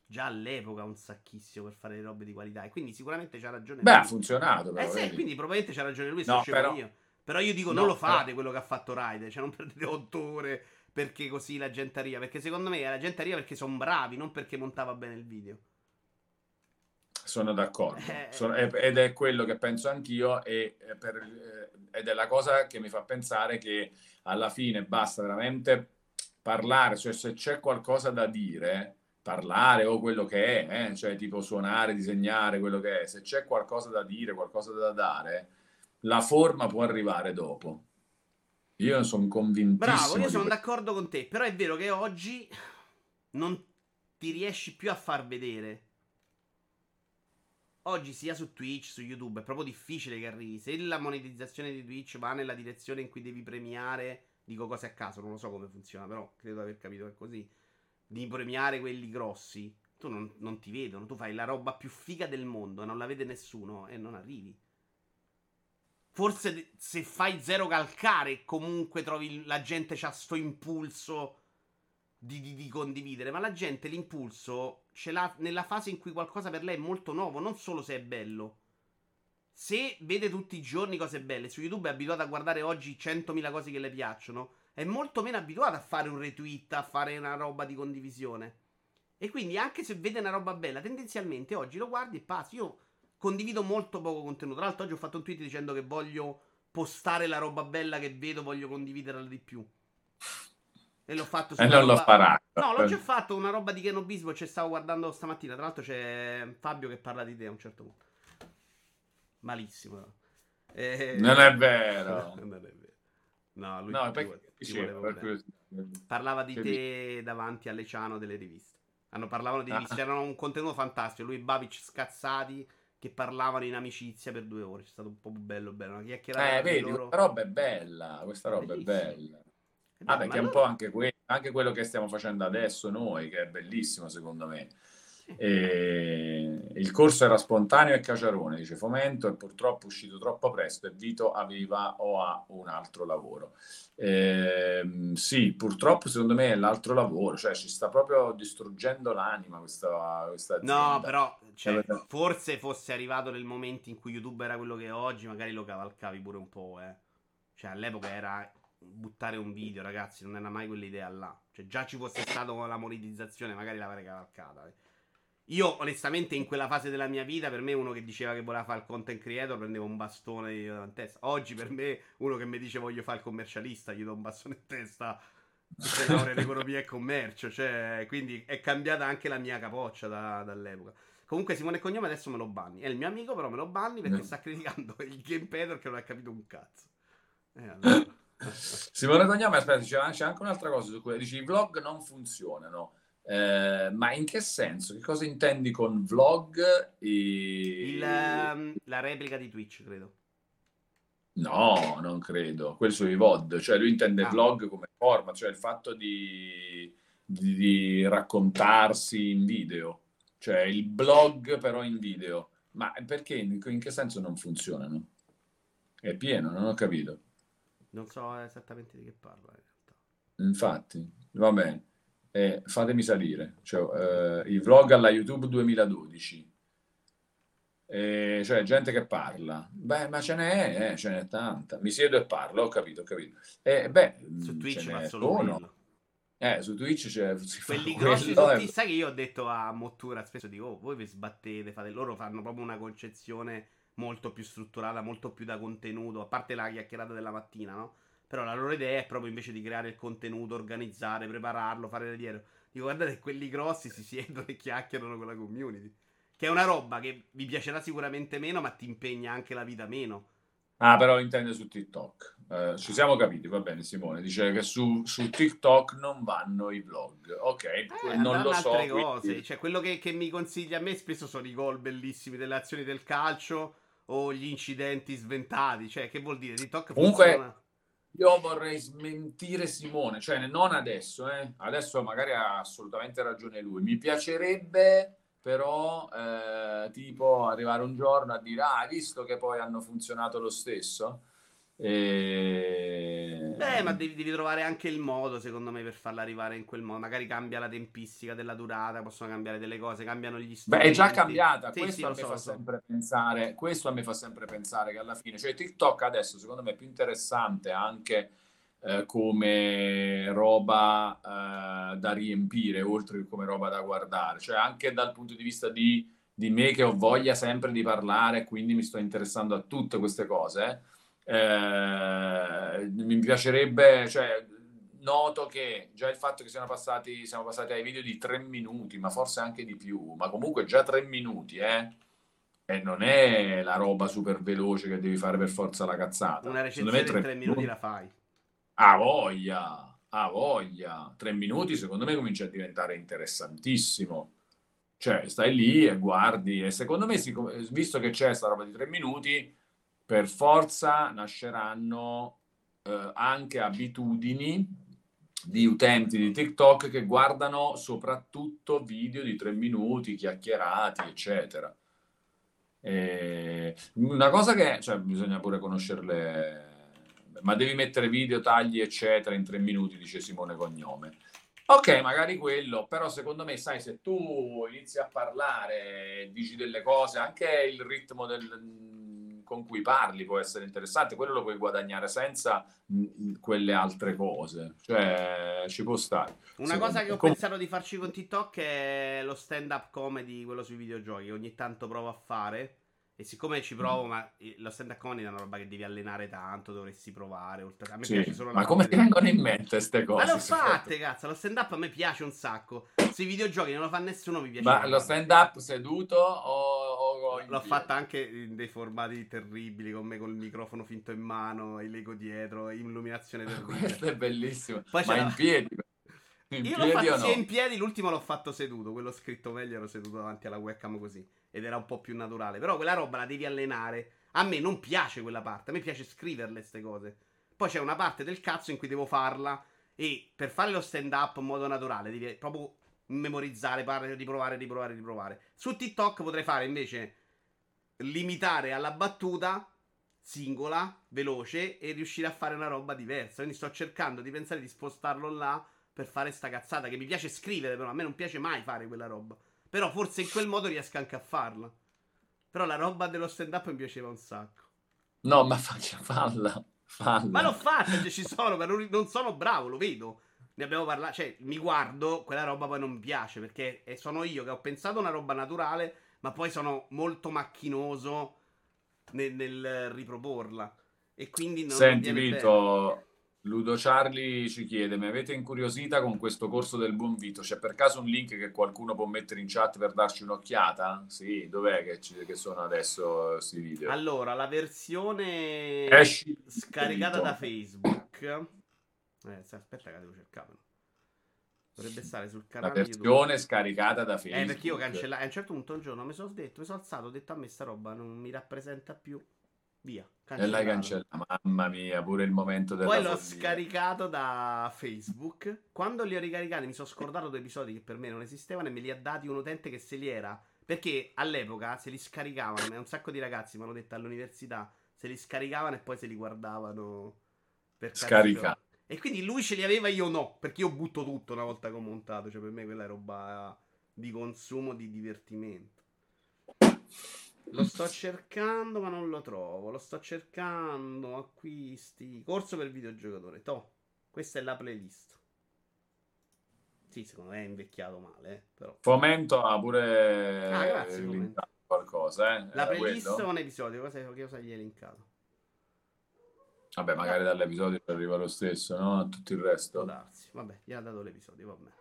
già all'epoca un sacchissimo per fare le robe di qualità. E quindi sicuramente c'ha ragione Beh, ha lui. funzionato Eh però, sì, vedi? quindi probabilmente c'ha ragione lui, sto No, scemo però, io. Però io dico, non lo no, però, fate quello che ha fatto Raide, cioè non perdete otto ore perché così la gente arriva. Perché secondo me la gente arriva perché sono bravi, non perché montava bene il video. sono d'accordo. Sono- Eh, ed è quello che penso anch'io e, eh, per- eh, ed è la cosa che mi fa pensare che alla fine basta veramente parlare, cioè se c'è qualcosa da dire, parlare o quello che è, eh, cioè tipo suonare, disegnare, quello che è, se c'è qualcosa da dire, qualcosa da dare, la forma può arrivare dopo. Io sono bravo, io convintissimo di sono questo. d'accordo con te. Però è vero che oggi non ti riesci più a far vedere. Oggi sia su Twitch, su YouTube, è proprio difficile che arrivi. Se la monetizzazione di Twitch va nella direzione in cui devi premiare, dico cose a caso, non lo so come funziona, però credo di aver capito che è così. Di premiare quelli grossi, tu non, non ti vedono. Tu fai la roba più figa del mondo, non la vede nessuno e non arrivi. Forse se fai zero calcare, comunque trovi la gente c'ha sto impulso di, di, di condividere. Ma la gente l'impulso ce l'ha nella fase in cui qualcosa per lei è molto nuovo, non solo se è bello. Se vede tutti i giorni cose belle, su YouTube è abituata a guardare oggi centomila cose che le piacciono, è molto meno abituata a fare un retweet, a fare una roba di condivisione. E quindi anche se vede una roba bella, tendenzialmente oggi lo guardi e passi. Io condivido molto poco contenuto. Tra l'altro oggi ho fatto un tweet dicendo che voglio postare la roba bella che vedo, voglio condividerla di più. E l'ho fatto E sulla non lo roba... farà. No, l'ho già fatto, una roba di Ken Bisbo, ci stavo guardando stamattina. Tra l'altro c'è Fabio che parla di te a un certo punto. Malissimo. No? Non è E... vero. non è vero. No, lui No, ti, perché vuole, ti vuole diceva, per bene. curiosità. Parlava di Che dici? te davanti alle Ciano delle riviste. Hanno parlavano di riviste, Ah, c'era un contenuto fantastico. Lui e Babic scazzati che parlavano in amicizia per due ore. C'è stato un po' bello, bello. Una chiacchierata eh, tra di vedi, questa loro. roba è bella, questa roba è Bellissimo. bella. È Ah, bello, beh, ma che è un po' loro... anche, que- anche quello che stiamo facendo adesso noi, che è bellissimo secondo me. Sì. E il corso era spontaneo e caciarone, dice Fomento, e purtroppo è uscito troppo presto e Vito aveva o ha un altro lavoro. Ehm, sì, purtroppo secondo me è l'altro lavoro, cioè ci sta proprio distruggendo l'anima questa, questa No, azienda. però, cioè, forse fosse arrivato nel momento in cui YouTube era quello che è oggi, magari lo cavalcavi pure un po', eh. Cioè, all'epoca era buttare un video, ragazzi, non era mai quell'idea là. Cioè, già ci fosse stato con la monetizzazione, magari l'avrei cavalcata. eh. Io, onestamente, in quella fase della mia vita, per me, uno che diceva che voleva fare il content creator prendeva un bastone in testa. Oggi, per me, uno che mi dice voglio fare il commercialista, gli do un bastone in testa che se laurea in economia e commercio. Cioè, quindi è cambiata anche la mia capoccia da- dall'epoca. Comunque, Simone e Cognome adesso me lo banni. È il mio amico, però me lo banni perché sta criticando il gamepador che non ha capito un cazzo. E allora. Simone Cognome, aspetta, c'è, c'è anche un'altra cosa su cui dici i vlog non funzionano. Eh, ma in che senso? Che cosa intendi con vlog? Il, E... ehm, la replica di Twitch, credo. No, non credo. Quel sui V O D, cioè lui intende Ah, vlog come forma, cioè il fatto di, di- di raccontarsi in video, cioè il blog però in video. Ma perché? In, in che senso non funzionano? È pieno, non ho capito. non so esattamente di che parla in realtà. Infatti, va bene. Eh, fatemi salire. Cioè, eh, i vlog alla YouTube duemiladodici. Eh, cioè, gente che parla. Beh, ma ce n'è, eh, ce n'è tanta. Mi siedo e parlo, ho capito, ho capito. Eh, beh, Su mh, ce Twitch fa ne solo sono. quello. Eh, su Twitch c'è- si fa Quelli grossi quello. su e- Twitch, sai che io ho detto a Mottura spesso dico, oh, voi vi sbattete, fate loro fanno proprio una concezione molto più strutturata, molto più da contenuto, a parte la chiacchierata della mattina, no? Però la loro idea è proprio invece di creare il contenuto, organizzare, prepararlo, fare le dietro. Dico, guardate, quelli grossi si siedono e chiacchierano con la community. Che è una roba che vi piacerà sicuramente meno, ma ti impegna anche la vita meno. Ah, però intende su TikTok. Eh, ci Ah. siamo capiti, va bene, Simone. Dice che su, su TikTok non vanno i vlog. Ok, que- Eh, non lo andranno so, altre cose. quindi... Cioè, quello che, che mi consiglia a me spesso sono i gol bellissimi delle azioni del calcio o gli incidenti sventati. Cioè, che vuol dire? TikTok Comunque, funziona. io vorrei smentire Simone, cioè non adesso, eh. Adesso magari ha assolutamente ragione lui. Mi piacerebbe però eh, tipo arrivare un giorno a dire, ah, hai visto che poi hanno funzionato lo stesso? E... Beh, ma devi, devi trovare anche il modo, secondo me, per farla arrivare in quel modo. Magari cambia la tempistica della durata, possono cambiare delle cose, cambiano gli Beh, è già strumenti. cambiata. Sì, sì, Questo a lo me so, fa lo so. sempre pensare, questo a me fa sempre pensare che alla fine, cioè TikTok adesso secondo me è più interessante anche eh, come roba eh, da riempire, oltre che come roba da guardare, cioè anche dal punto di vista di, di me che ho voglia sempre di parlare, quindi mi sto interessando a tutte queste cose. Eh, mi piacerebbe, cioè, noto che già il fatto che siano passati, siamo passati ai video di tre minuti, ma forse anche di più, ma comunque già tre minuti, eh? E non è la roba super veloce che devi fare per forza la Una cazzata. Secondo me recensione in tre tre minuti minuti, la fai. a voglia, a voglia. Tre minuti secondo me comincia a diventare interessantissimo. Cioè, stai lì e guardi, e secondo me, siccome- visto che c'è sta roba di tre minuti, per forza nasceranno eh, anche abitudini di utenti di TikTok che guardano soprattutto video di tre minuti, chiacchierati, eccetera. E una cosa che, cioè, bisogna pure conoscerle, ma devi mettere video, tagli, eccetera, in tre minuti, dice Simone Cognome. Ok, magari quello, però secondo me, sai, se tu inizi a parlare, dici delle cose, anche il ritmo del- con cui parli può essere interessante, quello lo puoi guadagnare senza mh, quelle altre cose, cioè ci può stare, Una secondo cosa che me. ho Com- pensato di farci con TikTok è lo stand-up comedy, quello sui videogiochi, che ogni tanto provo a fare. E siccome ci provo, ma lo stand-up comedy è una roba che devi allenare tanto, dovresti provare. oltre- A me sì, piace solo la ma come ti comedy. vengono in mente queste Ma le ho cose, secondo fatte, te? cazzo. Lo stand-up a me piace un sacco. Sui videogiochi non lo fa nessuno, mi Ma piaceva lo farlo. stand-up seduto o, o L- in L'ho fatta piedi? anche in dei formati terribili, con me col microfono finto in mano, il Lego dietro, illuminazione terribile. Questo è bellissimo. Poi Ma c'era. in piedi? In Io l'ho piedi fatto o sia no? in piedi, l'ultimo l'ho fatto seduto. Quello scritto meglio ero seduto davanti alla webcam così. Ed era un po' più naturale. Però quella roba la devi allenare. A me non piace quella parte. A me piace scriverle queste cose. Poi c'è una parte del cazzo in cui devo farla. E per fare lo stand up in modo naturale devi proprio memorizzare, parlare, riprovare, riprovare, riprovare. Su TikTok potrei fare invece limitare alla battuta singola, veloce e riuscire a fare una roba diversa. Quindi sto cercando di pensare di spostarlo là per fare sta cazzata che mi piace scrivere, però a me non piace mai fare quella roba. Però forse in quel modo riesco anche a farla. Però la roba dello stand up mi piaceva un sacco. No, ma faccia, falla, Ma l'ho falla. fatta, già ci sono, ma non, non sono bravo, lo vedo. Ne abbiamo parlato, cioè mi guardo, quella roba poi non mi piace perché eh, sono io che ho pensato una roba naturale, ma poi sono molto macchinoso nel, nel riproporla. E quindi non, non Senti, viene bene. Vito, Ludo Charlie ci chiede, mi avete incuriosita con questo corso del buon Vito? C'è per caso un link che qualcuno può mettere in chat per darci un'occhiata? Sì, dov'è che, ci- che sono adesso questi video? Allora, la versione Esci, scaricata da Vito. Facebook. Eh, se- aspetta che la devo cercare. Dovrebbe stare sul La canale YouTube. versione scaricata da Eh, perché io Facebook. cancellai. A un certo punto un giorno mi sono detto, mi sono alzato, ho detto a me sta roba non mi rappresenta più. Via, E l'hai cancellato. cancellata, mamma mia, pure il momento Poi della l'ho follia. scaricato da Facebook. Quando li ho ricaricati mi sono scordato due episodi che per me non esistevano e me li ha dati un utente che se li era. Perché all'epoca se li scaricavano, e un sacco di ragazzi mi hanno detto all'università, se li scaricavano e poi se li guardavano per cazzi loro. Scarica. E quindi lui ce li aveva, io no, perché io butto tutto una volta che ho montato, cioè per me quella è roba di consumo, di divertimento. Lo sto cercando, ma non lo trovo. Lo sto cercando. Acquisti. Corso per videogiocatore. To. Questa è la playlist. Sì, secondo me è invecchiato male, eh, però. Fomento ha Ah, pure grazie, commento. linkato qualcosa, eh? La Era playlist o quello? un episodio? Cosa, che cosa gli hai linkato? Vabbè, Ah, magari dall'episodio ci arriva lo stesso, no? A tutto il può resto. darsi. Vabbè, gli ha dato l'episodio, vabbè.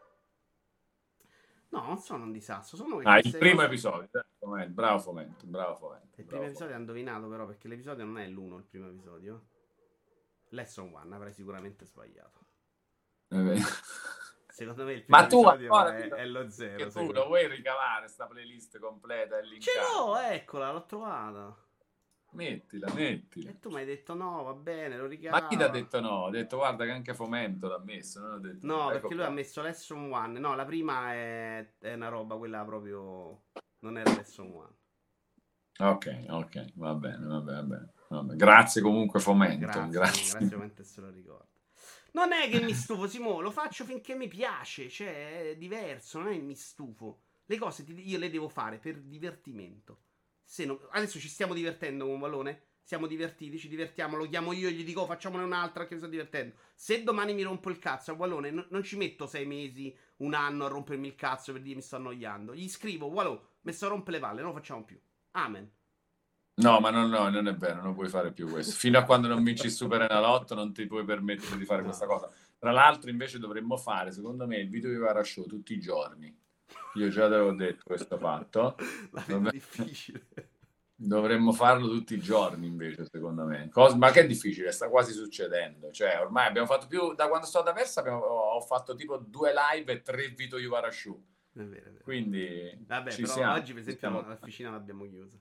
No, non sono un disastro. Sono che Ah, il queste primo cose. episodio. eh, Fomento, bravo Fomento, bravo Fomento, Il primo bravo episodio ha Fomento. indovinato, però, perché l'episodio non è l'uno il primo episodio. Lesson uno, avrei sicuramente sbagliato. Eh, beh. Secondo me il primo Ma tu episodio ancora è, Vito, è lo zero. che tu Secondo lo vuoi ricavare sta playlist completa e Ce l'ho, linkarla? eccola, l'ho trovata. Mettila, mettila. E tu mi hai detto no, va bene, lo Ma chi ti ha ricava. detto no? Ho detto guarda che anche Fomento l'ha messo, non ho detto no. No, Ecco perché lui ha qua. messo Lesson uno. No, la prima è, è una roba, quella proprio. Non era Lesson uno. Ok, ok, va bene, va bene, va bene. Vabbè, grazie comunque Fomento. Grazie, Grazie. grazie Fomento se lo ricordo. Non è che mi stufo, Simo, lo faccio finché mi piace, cioè è diverso, non è che mi stufo. Le cose ti- io le devo fare per divertimento. Se non- Adesso ci stiamo divertendo con Valone? Siamo divertiti, ci divertiamo, lo chiamo io, gli dico "Oh, facciamone un'altra che mi sto divertendo". Se domani mi rompo il cazzo a Valone, no- non ci metto sei mesi, un anno a rompermi il cazzo per dire mi sto annoiando. Gli scrivo "Walò, mi sto a rompere le palle, non lo facciamo più". Amen. No, ma no, no, non è vero, non puoi fare più questo. Fino a quando non vinci il Super Enalotto non ti puoi permettere di fare No. questa cosa. Tra l'altro invece dovremmo fare, secondo me, il video di Vara Show tutti i giorni. Io già te l'ho detto questo fatto. La vedo Dovre- difficile. Dovremmo farlo tutti i giorni invece, secondo me. Cos- ma che è difficile, sta quasi succedendo. Cioè, ormai abbiamo fatto più, da quando sto ad Aversa abbiamo- ho fatto tipo due live e tre video di Vara Show. È vero, è vero. Quindi Vabbè, ci però siamo. oggi per ci esempio siamo. l'officina l'abbiamo chiusa.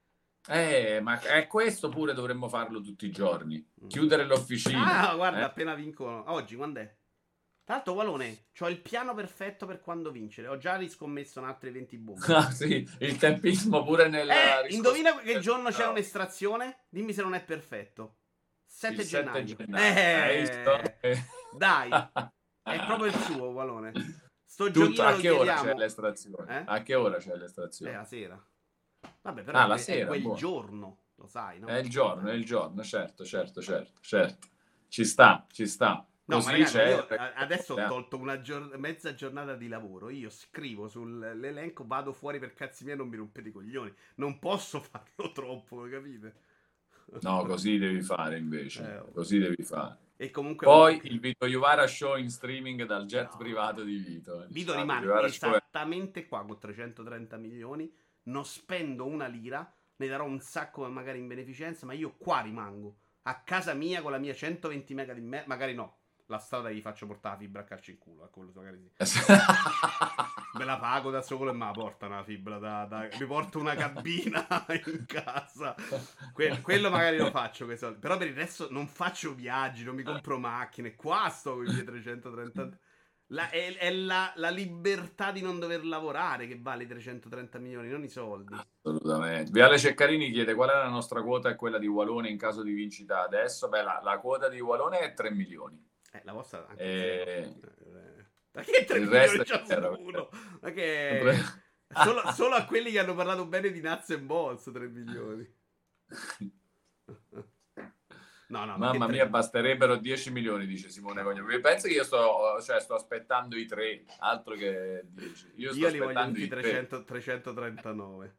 Eh, ma è questo pure dovremmo farlo tutti i giorni. Mm. Chiudere l'officina. Ah, guarda, eh? appena vincono. Oggi, quando è? Tra l'altro, Walone, c'ho il piano perfetto per quando vincere. Ho già riscommesso in altri venti bombe. Ah, sì, il tempismo pure nel Eh, riscosso- indovina che giorno c'è No, un'estrazione? Dimmi se non è perfetto. sette il sette gennaio. gennaio. Eh, Hai visto? Eh. dai, è proprio il suo, Walone. Sto Tutto, giochino a lo che ora c'è chiediamo. l'estrazione? Eh? A che ora c'è Eh, l'estrazione? la sera. Vabbè, però Ah, è, la que- è sera, quel buono. giorno, lo sai, no? È il giorno, è il giorno, certo, certo, certo, certo. Ci sta, ci sta. No, Così ma ragazzi, c'è... io a- adesso ho eh. tolto una gior- mezza giornata di lavoro. Io scrivo sull'elenco, vado fuori per cazzi miei, non mi rompete i coglioni. Non posso farlo troppo, capite? No, così devi fare invece. Eh, oh. Così devi fare. E comunque Poi comunque- il Vito Juvara Show in streaming dal jet No. privato di Vito. Vito Diciamo, rimane Juvara Show è- esattamente qua con trecentotrenta milioni. Non spendo una lira, ne darò un sacco magari in beneficenza, ma io qua rimango. A casa mia con la mia centoventi mega di me, magari no. La strada gli faccio portare la fibra a calcio in culo, a quello magari sì. Me la pago da solo e me la portano la fibra. Da, da- mi porto una cabina in casa. Que- quello magari lo faccio. Quei soldi. Però per il resto non faccio viaggi, non mi compro macchine. Qua sto con i miei trecentotrenta. La- è è la, la libertà di non dover lavorare che vale i trecentotrenta milioni, non i soldi. Assolutamente. Viale Ceccarini chiede qual è la nostra quota e quella di Walone in caso di vincita adesso. Beh, la, la quota di Walone è tre milioni. Eh, la vostra anche E- zero. Eh, Ma che tre il resto milioni è zero. ciascuno? Ma che... Solo, solo a quelli che hanno parlato bene di Nuts and Bolts tre milioni. No, no, ma Mamma che mia, tre- basterebbero dieci milioni, dice Simone Cogno. Penso che io sto, cioè, sto aspettando i tre, altro che dieci. Io sto Io li voglio aspettando tutti i tre. trecento trecentotrentanove.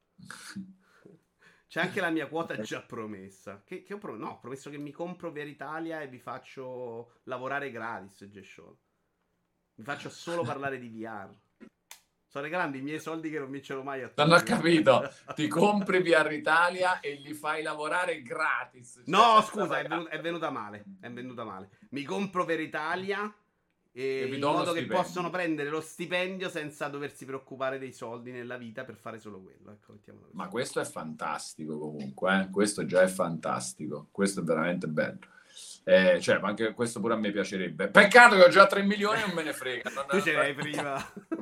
C'è anche la mia quota già promessa. Che, che ho promesso? No, ho promesso che mi compro Veritalia e vi faccio lavorare gratis, G-Show. Vi faccio solo parlare di V R. Sto regalando i miei soldi che non vincerò mai a tutti. Non ho capito. Ti compri P R Italia e li fai lavorare gratis. Cioè, No, senza scusa, è pagare. venuta, è venuta male. È venuta male. Mi compro Veritalia e E vi in do uno modo che stipendio. possono prendere lo stipendio senza doversi preoccupare dei soldi nella vita per fare solo quello. Ecco, mettiamola così. Ma questo è fantastico comunque, eh? Questo già è fantastico. Questo è veramente bello. Eh, cioè, ma anche questo pure a me piacerebbe. Peccato che ho già tre milioni e non me ne frega. Non- Tu ce l'hai prima.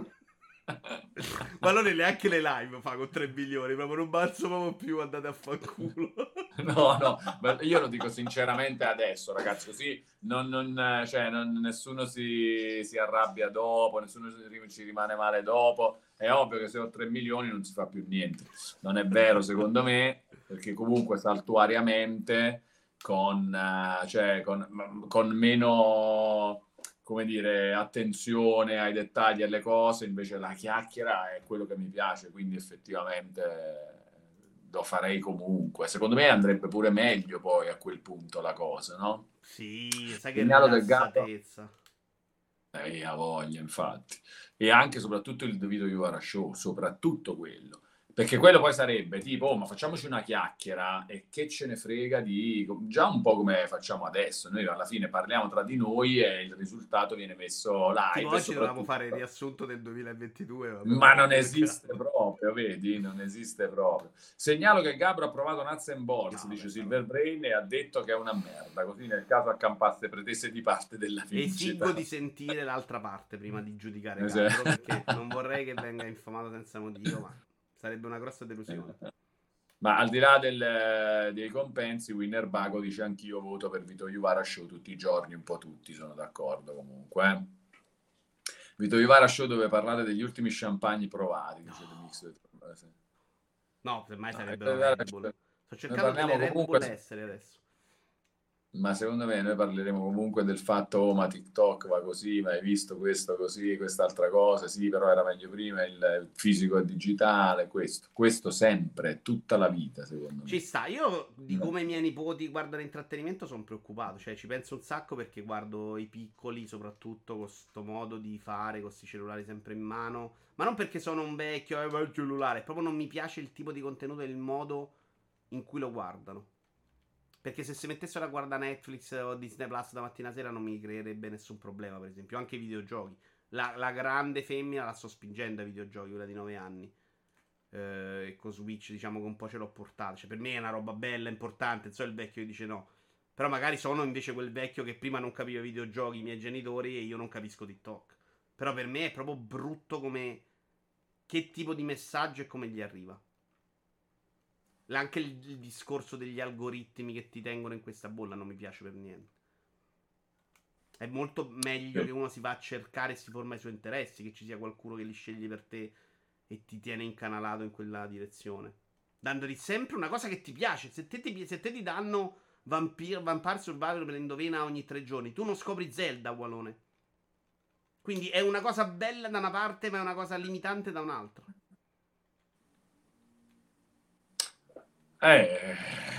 Ma non è neanche le live fa con tre milioni, proprio non balzo proprio più, andate a fanculo. No, no, beh, io lo dico sinceramente adesso, ragazzi, così non, non, cioè, non- nessuno si, si arrabbia dopo, nessuno si- ci rimane male dopo. È ovvio che se ho tre milioni non si fa più niente. Non è vero, secondo me, perché comunque saltuariamente con, eh, cioè, con, con meno, come dire, attenzione ai dettagli e alle cose, invece la chiacchiera è quello che mi piace, quindi effettivamente lo farei comunque. Secondo me andrebbe pure meglio poi a quel punto la cosa, no? Sì, sai che Segnalo del gatto. rilassatezza. Eh, ha voglia, infatti. E anche soprattutto il Vito Juvara Show, soprattutto quello. Perché quello poi sarebbe tipo, oh, ma facciamoci una chiacchiera e che ce ne frega di... Già un po' come facciamo adesso. Noi alla fine parliamo tra di noi e il risultato viene messo live. Tipo e oggi dovevamo soprattutto- fare il riassunto del duemilaventidue. vabbè, Ma non che esiste peccato. proprio, vedi? Non esiste proprio. Segnalo che Gabro ha provato Nuts and Bolts, No, dice vabbè, Silver Brain, e ha detto che è una merda. Così nel caso accampasse pretese di parte della vincita. Esigo di sentire l'altra parte prima di giudicare Esatto. Gabro, perché non vorrei che venga infamato senza motivo, ma sarebbe una grossa delusione. Ma al di là del, dei compensi, Winnerbago dice anch'io voto per Vito Juvara Show tutti i giorni, un po' tutti sono d'accordo comunque. Eh. Vito Juvara Show dove parlare degli ultimi champagne provati, dice The Mix. No, semmai No, sarebbero eh, Red Bull. Sto noi cercando delle parliamo Red comunque, Bull essere adesso. ma secondo me noi parleremo comunque del fatto, oh, ma TikTok va così, ma hai visto questo così, quest'altra cosa, sì, però era meglio prima, il fisico è digitale, questo, questo sempre, tutta la vita, secondo Ci me. sta, io di No. come i miei nipoti guardano intrattenimento sono preoccupato, cioè ci penso un sacco perché guardo i piccoli soprattutto con questo modo di fare, con questi cellulari sempre in mano, ma non perché sono un vecchio e eh, il cellulare, proprio non mi piace il tipo di contenuto e il modo in cui lo guardano. Perché se si mettessero a guardare Netflix o Disney Plus da mattina a sera non mi creerebbe nessun problema, per esempio, anche i videogiochi. La, la grande femmina la sto spingendo ai videogiochi, quella di nove anni. Eh, e con Switch diciamo che un po' ce l'ho portata. Cioè, per me è una roba bella, importante. So il vecchio che dice no. Però magari sono invece quel vecchio che prima non capiva i videogiochi, i miei genitori, e io non capisco TikTok. Però per me è proprio brutto come... Che tipo di messaggio e come gli arriva. Anche il, il discorso degli algoritmi che ti tengono in questa bolla non mi piace per niente. È molto meglio Sì. che uno si va a cercare e si forma i suoi interessi, che ci sia qualcuno che li sceglie per te e ti tiene incanalato in quella direzione. Dandoti sempre una cosa che ti piace. Se te ti, se te ti danno Vampire, Vampire Survivor per indovina ogni tre giorni, tu non scopri Zelda, Walone. Quindi è una cosa bella da una parte, ma è una cosa limitante da un'altra. Eh,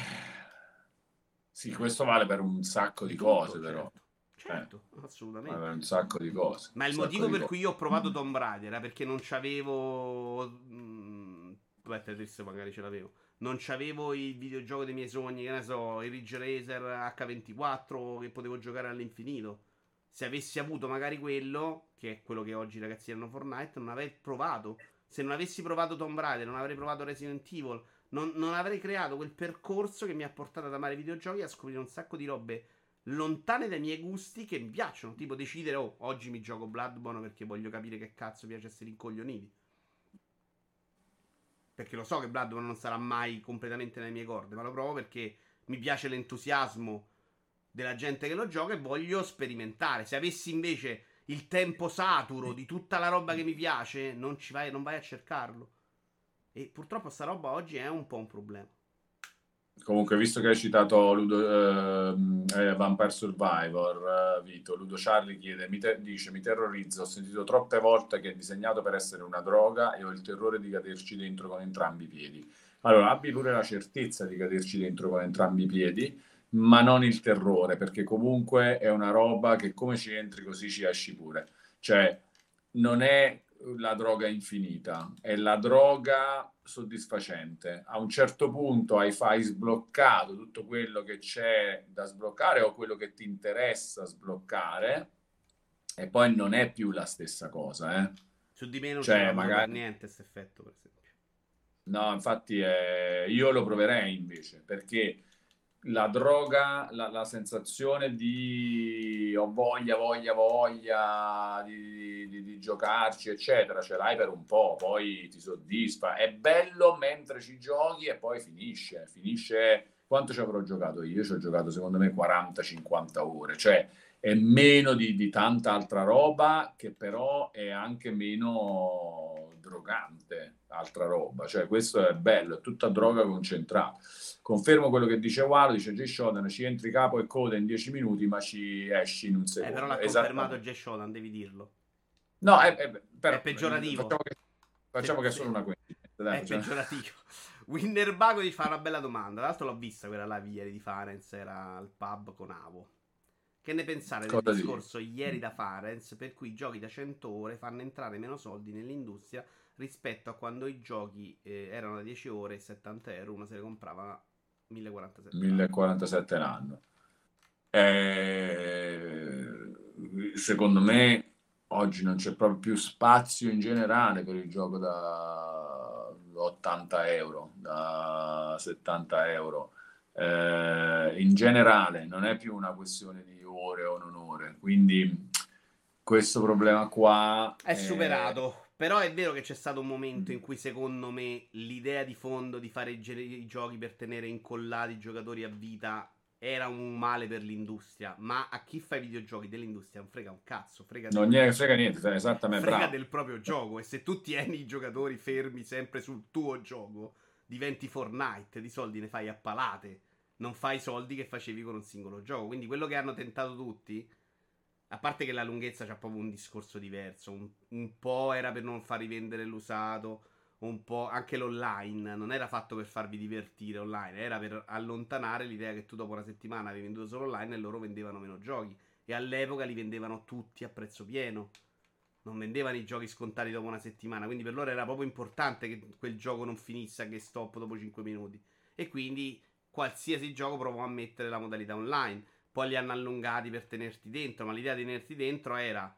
sì, questo vale per un sacco Di di tutto, cose, però. certo. Eh, Certo, vale assolutamente. per un sacco di cose, Ma un il sacco motivo di per cose. cui io ho provato Tomb Raider era perché non c'avevo. Mh, aspetta, adesso magari ce l'avevo. Non c'avevo il videogioco dei miei sogni, che ne so, il Ridge Racer acca ventiquattro che potevo giocare all'infinito. Se avessi avuto magari quello, che è quello che oggi i ragazzi hanno Fortnite, non avrei provato. Se non avessi provato Tomb Raider, non avrei provato Resident Evil, non, non avrei creato quel percorso che mi ha portato ad amare i videogiochi e a scoprire un sacco di robe lontane dai miei gusti che mi piacciono. Tipo decidere, oh, oggi mi gioco Bloodborne perché voglio capire che cazzo piace essere incoglioniti. Perché lo so che Bloodborne non sarà mai completamente nelle mie corde, ma lo provo perché mi piace l'entusiasmo della gente che lo gioca e voglio sperimentare. Se avessi invece il tempo saturo di tutta la roba che mi piace, non, ci vai, non vai a cercarlo. E purtroppo sta roba oggi è un po' un problema. Comunque, visto che hai citato Ludo, ehm, eh, Vampire Survivor, eh, Vito, Ludo Charlie chiede, mi te- dice, mi terrorizza, ho sentito troppe volte che è disegnato per essere una droga e ho il terrore di caderci dentro con entrambi i piedi. Allora, abbi pure la certezza di caderci dentro con entrambi i piedi, ma non il terrore, perché comunque è una roba che come ci entri così ci esci pure. Cioè, non è la droga infinita, è la droga soddisfacente. A un certo punto hai, hai sbloccato tutto quello che c'è da sbloccare o quello che ti interessa sbloccare e poi non è più la stessa cosa, eh. Su di me non ce l'ho Cioè, avuto per magari... niente questo effetto, per esempio. No, infatti eh, io lo proverei invece, perché la droga, la, la sensazione di ho voglia, voglia, voglia di, di- di giocarci, eccetera, ce l'hai per un po', poi ti soddisfa. È bello mentre ci giochi e poi finisce. Finisce. Quanto ci avrò giocato io? Io ci ho giocato secondo me quaranta cinquanta ore, cioè è meno di, di tanta altra roba che però è anche meno drogante, altra roba. Cioè questo è bello, è tutta droga concentrata. Confermo quello che dice Walo, dice Jay Shodan, ci entri capo e coda in dieci minuti ma ci esci in un Eh, però secondo. l'ha confermato Esattamente. Jay Shodan, devi dirlo. No, è, è- È però facciamo peggiorativo. che, Se, facciamo che è solo se- una coincidenza. Dai, è facciamo... peggiorativo. Winnerbago ti fa una bella domanda. Tra l'altro l'ho vista quella live ieri di Farenz. Era al pub con Avo. Che ne pensare del Cosa dici? discorso ieri da Farenz per cui i giochi da cento ore fanno entrare meno soldi nell'industria rispetto a quando i giochi eh, erano da dieci ore e settanta euro uno se ne comprava mille e quarantasette l'anno. mille e quarantasette l'anno. Eh, secondo me oggi non c'è proprio più spazio in generale per il gioco da ottanta euro, da settanta euro. Eh, in generale non è più una questione di ore o non ore, quindi questo problema qua È è superato. Però è vero che c'è stato un momento in cui secondo me l'idea di fondo di fare i, ge- i giochi per tenere incollati i giocatori a vita era un male per l'industria, ma a chi fa i videogiochi dell'industria non frega un cazzo, frega Non del, gliene frega niente, esattamente, frega bravo. del proprio gioco. E se tu tieni i giocatori fermi sempre sul tuo gioco, diventi Fortnite, di soldi ne fai a palate, non fai i soldi che facevi con un singolo gioco. Quindi quello che hanno tentato tutti, a parte che la lunghezza c'ha proprio un discorso diverso, un, un po' era per non far rivendere l'usato, un po' anche l'online, non era fatto per farvi divertire online, era per allontanare l'idea che tu dopo una settimana avevi venduto solo online e loro vendevano meno giochi. E all'epoca li vendevano tutti a prezzo pieno. Non vendevano i giochi scontati dopo una settimana. Quindi per loro era proprio importante che quel gioco non finisse a GameStop dopo cinque minuti. E quindi qualsiasi gioco provò a mettere la modalità online. Poi li hanno allungati per tenerti dentro. Ma l'idea di tenerti dentro era: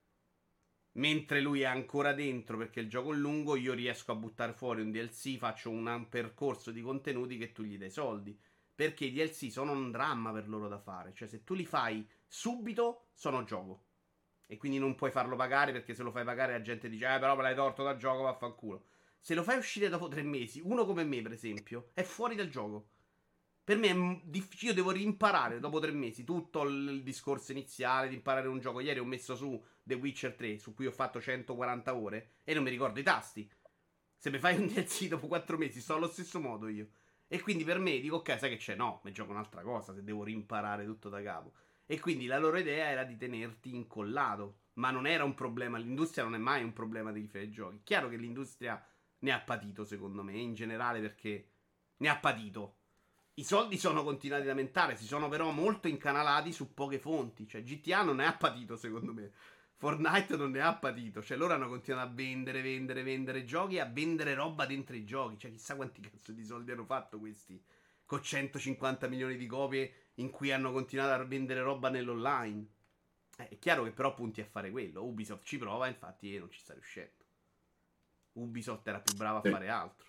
mentre lui è ancora dentro perché il gioco è lungo, io riesco a buttare fuori un D L C, faccio un percorso di contenuti che tu gli dai soldi. Perché i D L C sono un dramma per loro da fare. Cioè, se tu li fai subito, sono gioco. E quindi non puoi farlo pagare, perché se lo fai pagare la gente dice: eh, però me l'hai torto dal gioco, vaffanculo. Se lo fai uscire dopo tre mesi, uno come me, per esempio, è fuori dal gioco. Per me è difficile, io devo rimparare dopo tre mesi tutto il discorso iniziale di imparare un gioco. Ieri ho messo su The Witcher tre, su cui ho fatto centoquaranta ore, e non mi ricordo i tasti. Se mi fai un D L C dopo quattro mesi, sto allo stesso modo io. E quindi per me dico: ok, sai che c'è? No, mi gioco un'altra cosa se devo rimparare tutto da capo. E quindi la loro idea era di tenerti incollato. Ma non era un problema. L'industria non è mai un problema di chi fa i giochi. Chiaro che l'industria ne ha patito, secondo me, in generale, perché ne ha patito. I soldi sono continuati ad aumentare, si sono però molto incanalati su poche fonti. Cioè, G T A non ne ha patito, secondo me. Fortnite non ne ha patito. Cioè, loro hanno continuato a vendere, vendere, vendere giochi, a vendere roba dentro i giochi. Cioè, chissà quanti cazzo di soldi hanno fatto questi. Con centocinquanta milioni di copie in cui hanno continuato a vendere roba nell'online. Eh, è chiaro che però punti a fare quello. Ubisoft ci prova, infatti non ci sta riuscendo. Ubisoft era più brava a Sì. fare altro.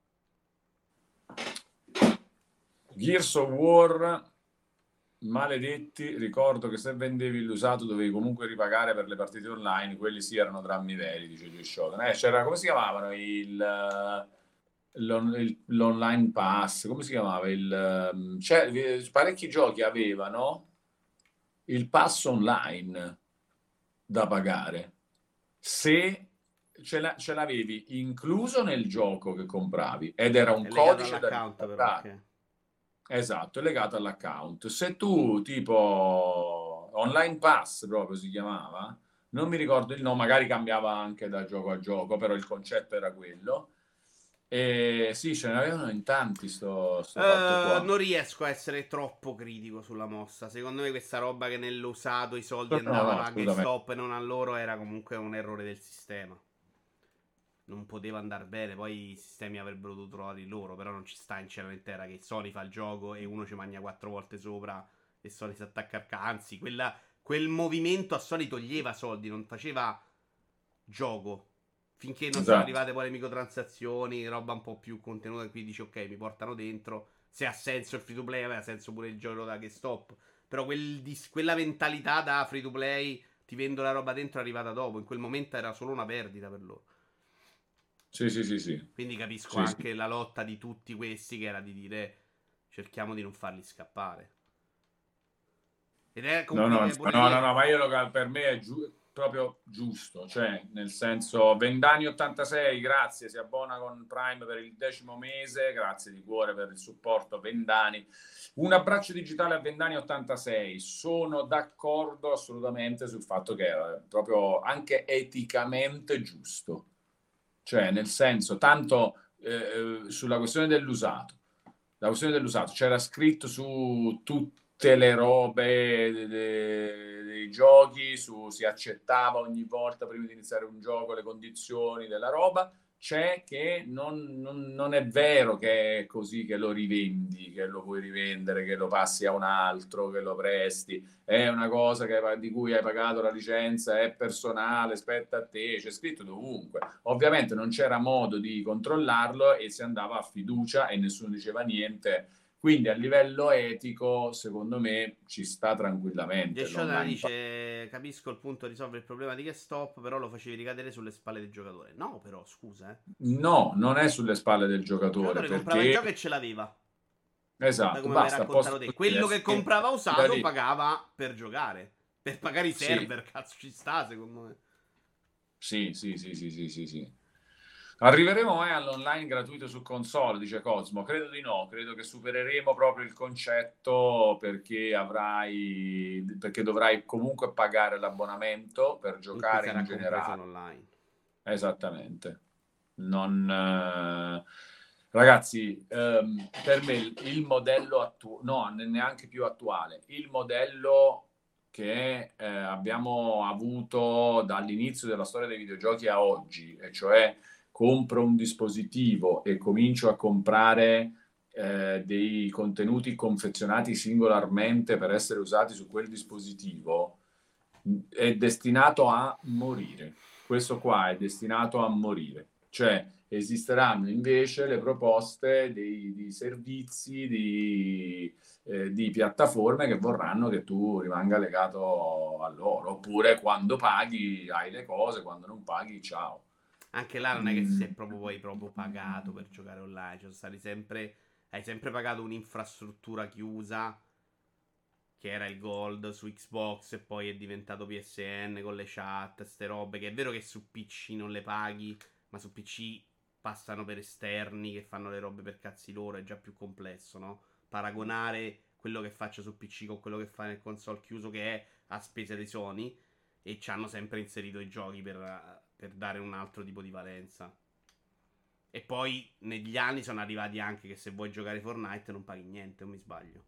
Gears of War, maledetti, ricordo che se vendevi l'usato dovevi comunque ripagare per le partite online, quelli sì erano drammi veri, dice Joe Shogun. Eh, c'era, come si chiamavano, il, l'on- il- l'online pass, come si chiamava? Il, cioè, parecchi giochi avevano il pass online da pagare. Se ce, la- ce l'avevi incluso nel gioco che compravi ed era un È legato codice da all'account, però, riscattare. ok. Esatto, è legato all'account. Se tu, tipo, Online Pass proprio si chiamava, non mi ricordo il nome, magari cambiava anche da gioco a gioco, però il concetto era quello. E sì, ce ne avevano in tanti sto, sto fatto Uh, qua. non riesco a essere troppo critico sulla mossa. Secondo me questa roba che nell'usato i soldi No, no, andavano a assolutamente. GameStop e non a loro era comunque un errore del sistema. Non poteva andare bene, poi i sistemi avrebbero dovuto trovarli loro, però non ci sta in cielo in terra che Sony fa il gioco e uno ci mangia quattro volte sopra e Sony si attacca al ca- Anzi, quella, quel movimento a Sony toglieva soldi, non faceva gioco. Finché non sono Esatto. arrivate poi le microtransazioni, roba un po' più contenuta, e qui dici ok, mi portano dentro. Se ha senso il free to play, aveva senso pure il gioco da GameStop. Però quel dis- quella mentalità da free to play, ti vendo la roba dentro, è arrivata dopo. In quel momento era solo una perdita per loro. Sì, sì, sì, sì. Quindi capisco Sì, sì. anche la lotta di tutti questi, che era di dire cerchiamo di non farli scappare. Ed è No, no, complicato pure no, no, lì. no, ma io lo, per me è giu- proprio giusto, cioè nel senso Vendani ottantasei, grazie, si abbona con Prime per il decimo mese, grazie di cuore per il supporto Vendani. Un abbraccio digitale a Vendani ottantasei, sono d'accordo assolutamente sul fatto che è proprio anche eticamente giusto, cioè nel senso tanto eh, sulla questione dell'usato. La questione dell'usato c'era scritto su tutte le robe de- de- dei giochi, su, si accettava ogni volta prima di iniziare un gioco le condizioni della roba. C'è che non, non- non è vero che è così che lo rivendi, che lo puoi rivendere, che lo passi a un altro, che lo presti. È una cosa che, di cui hai pagato la licenza, è personale, spetta a te, c'è scritto dovunque. Ovviamente non c'era modo di controllarlo e si andava a fiducia e nessuno diceva niente Quindi a livello etico, secondo me, ci sta tranquillamente Geshodana l'online. dice: capisco il punto di risolvere il problema di GameStop, però lo facevi ricadere sulle spalle del giocatore. No, però, scusa, eh. No, non è sulle spalle del Il giocatore, giocatore comprava il perché gioco e ce l'aveva. Da esatto, come mi hai basta, a raccontato posto te. di Quello che essere comprava da usato lì. pagava per giocare. Per pagare i Sì, server, cazzo, ci sta, secondo me. sì, sì, sì, sì, sì, sì, sì. Arriveremo mai all'online gratuito su console, dice Cosmo? Credo di no, credo che supereremo proprio il concetto perché avrai, perché dovrai comunque pagare l'abbonamento per In cui giocare in sarà compreso generale. l'online. Esattamente. Non, eh, ragazzi, ehm, per me il, il modello attuale, no, neanche più attuale, il modello che eh, abbiamo avuto dall'inizio della storia dei videogiochi a oggi, e cioè compro un dispositivo e comincio a comprare eh, dei contenuti confezionati singolarmente per essere usati su quel dispositivo, è destinato a morire. Questo qua è destinato a morire. Cioè esisteranno invece le proposte dei, di servizi, di, eh, di piattaforme che vorranno che tu rimanga legato a loro. Oppure quando paghi hai le cose, quando non paghi ciao. Anche là non è che Mm. sei proprio poi proprio pagato per giocare online. Cioè, stati sempre. Hai sempre pagato un'infrastruttura chiusa. Che era il Gold su Xbox e poi è diventato P S N con le chat, ste robe. Che è vero che su P C non le paghi, ma su P C passano per esterni che fanno le robe per cazzi loro. È già più complesso, no? Paragonare quello che faccio su P C con quello che fa nel console chiuso, che è a spese di Sony. E ci hanno sempre inserito i giochi per, per dare un altro tipo di valenza. E poi negli anni sono arrivati anche che se vuoi giocare Fortnite non paghi niente, o mi sbaglio.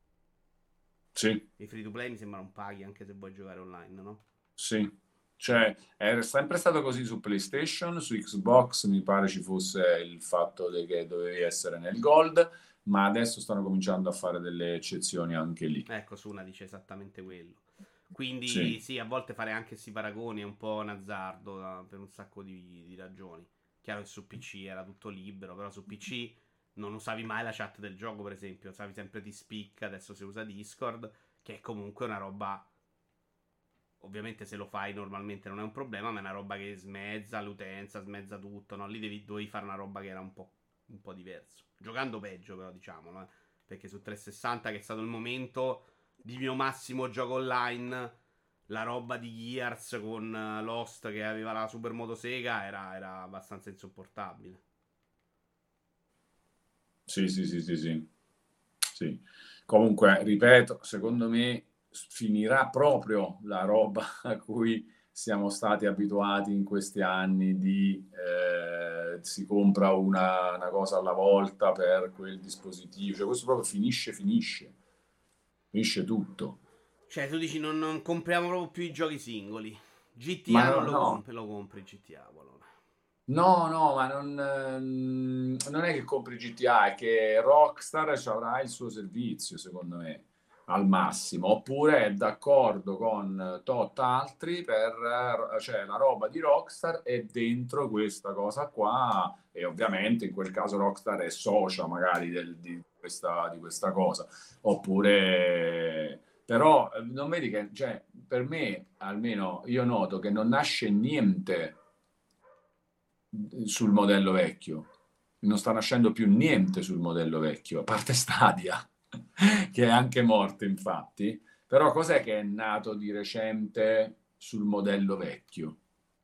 Sì, I free to play mi sembra non paghi anche se vuoi giocare online, no? sì. Cioè, è sempre stato così su PlayStation, su Xbox mi pare ci fosse il fatto de- che dovevi essere nel Gold, ma adesso stanno cominciando a fare delle eccezioni anche lì. Ecco, Suna dice esattamente quello. Quindi Sì, sì, a volte fare anche questi paragoni è un po' un azzardo uh, per un sacco di, di ragioni. Chiaro che su P C era tutto libero, però su P C non usavi mai la chat del gioco, per esempio. Usavi sempre Dispeak, adesso si usa Discord, che è comunque una roba. Ovviamente se lo fai normalmente non è un problema, ma è una roba che smezza l'utenza, smezza tutto, no? Lì devi, dovevi fare una roba che era un po', un po' diverso. Giocando peggio, però, diciamolo, eh. Perché su trecentosessanta, che è stato il momento di mio massimo gioco online, la roba di Gears con eh, Lost che aveva la super motosega era, era abbastanza insopportabile. sì, sì, sì, sì, sì. Sì. Comunque, ripeto, secondo me finirà proprio la roba a cui siamo stati abituati in questi anni di eh, si compra una, una cosa alla volta per quel dispositivo. Cioè, questo proprio finisce, finisce, finisce tutto. Cioè, tu dici non, non compriamo proprio più i giochi singoli. Ma G T A non no, lo no, compri, lo compri G T A, allora. no, no, ma non, ehm, non è che compri G T A, è che Rockstar ci avrà il suo servizio, secondo me, al massimo. Oppure è d'accordo con tot altri per, eh, cioè la roba di Rockstar è dentro questa cosa qua e ovviamente in quel caso Rockstar è socia magari del- di questa, di questa cosa. Oppure... Però eh, non vedi che, cioè, per me, almeno io noto che non nasce niente sul modello vecchio. Non sta nascendo più niente sul modello vecchio, a parte Stadia, che è anche morto infatti. Però cos'è che è nato di recente sul modello vecchio?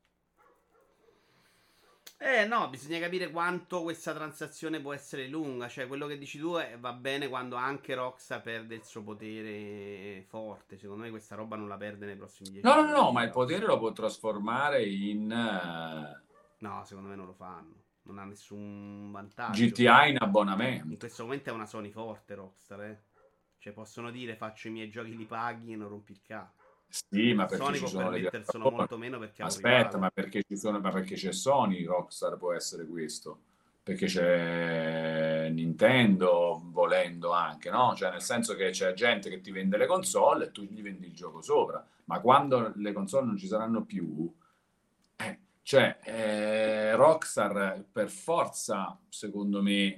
Eh no, bisogna capire quanto questa transazione può essere lunga. Cioè, quello che dici tu è, va bene quando anche Roxa perde il suo potere forte. Secondo me questa roba non la perde nei prossimi No, dieci no, no, anni. ma il Roxa. potere lo può trasformare in uh, No, secondo me non lo fanno. Non ha nessun vantaggio. G T A in In abbonamento. questo momento è una Sony forte, Rockstar, eh. Cioè, possono dire faccio i miei giochi, li paghi e non rompi il cazzo. Sì, ma perché Sony ci può sono le permetterselo piattaforme. molto meno perché è un Aspetta, rivale. ma perché ci sono, ma perché c'è Sony, Rockstar può essere questo. Perché c'è Nintendo volendo anche, no? Cioè nel senso che c'è gente che ti vende le console e tu gli vendi il gioco sopra. Ma quando le console non ci saranno più, eh, cioè eh, Rockstar per forza, secondo me,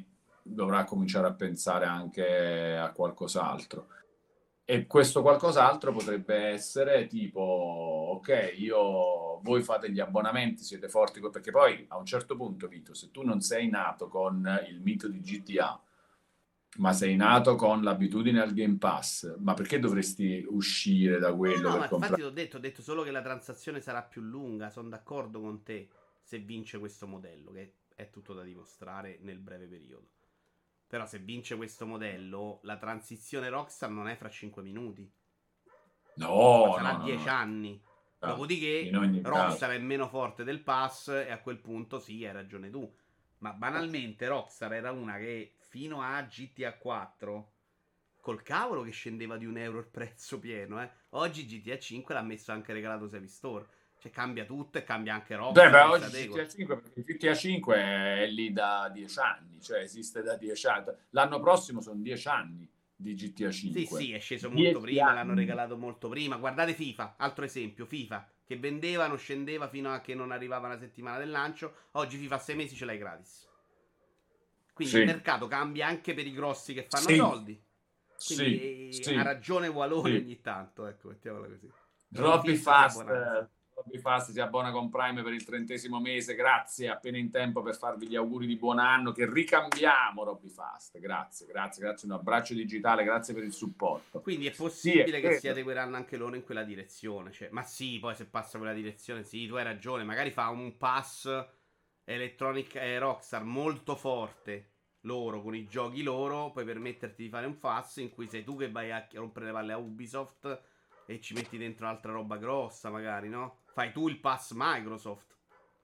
dovrà cominciare a pensare anche a qualcos'altro. E questo qualcos'altro potrebbe essere tipo, ok, io, voi fate gli abbonamenti, siete forti, perché poi a un certo punto, Vito, se tu non sei nato con il mito di G T A, ma sei nato con l'abitudine al Game Pass, ma perché dovresti uscire da No, quello no, ma per infatti comprare? ti ho detto, ho detto solo che la transazione sarà più lunga. Sono d'accordo con te se vince questo modello, che è tutto da dimostrare nel breve periodo. Però se vince questo modello, la transizione Rockstar non è fra cinque minuti, ma No, sarà no, no, dieci no. anni. In Dopodiché ogni caso. Rockstar è meno forte del pass e a quel punto sì, hai ragione tu. Ma banalmente Rockstar era una che fino a G T A quattro col cavolo che scendeva di un euro il prezzo pieno, eh. Oggi G T A cinque l'ha messo anche regalato Save Store. Cioè cambia tutto e cambia anche Beh, beh, Rockstar che si oggi adegua. G T A cinque, perché G T A cinque è lì da dieci anni, cioè esiste da dieci anni. L'anno prossimo sono dieci anni di G T A Sì, cinque. sì, è sceso molto dieci prima, l'hanno anni. regalato molto prima. Guardate FIFA, altro esempio, FIFA, che vendevano, scendeva fino a che non arrivava una settimana del lancio. Oggi FIFA a sei mesi ce l'hai gratis. Quindi il Sì, mercato cambia anche per i grossi che fanno sì, soldi. Quindi sì, eh, ha sì, ragione Walone sì. ogni tanto, ecco, mettiamola così. Robby Robby Fist si è Fast, abbonato, sì. eh, Robby Fast si abbona con Prime per il trentesimo mese, grazie, appena in tempo per farvi gli auguri di buon anno, che ricambiamo Robby Fast, grazie, grazie, grazie, un abbraccio digitale, grazie per il supporto. Quindi è Sì, è possibile che si vero. adegueranno anche loro in quella direzione. Cioè, ma sì, poi se passa quella direzione, sì, tu hai ragione. Magari fa un pass Electronic e Rockstar molto forte. Loro con i giochi loro, puoi permetterti di fare un pass in cui sei tu che vai a rompere le palle a Ubisoft e ci metti dentro altra roba grossa, magari, no? Fai tu il pass Microsoft.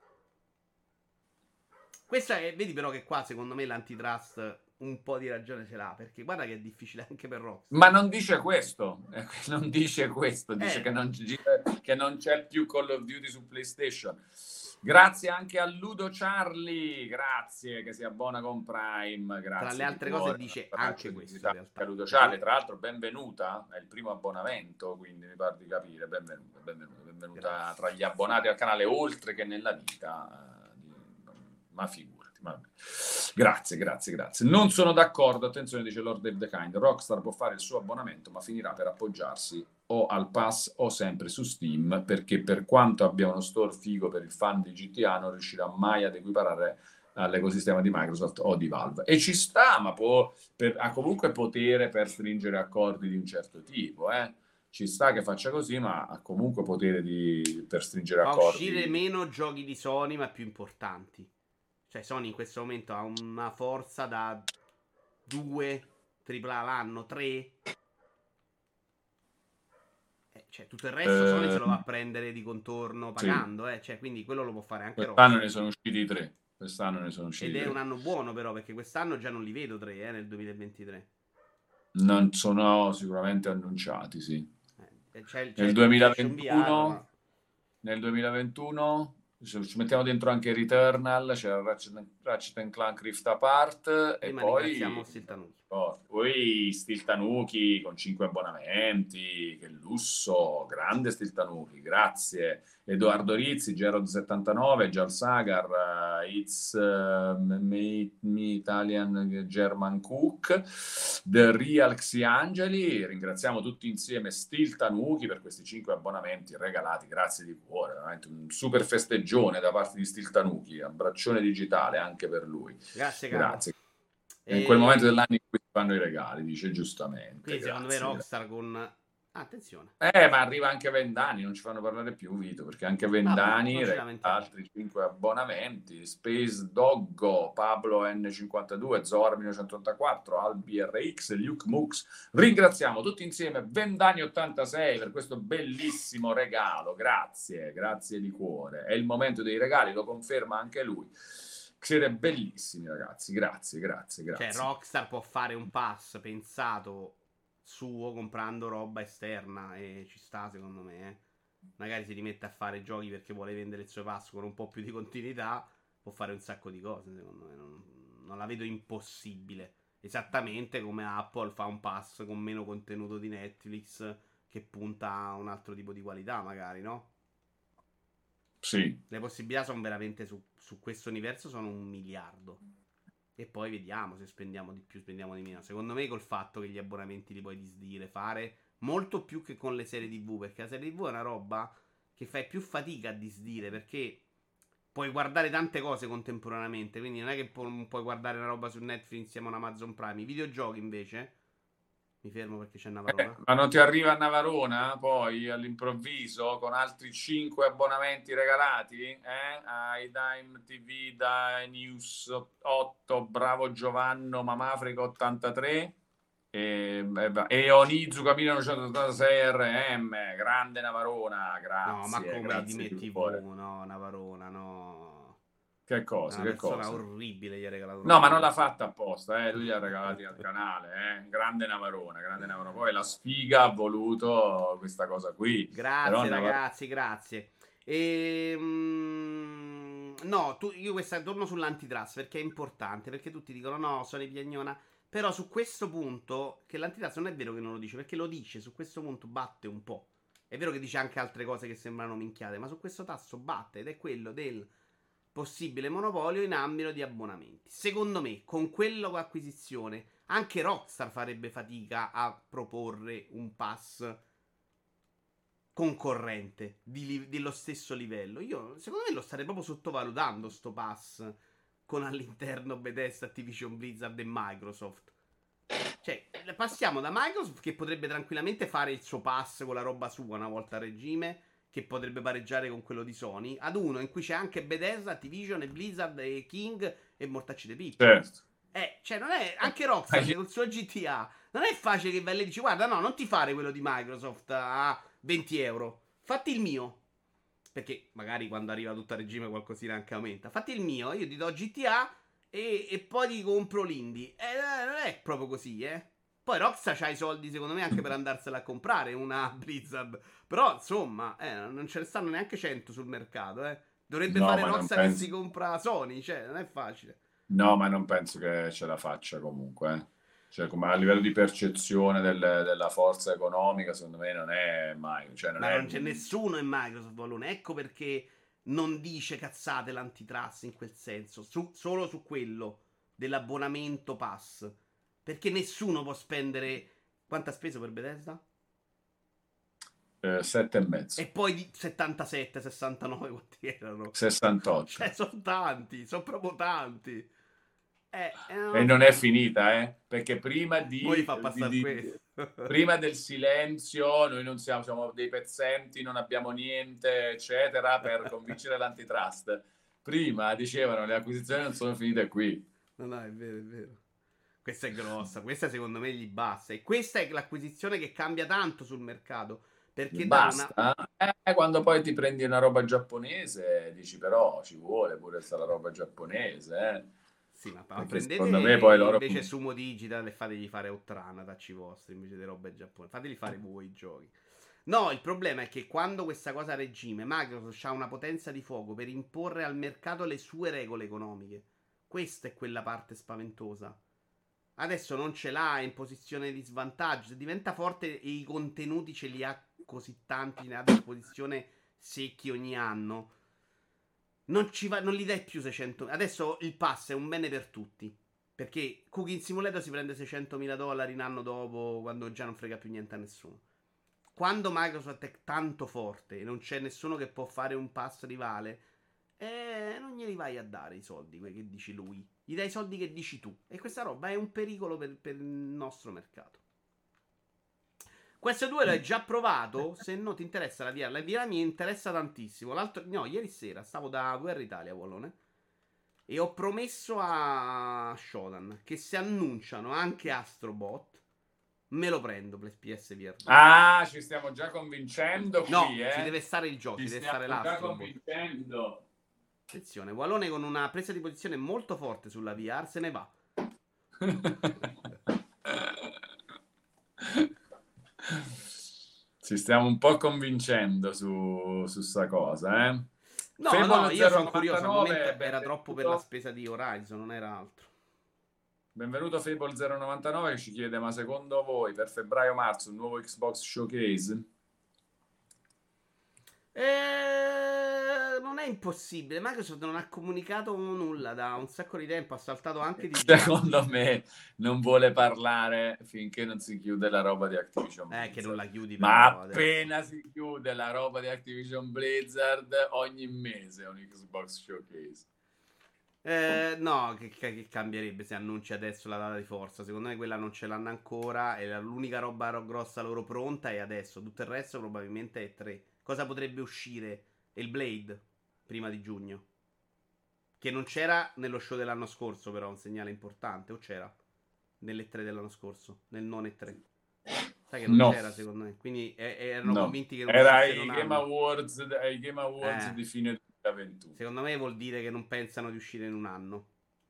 Questa è, vedi però che qua secondo me l'antitrust un po' di ragione ce l'ha, perché guarda che è difficile anche per Rockstar. Ma non dice questo, eh, non dice questo, dice Eh, che non, che non c'è più Call of Duty su PlayStation. Grazie anche a Ludo Charlie, grazie che si abbona con Prime, tra le grazie di altre cose cuore. Un dice abbraccio anche di questo in digitale a realtà. Ludo Cioè, Charlie, no? tra l'altro benvenuta, è il primo abbonamento, quindi mi pare di capire, benvenuta, benvenuta, benvenuta Grazie. tra gli abbonati al canale, oltre che nella vita, eh, di- ma figurati, vabbè. Grazie, grazie, grazie. Non sono d'accordo, attenzione, dice Lord of the Kind. Rockstar può fare il suo abbonamento, ma finirà per appoggiarsi o al pass o sempre su Steam, perché per quanto abbia uno store figo per il fan di G T A, non riuscirà mai ad equiparare all'ecosistema di Microsoft o di Valve. E ci sta, ma può, per, ha comunque potere per stringere accordi di un certo tipo, eh? Ci sta che faccia così, ma ha comunque potere di, per stringere Fa uscire accordi. meno giochi di Sony, ma più importanti. Cioè, Sony in questo momento ha una forza da due tripla A l'anno, tre. Eh, cioè, tutto il resto Sony se Eh, lo va a prendere di contorno sì, pagando, eh. Cioè, quindi quello lo può fare anche quest'anno Rockstar. ne sono usciti tre. Quest'anno ne sono Ed usciti è un tre. anno buono, però, perché quest'anno già non li vedo tre, eh, nel duemilaventitré. Non sono sicuramente annunciati, sì. Eh, c'è, c'è Nel il PlayStation V R, ma... duemilaventuno, nel duemilaventuno ci ci mettiamo dentro anche Returnal, c'era Ratchet, Ratchet and Clank Rift Apart e Prima poi ringraziamo Stiltanuki. oh, poi Steel Tanuki con cinque abbonamenti, che lusso, grande Steel Tanuki, grazie. Edoardo Rizzi, Gerald settantanove, Gial Sagar, uh, It's uh, me, me Italian German Cook, The Real Xiangeli, ringraziamo tutti insieme Steel Tanuki per questi cinque abbonamenti regalati, grazie di cuore, veramente un super festeggione da parte di Steel Tanuki, abbraccione digitale anche per lui, Grazie, caro. grazie. È in quel momento E... dell'anno in cui si fanno i regali, dice giustamente, Quindi secondo me grazie, grazie. Rockstar con... Ah, attenzione. Eh, ma arriva anche Vendani, non ci fanno parlare più, Vito, perché anche Vabbè, Vendani non ci regala lamentiamo. altri cinque abbonamenti, Space Doggo, Pablo N cinquantadue, Zoar millenovecentottantaquattro, Albi R X, Luke Mux. Ringraziamo tutti insieme Vendani ottantasei per questo bellissimo regalo, grazie, grazie di cuore. È il momento dei regali, lo conferma anche lui. Siete bellissimi ragazzi, grazie, grazie, Cioè, grazie. Rockstar può fare un pass pensato suo comprando roba esterna e ci sta, secondo me. Eh. Magari si rimette a fare giochi perché vuole vendere il suo pass con un po' più di continuità. Può fare un sacco di cose, secondo me. Non, non la vedo impossibile. Esattamente come Apple fa un pass con meno contenuto di Netflix che punta a un altro tipo di qualità, magari, no? Sì. Le possibilità sono veramente su, su questo universo sono un miliardo. E poi vediamo se spendiamo di più, spendiamo di meno. Secondo me col fatto che gli abbonamenti li puoi disdire, fare molto più che con le serie T V, perché la serie T V è una roba che fai più fatica a disdire, perché puoi guardare tante cose contemporaneamente, quindi non è che pu- puoi guardare una roba su Netflix insieme a un Amazon Prime. I videogiochi invece, mi fermo perché c'è Eh, Navarona. ma non ti arriva a Navarona poi all'improvviso con altri cinque abbonamenti regalati? Eh? Ai Dime T V, Dai News otto, Bravo Giovanno, Mamafrica ottantatré e, e, e Onizuka millenovecentottantasei R M. Grande Navarona, No, ma grazie, come di grazie me di T V? cuore. No, Navarona, no. Che È cosa, una che persona cosa? orribile, gli ha regalato una No, ma roba non l'ha così. fatta apposta, eh. Lui li ha regalati al canale, eh. Grande Navarone, grande Navarone. Poi la sfiga ha voluto questa cosa qui, però Grazie Navarone... ragazzi, grazie. Ehm, no, tu- io questa torno sull'antitrust perché è importante, perché tutti dicono no, sono i piagnona. Però su questo punto, che l'antitrust non è vero che non lo dice, perché lo dice, su questo punto batte un po'. È vero che dice anche altre cose che sembrano minchiate, ma su questo tasso batte ed è quello del possibile monopolio in ambito di abbonamenti. Secondo me, con quello con acquisizione, anche Rockstar farebbe fatica a proporre un pass concorrente di li- dello stesso livello. Io, secondo me, lo starei proprio sottovalutando sto pass con all'interno Bethesda, Activision Blizzard e Microsoft. Cioè, passiamo da Microsoft che potrebbe tranquillamente fare il suo pass con la roba sua una volta a regime, che potrebbe pareggiare con quello di Sony, ad uno in cui c'è anche Bethesda, Activision e Blizzard e King e mortacci de pippa. Certo. Eh, cioè, non è. Anche Rockstar che col suo G T A. Non è facile che vai lì e dici: guarda, no, non ti fare quello di Microsoft a venti euro. Fatti il mio. Perché magari quando arriva tutto a regime qualcosina anche aumenta. Fatti il mio, io ti do G T A e, e poi ti compro l'indie. Eh, non è proprio così, eh. Poi Rockstar c'ha i soldi, secondo me, anche per andarsela a comprare una Blizzard. Però, insomma, eh, non ce ne stanno neanche cento sul mercato, eh. Dovrebbe No, fare ma non Rockstar che si penso, compra Sony, cioè, non è facile. no, ma non penso che ce la faccia comunque, eh. Cioè, come a livello di percezione del- della forza economica, secondo me non è mai, cioè non Ma è... non c'è nessuno in Microsoft, Valone. Ecco perché non dice cazzate l'antitrust in quel senso. Su- solo su quello dell'abbonamento pass. Perché nessuno può spendere. Quanto ha speso per Bethesda? eh, sette e mezzo, E poi di settantasette, sessantanove quanti erano? Cioè, sessantotto. sono tanti, sono proprio tanti. Eh, eh, E non non è so. finita, eh? Perché prima Mo' gli di, fa di- passare di- questo. prima del silenzio, noi non siamo, siamo dei pezzenti, non abbiamo niente, eccetera, per convincere l'antitrust. Prima dicevano le acquisizioni non sono finite qui. No, no, è vero, è vero. Questa è grossa, questa secondo me gli basta. E questa è l'acquisizione che cambia tanto sul mercato. Perché dà una. Basta. Eh, quando poi ti prendi una roba giapponese, dici però ci vuole pure questa la roba giapponese, eh? Sì, ma, ma Perché prendete secondo me poi loro... invece Sumo Digital e fategli fare Outrun, tacci vostri, invece di robe giapponesi. Fateli fare voi i giochi. No, il problema è che quando questa cosa a regime, Microsoft ha una potenza di fuoco per imporre al mercato le sue regole economiche. Questa è quella parte spaventosa. Adesso non ce l'ha, è in posizione di svantaggio. Se diventa forte e i contenuti ce li ha così tanti, ne ha a disposizione secchi ogni anno. Non, ci va, non gli dai più seicento. Adesso il pass è un bene per tutti. Perché Cooking Simulator si prende seicentomila dollari un anno dopo, quando già non frega più niente a nessuno. Quando Microsoft è tanto forte e non c'è nessuno che può fare un pass rivale, eh, non glieli vai a dare i soldi, quelli che dici lui. Gli dai i soldi che dici tu. E questa roba è un pericolo per, per il nostro mercato. Questo due l'hai già provato? Se non ti interessa la V R, la V R mi interessa tantissimo. L'altro, no, ieri sera stavo da Guerra Italia, Wallone. E ho promesso a Shodan che se annunciano anche Astrobot, me lo prendo per P S V R due. Ah, ci stiamo già convincendo qui, No, ci eh? deve stare il gioco, Ci ci deve stare stiamo già l'Astrobot. convincendo. Attenzione, Wallone con una presa di posizione molto forte sulla V R se ne va. Ci stiamo un po' convincendo su, su sta cosa, eh? No, no, Fable io sono curioso. Al momento zero novantanove, era troppo per la benvenuto. spesa di Horizon, non era altro. Benvenuto Fable zero novantanove che ci chiede: ma secondo voi per febbraio-marzo un nuovo Xbox Showcase? Eh, non è impossibile. Microsoft non ha comunicato nulla da un sacco di tempo. Ha saltato anche di Secondo me non vuole parlare finché non si chiude la roba di Activision Eh, Blizzard. che non la chiudi Ma però appena adesso. si chiude la roba di Activision Blizzard, ogni mese un Xbox Showcase. Eh, no, che, che- che cambierebbe se annuncia adesso la data di forza? Secondo me quella non ce l'hanno ancora. E l'unica roba ro- grossa loro pronta è adesso. Tutto il resto probabilmente è tre. Cosa potrebbe uscire? Il Blade prima di giugno. Che non c'era nello show dell'anno scorso, però, un segnale importante. O c'era? Nelle tre dell'anno scorso, nel non E tre. Sai che non No, c'era, secondo me. Quindi eh, erano no. convinti che non Era uscisse in ai un Game anno. Awards, ai Game Awards Eh, di fine duemilaventuno. secondo me vuol dire che non pensano di uscire in un anno.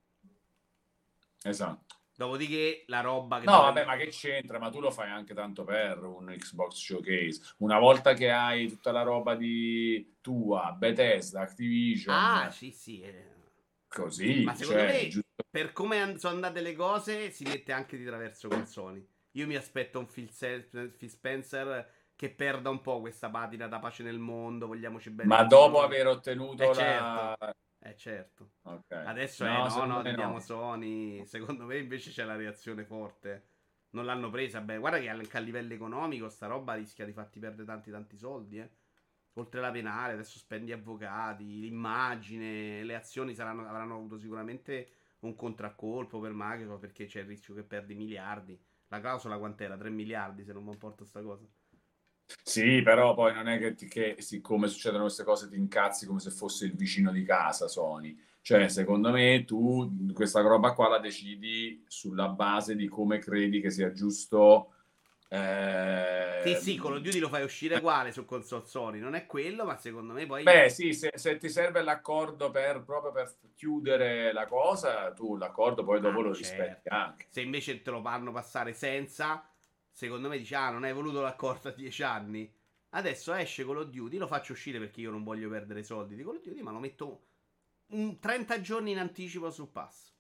Esatto. Dopodiché, la roba che No, vabbè, dovrebbe. ma che c'entra? Ma tu lo fai anche tanto per un Xbox Showcase. Una volta che hai tutta la roba di tua, Bethesda, Ah, Activision, sì, sì. eh. Ma così, secondo cioè, me, giusto. per come an- sono andate le cose, si mette anche di traverso con Sony. Io mi aspetto un Phil, Se- Phil Spencer che perda un po' questa patina da pace nel mondo. Vogliamoci bene Ma tutti dopo noi. aver Eh ottenuto la... certo, eh certo. Ok. Adesso è No, no, secondo no, me teniamo no. Sony. Secondo me invece c'è la reazione forte. Non l'hanno presa. Beh, guarda che anche a livello economico sta roba rischia di farti perdere tanti tanti soldi, eh. Oltre la penale, adesso spendi avvocati, l'immagine, le azioni saranno- avranno avuto sicuramente un contraccolpo per Microsoft perché c'è il rischio che perdi miliardi. La clausola quant'era? tre miliardi se non mi importa sta cosa. Sì, però poi non è che, ti- che siccome succedono queste cose ti incazzi come se fosse il vicino di casa, Sony. Cioè, secondo me tu questa roba qua la decidi sulla base di come credi che sia giusto. Sì, sì, Call of ehm, Duty lo fai uscire uguale su console Sony, non è quello, ma secondo me poi. Beh, sì, se, se ti serve l'accordo per, proprio per chiudere la cosa, tu l'accordo poi Ah, dopo ma lo rispetti certo. anche. Se invece te lo fanno passare senza, secondo me dici, ah, non hai voluto l'accordo a dieci anni. Adesso esce Call of Duty, lo faccio uscire perché io non voglio perdere soldi di Call of Duty, ma lo metto un trenta giorni in anticipo sul pass.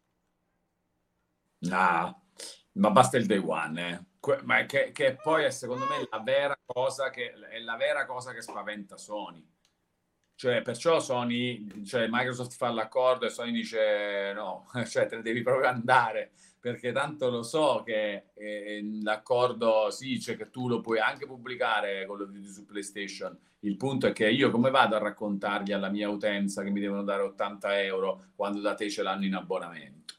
No, ma basta il day one, eh. Que- ma che, che poi è secondo me la vera cosa che, è la vera cosa che spaventa Sony. Cioè, perciò Sony, cioè Microsoft fa l'accordo e Sony dice no, cioè te ne devi proprio andare, perché tanto lo so che eh, l'accordo sì, cioè che tu lo puoi anche pubblicare con lo su PlayStation. Il punto è che io come vado a raccontargli alla mia utenza che mi devono dare ottanta euro quando da te ce l'hanno in abbonamento?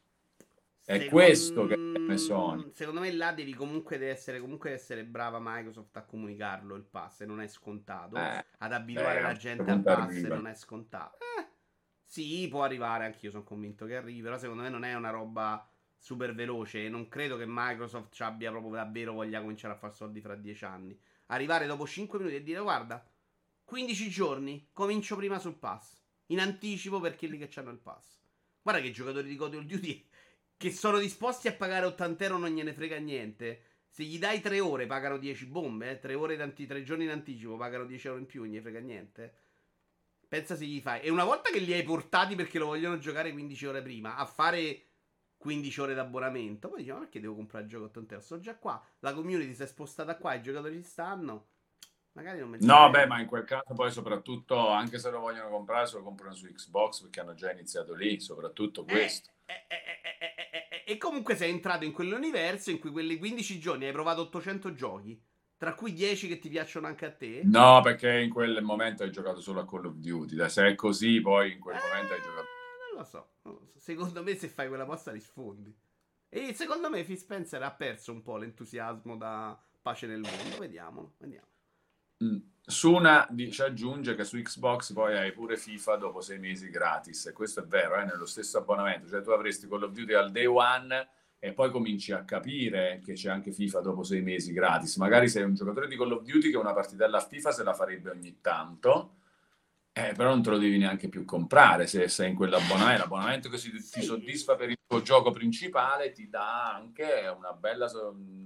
È questo che teme Sony. Secon- Secondo me là devi comunque deve essere, comunque deve essere brava Microsoft a comunicarlo il pass e non è scontato. Eh, Ad eh, abituare a la un certo gente al punto pass arriva. non è scontato. Eh, sì, può arrivare, anch'io sono convinto che arrivi, però secondo me non è una roba super veloce e non credo che Microsoft ci abbia proprio davvero voglia cominciare a fare soldi fra dieci anni. Arrivare dopo cinque minuti e dire guarda, quindici giorni, comincio prima sul pass, in anticipo per quelli che hanno il pass. Guarda che i giocatori di Call of Duty che sono disposti a pagare ottanta euro non gliene frega niente. Se gli dai tre ore pagano dieci bombe, eh? tre ore d'anti- tre giorni in anticipo pagano dieci euro in più, non gli frega niente. Pensa se gli fai. E una volta che li hai portati perché lo vogliono giocare quindici ore prima, a fare quindici ore d'abbonamento, poi diciamo perché devo comprare il gioco a ottanta euro? Sto già qua, la community si è spostata qua, i giocatori ci stanno. Magari non me ne No, beh, spendo. ma in quel caso poi soprattutto, anche se lo vogliono comprare, se lo comprano su Xbox perché hanno già iniziato lì, soprattutto Eh, questo. eh, eh, eh, eh, eh, eh, E comunque sei entrato in quell'universo in cui quelli quindici giorni hai provato ottocento giochi, tra cui dieci che ti piacciono anche a te. No, perché in quel momento hai giocato solo a Call of Duty. Dai, se è così, poi in quel momento hai giocato. Eh, non lo so, non lo so. Secondo me se fai quella posta rispondi. E secondo me Phil Spencer ha perso un po' l'entusiasmo da pace nel mondo. Vediamolo, vediamo. Mm. Suna ci aggiunge che su Xbox poi hai pure FIFA dopo sei mesi gratis. E questo è vero, eh, nello stesso abbonamento. Cioè tu avresti Call of Duty al day one e poi cominci a capire che c'è anche FIFA dopo sei mesi gratis. Magari sei un giocatore di Call of Duty che una partitella a FIFA se la farebbe ogni tanto. Eh, però non te lo devi neanche più comprare se sei in quell'abbonamento. L'abbonamento che si- ti Sì, soddisfa per il tuo gioco principale ti dà anche una bella, so-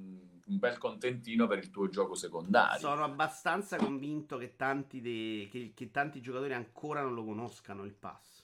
un bel contentino per il tuo gioco secondario. sono abbastanza convinto che tanti, dei- che, che tanti giocatori ancora non lo conoscano il pass.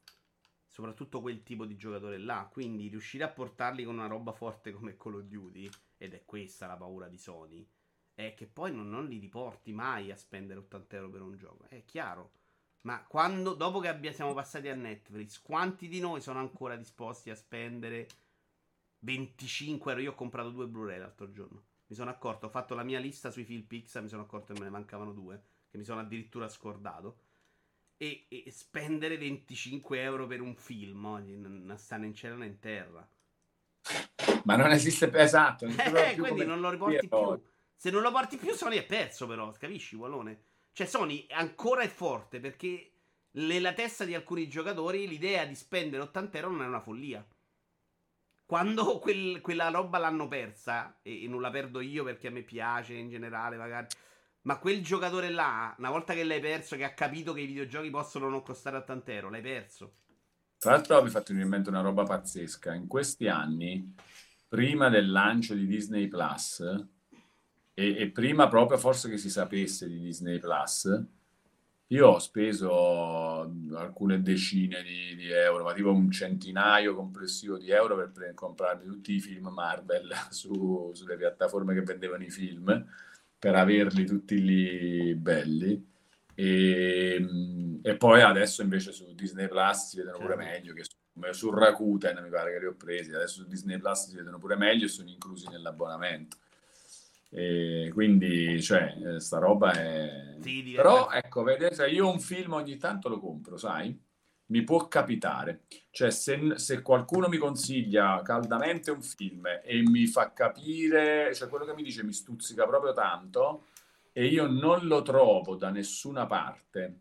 Soprattutto quel tipo di giocatore là. Quindi riuscire a portarli con una roba forte come Call of Duty, ed è questa la paura di Sony, è che poi non, non li riporti mai a spendere ottanta euro per un gioco. È chiaro. Ma quando, dopo che abbia, siamo passati a Netflix, quanti di noi sono ancora disposti a spendere venticinque euro? Io ho comprato due Blu-ray l'altro giorno. Mi sono accorto, ho fatto la mia lista sui film Pixar, mi sono accorto che me ne mancavano due, che mi sono addirittura scordato. E, e spendere venticinque euro per un film oggi non sta né in cielo né in terra. Ma non esiste più, esatto, non esiste Eh, più quindi come non lo riporti più. Se non lo porti più, Sony è perso, però. Capisci, Wallone? Cioè, Sony ancora è forte perché nella testa di alcuni giocatori l'idea di spendere ottanta euro non è una follia. Quando quel- quella roba l'hanno persa, e, e non la perdo io perché a me piace in generale, magari. Ma quel giocatore là, una volta che l'hai perso, che ha capito che i videogiochi possono non costare ottanta euro, l'hai perso. Tra l'altro mi è fatto venire in mente una roba pazzesca. In questi anni, prima del lancio di Disney Plus, e, e prima proprio forse che si sapesse di Disney Plus, io ho speso alcune decine di, di euro, ma tipo un centinaio complessivo di euro per pre- comprarmi tutti i film Marvel su- sulle piattaforme che vendevano i film, per averli tutti lì belli. E, e poi adesso invece su Disney Plus si vedono Ce l'ha pure tutti. meglio, che su, su Rakuten mi pare che li ho presi, adesso su Disney Plus si vedono pure meglio e sono inclusi nell'abbonamento. E quindi, cioè, eh, sta roba è... Sì, diventa. Però, ecco, vedete, io un film ogni tanto lo compro, sai? Mi può capitare. Cioè, se, se qualcuno mi consiglia caldamente un film e mi fa capire, cioè quello che mi dice mi stuzzica proprio tanto e io non lo trovo da nessuna parte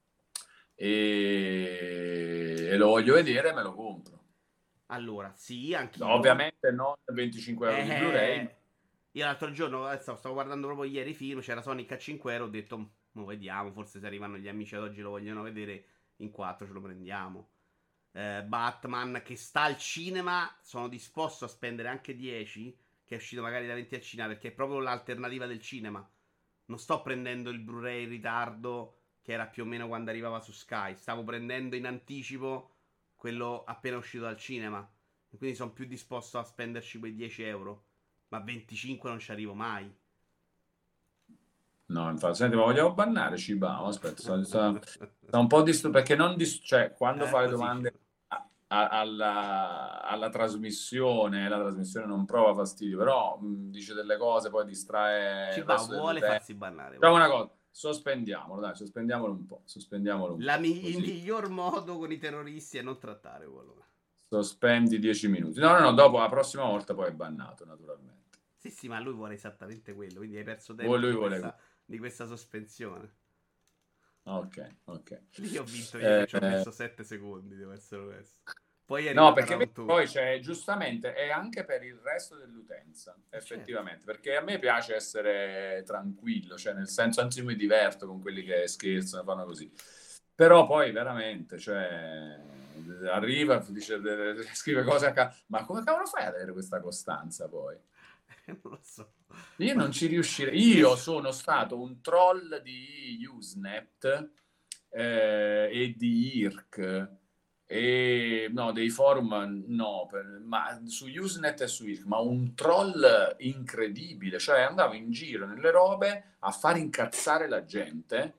e, e lo voglio vedere, me lo compro. Allora, sì, anch'io. Ovviamente non venticinque euro di Blu-ray, ma Eh, io l'altro giorno eh, stavo, stavo guardando proprio ieri i film, c'era Sonic a cinque euro, ho detto, mo vediamo, forse se arrivano gli amici ad oggi lo vogliono vedere, in quattro ce lo prendiamo. Eh, Batman che sta al cinema, sono disposto a spendere anche dieci, che è uscito magari da venti al cinema, perché è proprio l'alternativa del cinema. Non sto prendendo il Blu-ray in ritardo, che era più o meno quando arrivava su Sky, stavo prendendo in anticipo quello appena uscito dal cinema. E quindi sono più disposto a spenderci quei dieci euro. Ma venticinque non ci arrivo mai. no, infatti, senti, ma vogliamo bannare Cibao? Aspetta, sta, sta- sta un po' disto perché non dis- cioè, quando eh, fa le così ci... domande a- a- alla, alla trasmissione, la trasmissione non prova fastidio, però mh, dice delle cose, poi distrae il Cibao resto vuole dell'utente. farsi bannare. Facciamo Vuole. una cosa, sospendiamolo, dai, sospendiamolo un po', sospendiamolo un La po', mi- il così. miglior modo con i terroristi è non trattare quello. Sospendi dieci minuti. No, no, no, dopo la prossima volta poi è bannato, naturalmente. Sì, sì, ma lui vuole esattamente quello. Quindi hai perso Voi tempo lui di vuole... questa, di questa sospensione. Ok, ok. Lì ho vinto io che ci ho Eh, messo sette secondi, devo essere onesto. Poi è No, arrivata perché vedi, round due. poi c'è giustamente è anche per il resto dell'utenza, Eh certo. effettivamente, perché a me piace essere tranquillo, cioè nel senso, anzi io mi diverto con quelli che scherzano, fanno così. Però poi veramente, cioè, arriva, dice, scrive cose a ca- ma come cavolo fai ad avere questa costanza poi? non lo so. Io Ma non ci riuscirei. io Io so- sono stato un troll di Usenet eh, e di I R C e no, dei forum no, per- ma su Usenet e su I R C, ma un troll incredibile, cioè andavo in giro nelle robe a far incazzare la gente.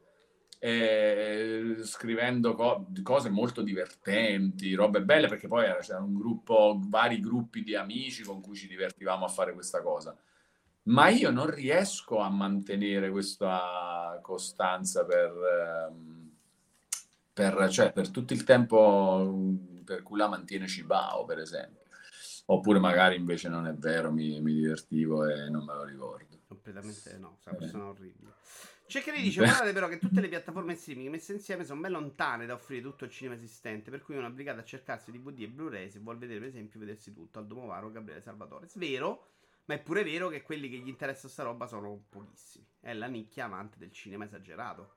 eh, scrivendo co- cose molto divertenti, robe belle, perché poi era- c'era un gruppo, vari gruppi di amici con cui ci divertivamo a fare questa cosa. Ma io non riesco a mantenere questa costanza per, ehm, per, cioè, per tutto il tempo mm, per cui la mantiene Cibao, per esempio. Oppure magari invece non è vero, mi, mi divertivo e non me lo ricordo. completamente no, sei una Eh, persona orribile. C'è chi dice, guardate però che tutte le piattaforme streaming messe insieme sono ben lontane da offrire tutto il cinema esistente, per cui uno è obbligato a cercarsi D V D e Blu-ray se vuol vedere per esempio vedersi tutto, Aldo Movaro o Gabriele Salvatore. Svero, ma è pure vero che quelli che gli interessa sta roba sono pochissimi. È la nicchia amante del cinema esagerato.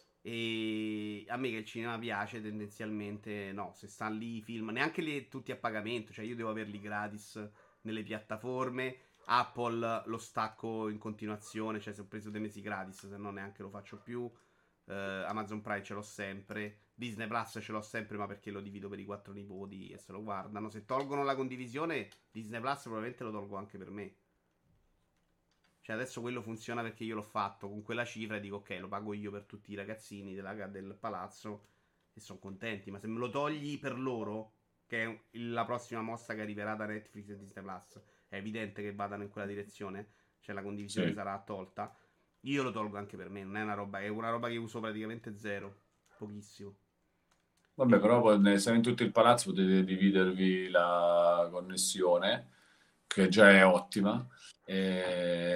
E a me che il cinema piace tendenzialmente no, se stanno lì i film, neanche lì tutti a pagamento, cioè io devo averli gratis nelle piattaforme. Apple lo stacco in continuazione, cioè se ho preso dei mesi gratis, se no neanche lo faccio più. Eh, Amazon Prime ce l'ho sempre. Disney Plus ce l'ho sempre, ma perché lo divido per i quattro nipoti e se lo guardano. Se tolgono la condivisione, Disney Plus probabilmente lo tolgo anche per me. Cioè adesso quello funziona perché io l'ho fatto con quella cifra e dico ok, lo pago io per tutti i ragazzini della, del palazzo e sono contenti. Ma se me lo togli per loro, che è la prossima mossa che arriverà da Netflix e Disney Plus, è evidente che vadano in quella direzione, cioè la condivisione Sì. sarà tolta. Io lo tolgo anche per me, non è una roba, è una roba che uso praticamente zero, pochissimo. Vabbè, però poi, se in tutto il palazzo potete dividervi la connessione, che già è ottima. E...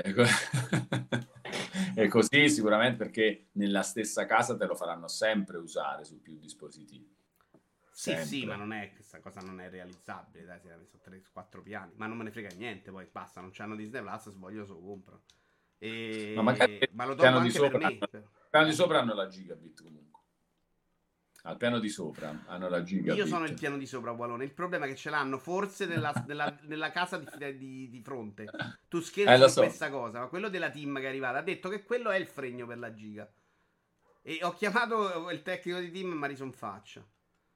e così sicuramente perché nella stessa casa te lo faranno sempre usare su più dispositivi. Sì, sì, ma Sempre. non è questa cosa non è realizzabile, dai, si è messo tre quattro piani, ma non me ne frega niente, poi basta, non c'hanno Disney Plus, se vogliono se lo comprano. Ma magari E... al Ma lo tolgo piano di anche per sopra, me. al piano di sopra hanno la gigabit comunque. Al piano di sopra hanno la Io sono il gigabit. piano di sopra, Walone. Il problema è che ce l'hanno forse nella, nella- nella casa di, di- di fronte. Tu Eh, scherzi lo su so. questa cosa, ma quello della team che è arrivata ha detto che quello è il fregno per la giga. E ho chiamato il tecnico di team e mi ha riso in faccia.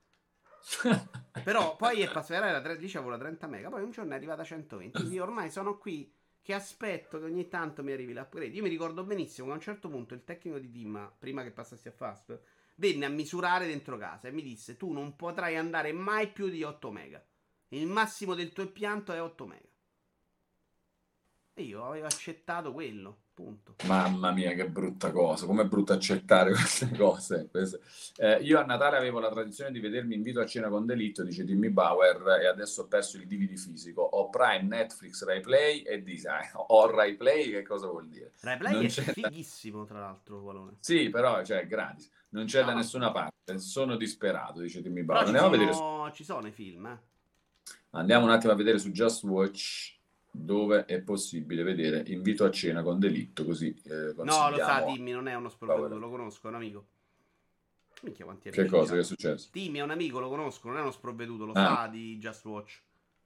Però poi è passato, era tre- dicevo la trenta mega, poi un giorno è arrivata a centoventi. Quindi io ormai sono qui che aspetto che ogni tanto mi arrivi l'upgrade. Io mi ricordo benissimo che a un certo punto il tecnico di team, prima che passassi a Fast, venne a misurare dentro casa e mi disse: Tu non potrai andare mai più di otto mega. Il massimo del tuo impianto è otto mega. E io avevo accettato quello. Punto. Mamma mia, che brutta cosa, com'è brutto accettare queste cose. Queste- Eh, io a Natale avevo la tradizione di vedermi Invito a cena con delitto, dice Timmy Bauer, e adesso ho perso il D V D fisico. Ho Prime, Netflix, Rai Play e Disney. Ho Rai Play, che cosa vuol dire? Replay Non è c'è da... fighissimo, tra l'altro, Valone. Sì, però, cioè, è gratis. Non c'è da No, nessuna parte. Sono disperato, dice Timmy però Bauer. ci Andiamo a vedere su... sono, ci sono i film, eh. Andiamo un attimo a vedere su Just Watch dove è possibile vedere Invito a cena con delitto, così eh, No, lo sa, consigliamo a Timmy, non è uno sprovveduto, Bauer. lo conosco, è un amico. Minchia, quanti Che amici cosa? Che è c'ha. successo? Timmy è un amico, lo conosco, non è uno sprovveduto, lo Ah, sa di Just Watch.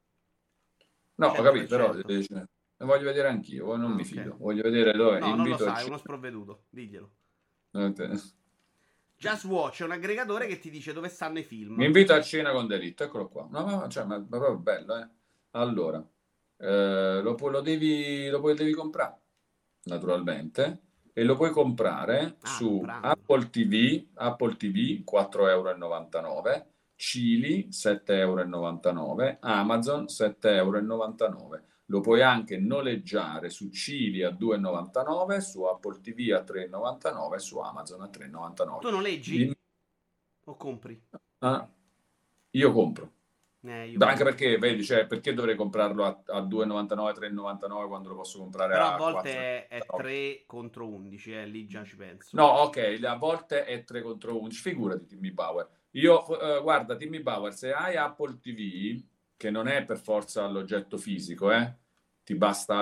no, ho cento per capito, però cento. eh, cioè, lo voglio vedere anch'io, poi non Ah, mi ok. fido. Voglio vedere dove No, non lo invito a sa, è uno cena. sprovveduto, diglielo. Eh, te- Just Watch è un aggregatore che ti dice dove stanno i Mi film. invito a cena con delitto, eccolo qua. No, ma, cioè, ma, ma proprio bello, eh. Allora, eh, lo, pu- lo devi, lo puoi, devi comprare, naturalmente, e lo puoi comprare Ah, su comprandolo. Apple T V, Apple T V quattro virgola novantanove euro, Cili sette virgola novantanove euro, Amazon sette virgola novantanove euro. Lo puoi anche noleggiare su Cili a due virgola novantanove, su Apple T V a tre virgola novantanove e su Amazon a tre virgola novantanove. Tu noleggi Dimmi- o compri? ah, io compro. Eh, io Beh, anche compro. perché, vedi, cioè, perché dovrei comprarlo a, a due virgola novantanove, tre virgola novantanove quando lo posso comprare Però a a volte è, è quattro virgola novantanove? tre contro undici, eh, lì già ci penso. No, ok, a volte è tre contro undici, figurati Timmy Bauer. Io, eh, guarda, Timmy Bauer, se hai Apple T V, che non è per forza l'oggetto fisico, eh, ti basta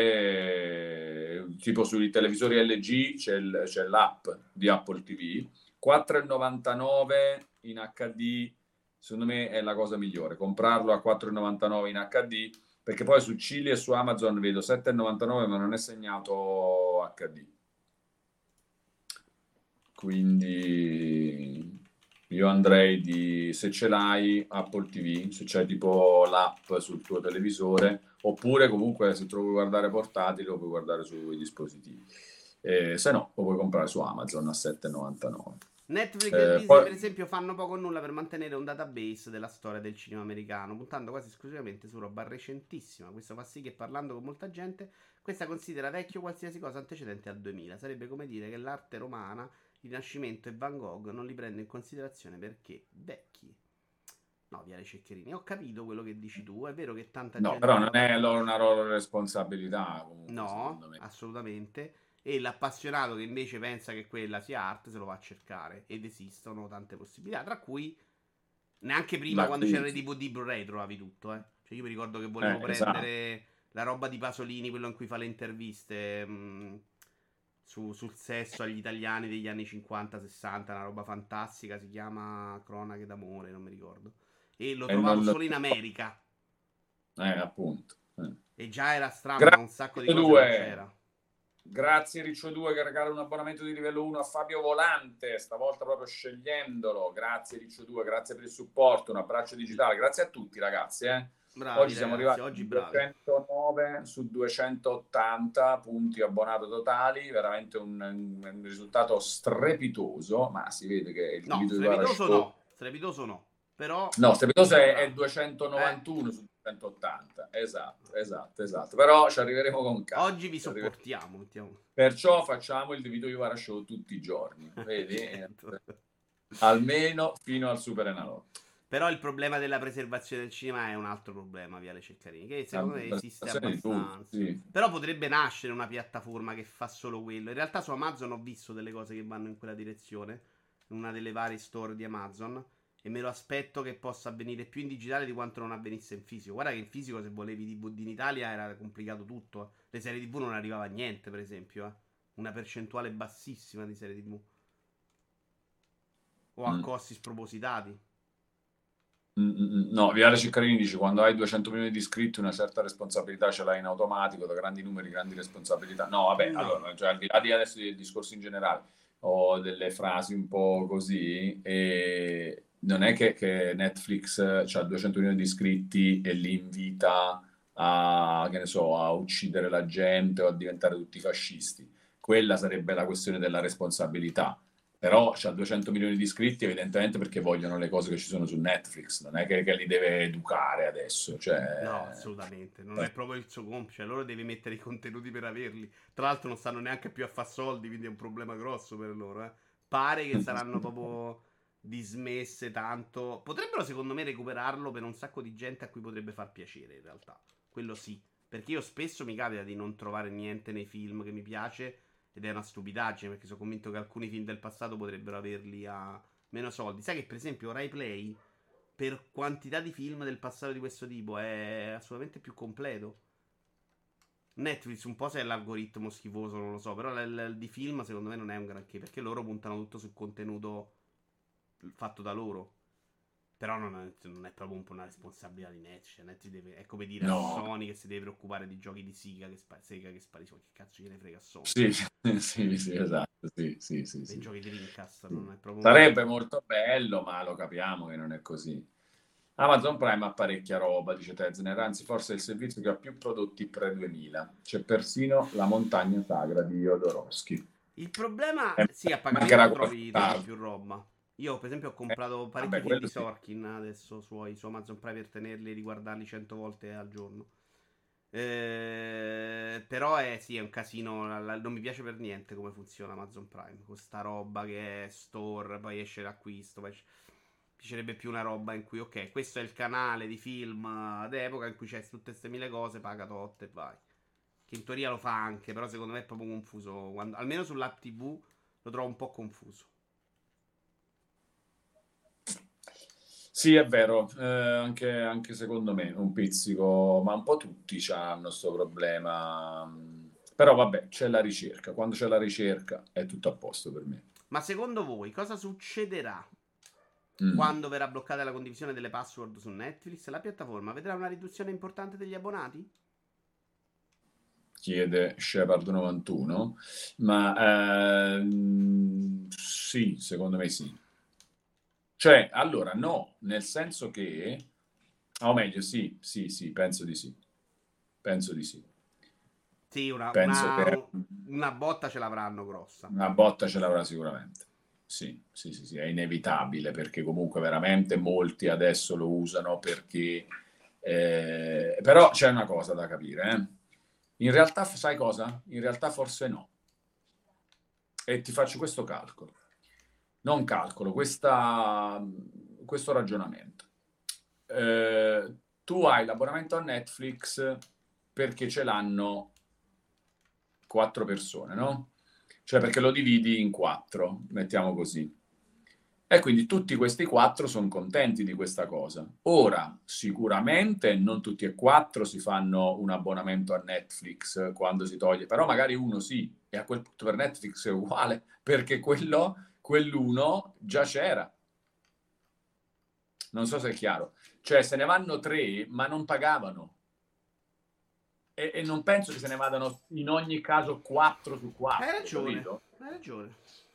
avere, eh, tipo sui televisori L G c'è, il- c'è l'app di Apple T V, quattro virgola novantanove in H D, secondo me è la cosa migliore, comprarlo a quattro virgola novantanove in H D, perché poi su Cili e su Amazon vedo sette virgola novantanove ma non è segnato H D. Quindi io andrei di, se ce l'hai, Apple T V, se c'è tipo l'app sul tuo televisore, oppure comunque se te lo vuoi guardare portatile lo puoi guardare sui dispositivi. Eh, se no, lo puoi comprare su Amazon a sette virgola novantanove. Netflix e Eh, Disney, poi, per esempio, fanno poco o nulla per mantenere un database della storia del cinema americano, puntando quasi esclusivamente su roba recentissima. Questo fa sì che, parlando con molta gente, questa considera vecchio qualsiasi cosa antecedente al duemila. Sarebbe come dire che l'arte romana, il Rinascimento e Van Gogh non li prende in considerazione perché vecchi. No, via le ceccherini. Ho capito quello che dici tu. È vero che tanta no, gente però ha non è lavorato. loro una loro responsabilità comunque, No, secondo me. assolutamente. E l'appassionato che invece pensa che quella sia arte se lo va a cercare. Ed esistono tante possibilità, tra cui neanche prima, La quando c'erano i crisi. D V D Blu-ray, trovavi tutto, eh. Cioè, io mi ricordo che volevo Eh, esatto. prendere la roba di Pasolini, quello in cui fa le interviste mh, su- sul sesso agli italiani degli anni cinquanta sessanta, una roba fantastica, si chiama Cronache d'amore, non mi ricordo. E lo E trovavo non, solo in America. eh, appunto. Eh. E già era strano, ma un sacco di Grazie cose non due. c'era. Grazie Riccio due che regala un abbonamento di livello uno a Fabio Volante, stavolta proprio scegliendolo. Grazie Riccio due, grazie per il supporto, un abbraccio digitale. Grazie a tutti ragazzi, eh. Bravi Oggi siamo ragazzi, arrivati oggi a bravi. duecentonove su duecentottanta punti abbonato totali, veramente un, un risultato strepitoso, ma si vede che il No, divido di Vara strepitoso Show... no, strepitoso no, però No, strepitoso è, è bravo. Eh, duecentonovantuno su duecentottanta, esatto, esatto, esatto, però ci arriveremo con calma. oggi vi ci arriveremo. sopportiamo, mettiamo. Perciò facciamo il divido di Vara Show tutti i giorni, vedi? Certo. Almeno fino al Super Enalotto. Però il problema della preservazione del cinema è un altro problema, Viale Ceccarini, che La secondo me esiste presentazione di tutti, abbastanza. sì. Però potrebbe nascere una piattaforma che fa solo quello. In realtà su Amazon ho visto delle cose che vanno in quella direzione, in una delle varie store di Amazon, e me lo aspetto che possa avvenire più in digitale di quanto non avvenisse in fisico. Guarda che in fisico se volevi D V D in Italia era complicato tutto. Le serie T V non arrivava a niente, per esempio, eh. Una percentuale bassissima di serie T V. O a Mm. costi spropositati. No, Viale Ciccarini dice quando hai duecento milioni di iscritti una certa responsabilità ce l'hai in automatico, da grandi numeri, grandi responsabilità. No, vabbè, No. allora, cioè, al di là di adesso del discorso in generale, ho delle frasi un po' così, e non è che, che Netflix ha duecento milioni di iscritti e li invita a, che ne so, a uccidere la gente o a diventare tutti fascisti. Quella sarebbe la questione della responsabilità. Però c'ha duecento milioni di iscritti evidentemente perché vogliono le cose che ci sono su Netflix, non è che, che li deve educare adesso, No, cioè... assolutamente. Non è proprio il suo compito. Cioè, loro devi mettere i contenuti per averli. Tra l'altro, non stanno neanche più a far soldi, quindi è un problema grosso per loro. Eh. Pare che saranno proprio dismesse tanto. Potrebbero, secondo me, recuperarlo per un sacco di gente a cui potrebbe far piacere, in realtà. Quello sì. Perché io spesso mi capita di non trovare niente nei film che mi piace. Ed è una stupidaggine, perché sono convinto che alcuni film del passato potrebbero averli a meno soldi. Sai che, per esempio, Rai Play per quantità di film del passato di questo tipo è assolutamente più completo. Netflix un po' se è l'algoritmo schifoso, non lo so, però l- l- di film secondo me non è un granché, perché loro puntano tutto sul contenuto fatto da loro. Però non è, non è proprio un po' una responsabilità di Netflix. Cioè, Netflix deve- è come dire a No, Sony che si deve preoccupare di giochi di Sega che, spa- Sega che spariscono. Che cazzo gliene frega a Sony? sì, sì, sì, esatto, sì, sì, sì, Dei sì. giochi Dreamcast Sì. non è proprio Sarebbe un... molto bello, ma lo capiamo che non è così. Amazon Prime ha parecchia roba, dice Tezner, anzi forse è il servizio che ha più prodotti pre-duemila. C'è persino La montagna sagra di Jodorowsky. Il problema, E sì, a mancherà pagamento trovi, trovi qualcos'altro. più roba. Io, per esempio, ho Eh, comprato parecchi vabbè, film quello di sì. Sorkin adesso su, su Amazon Prime per tenerli e riguardarli cento volte al giorno. Eh, però è, sì, è un casino. la- la- non mi piace per niente come funziona Amazon Prime. Questa roba che è store, poi esce l'acquisto. Poi esce- Mi piacerebbe più una roba in cui, ok, questo è il canale di film eh, d'epoca in cui c'è tutte queste mille cose, paga tot e vai. Che in teoria lo fa anche, però secondo me è proprio confuso. Quando- almeno sull'app T V lo trovo un po' confuso. Sì, è vero, eh, anche, anche secondo me un pizzico, ma un po' tutti hanno questo problema. Però vabbè, c'è la ricerca. Quando c'è la ricerca è tutto a posto per me. Ma secondo voi cosa succederà Mm. quando verrà bloccata la condivisione delle password su Netflix? La piattaforma vedrà una riduzione importante degli abbonati? Chiede Shepard novantuno, ma ehm, sì, secondo me sì. Cioè, allora no, nel senso che, o meglio, sì, sì, sì, penso di sì. Penso di sì. Sì, una, Penso una, che una botta ce l'avranno grossa. una botta ce l'avrà sicuramente. Sì, sì, sì, sì, è inevitabile perché comunque veramente molti adesso lo usano perché... eh, però c'è una cosa da capire, eh. In realtà, sai cosa? In realtà forse no. E ti faccio questo calcolo. Non calcolo, questa, questo ragionamento. Eh, tu hai l'abbonamento a Netflix perché ce l'hanno quattro persone, no? Cioè perché lo dividi in quattro, mettiamo così. E quindi tutti questi quattro sono contenti di questa cosa. Ora, sicuramente non tutti e quattro si fanno un abbonamento a Netflix quando si toglie, però magari uno sì, e a quel punto per Netflix è uguale, perché quello, quell'uno già c'era. Non so se è chiaro. Cioè se ne vanno tre, ma non pagavano. E, e non penso che se ne vadano in ogni caso quattro su Hai quattro, ragione, capito? hai ragione.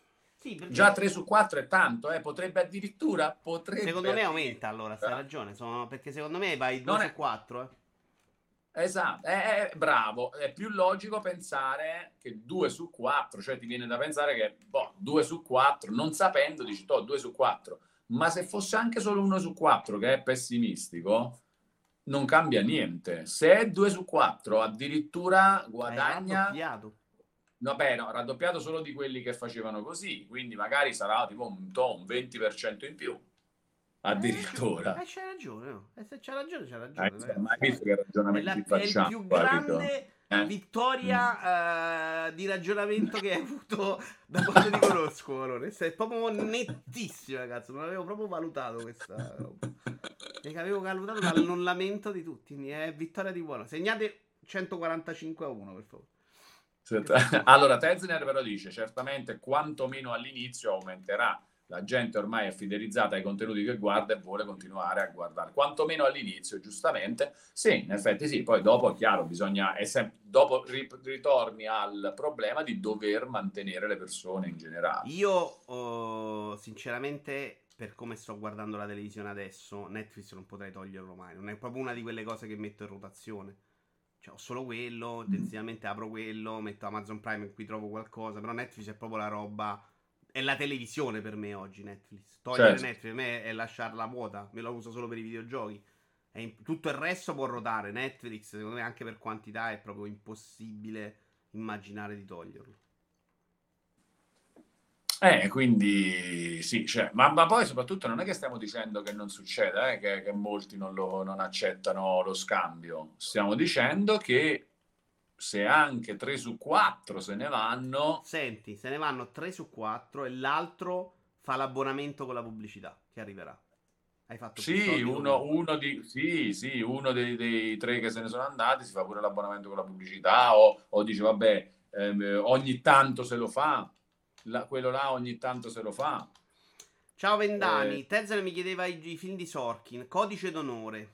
Sì, perché Già tre su quattro è tanto, eh? Potrebbe addirittura, potrebbe secondo me aumenta addirittura. allora, stai ragione, sono... perché secondo me vai due Non su è, quattro, eh. esatto, è, è- bravo, è più logico pensare che due su quattro, cioè ti viene da pensare che boh, due su quattro, non sapendo, dici, to, due su quattro, ma se fosse anche solo uno su quattro, che è pessimistico, non cambia niente. Se è due su quattro, addirittura Hai guadagna, raddoppiato. no, beh, no, raddoppiato solo di quelli che facevano così, quindi magari sarà tipo un, to, un venti per cento in più, Hai ragione, addirittura. eh, c'hai ragione, oh. E se c'ha ragione, c'ha Hai ragione, visto- ragazzi. mai visto che È, la- ragionamenti è il facciamo, più capito? grande Eh? Mm. vittoria eh, di ragionamento che hai avuto da quando ti conosco, Valone. È proprio nettissimo, ragazzi. Non avevo proprio valutato questa roba. E avevo valutato l'annullamento di tutti. Quindi è vittoria di buono. Segnate centoquarantacinque a uno, per favore. Allora, Tezner però dice, certamente quantomeno all'inizio aumenterà. La gente ormai è fidelizzata ai contenuti che guarda e vuole continuare a guardare. Quantomeno all'inizio, giustamente. Sì, in effetti sì. Poi dopo, è chiaro, bisogna... È sem- dopo ri- ritorni al problema di dover mantenere le persone in generale. Io, oh, sinceramente, per come sto guardando la televisione adesso, Netflix non potrei toglierlo mai. Non è proprio una di quelle cose che metto in rotazione. Cioè, ho solo quello, Mm. intensivamente apro quello, metto Amazon Prime in cui trovo qualcosa. Però Netflix è proprio la roba. È la televisione per me oggi, Netflix. Togliere Certo. Netflix per me è lasciarla vuota. Me la uso solo per i videogiochi. È in- Tutto il resto può ruotare. Netflix, secondo me, anche per quantità, è proprio impossibile immaginare di toglierlo. Eh, quindi sì, cioè, ma, ma poi soprattutto non è che stiamo dicendo che non succeda, eh, che, che molti non, lo, non accettano lo scambio. Stiamo dicendo che se anche tre su quattro se ne vanno, Senti, se ne vanno tre su quattro e l'altro fa l'abbonamento con la pubblicità che arriverà. Hai fatto più sì, soldi uno, comunque. uno, di, sì, sì, uno dei, dei tre che se ne sono andati si fa pure l'abbonamento con la pubblicità o, o dice, vabbè, ehm, ogni tanto se lo fa, la- quello là ogni tanto se lo fa. Ciao Eh, Vendani, Tezzero mi chiedeva i, i film di Sorkin, Codice d'onore.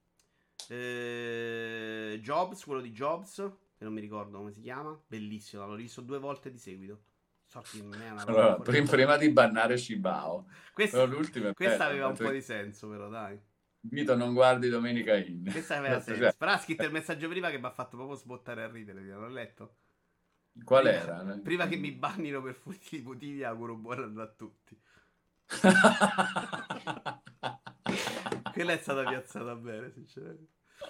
Eh, Jobs, quello di Jobs, che non mi ricordo come si chiama. Bellissimo, l'ho rivisto due volte di seguito. Sorkin è una roba allora, fuori di prim- testa. prima di bannare Shibao, Questa, però l'ultimo è questa bello, aveva ma un po' tu- di senso, però, dai. Vito non guardi Domenica In. Questa aveva Cioè, senso. Però ha scritto il messaggio prima che mi ha fatto proprio sbottare a ridere. L'ho letto. qual Prima, era? prima che mi bannino per futili motivi, auguro buon anno a tutti. Quella è stata piazzata bene, sinceramente.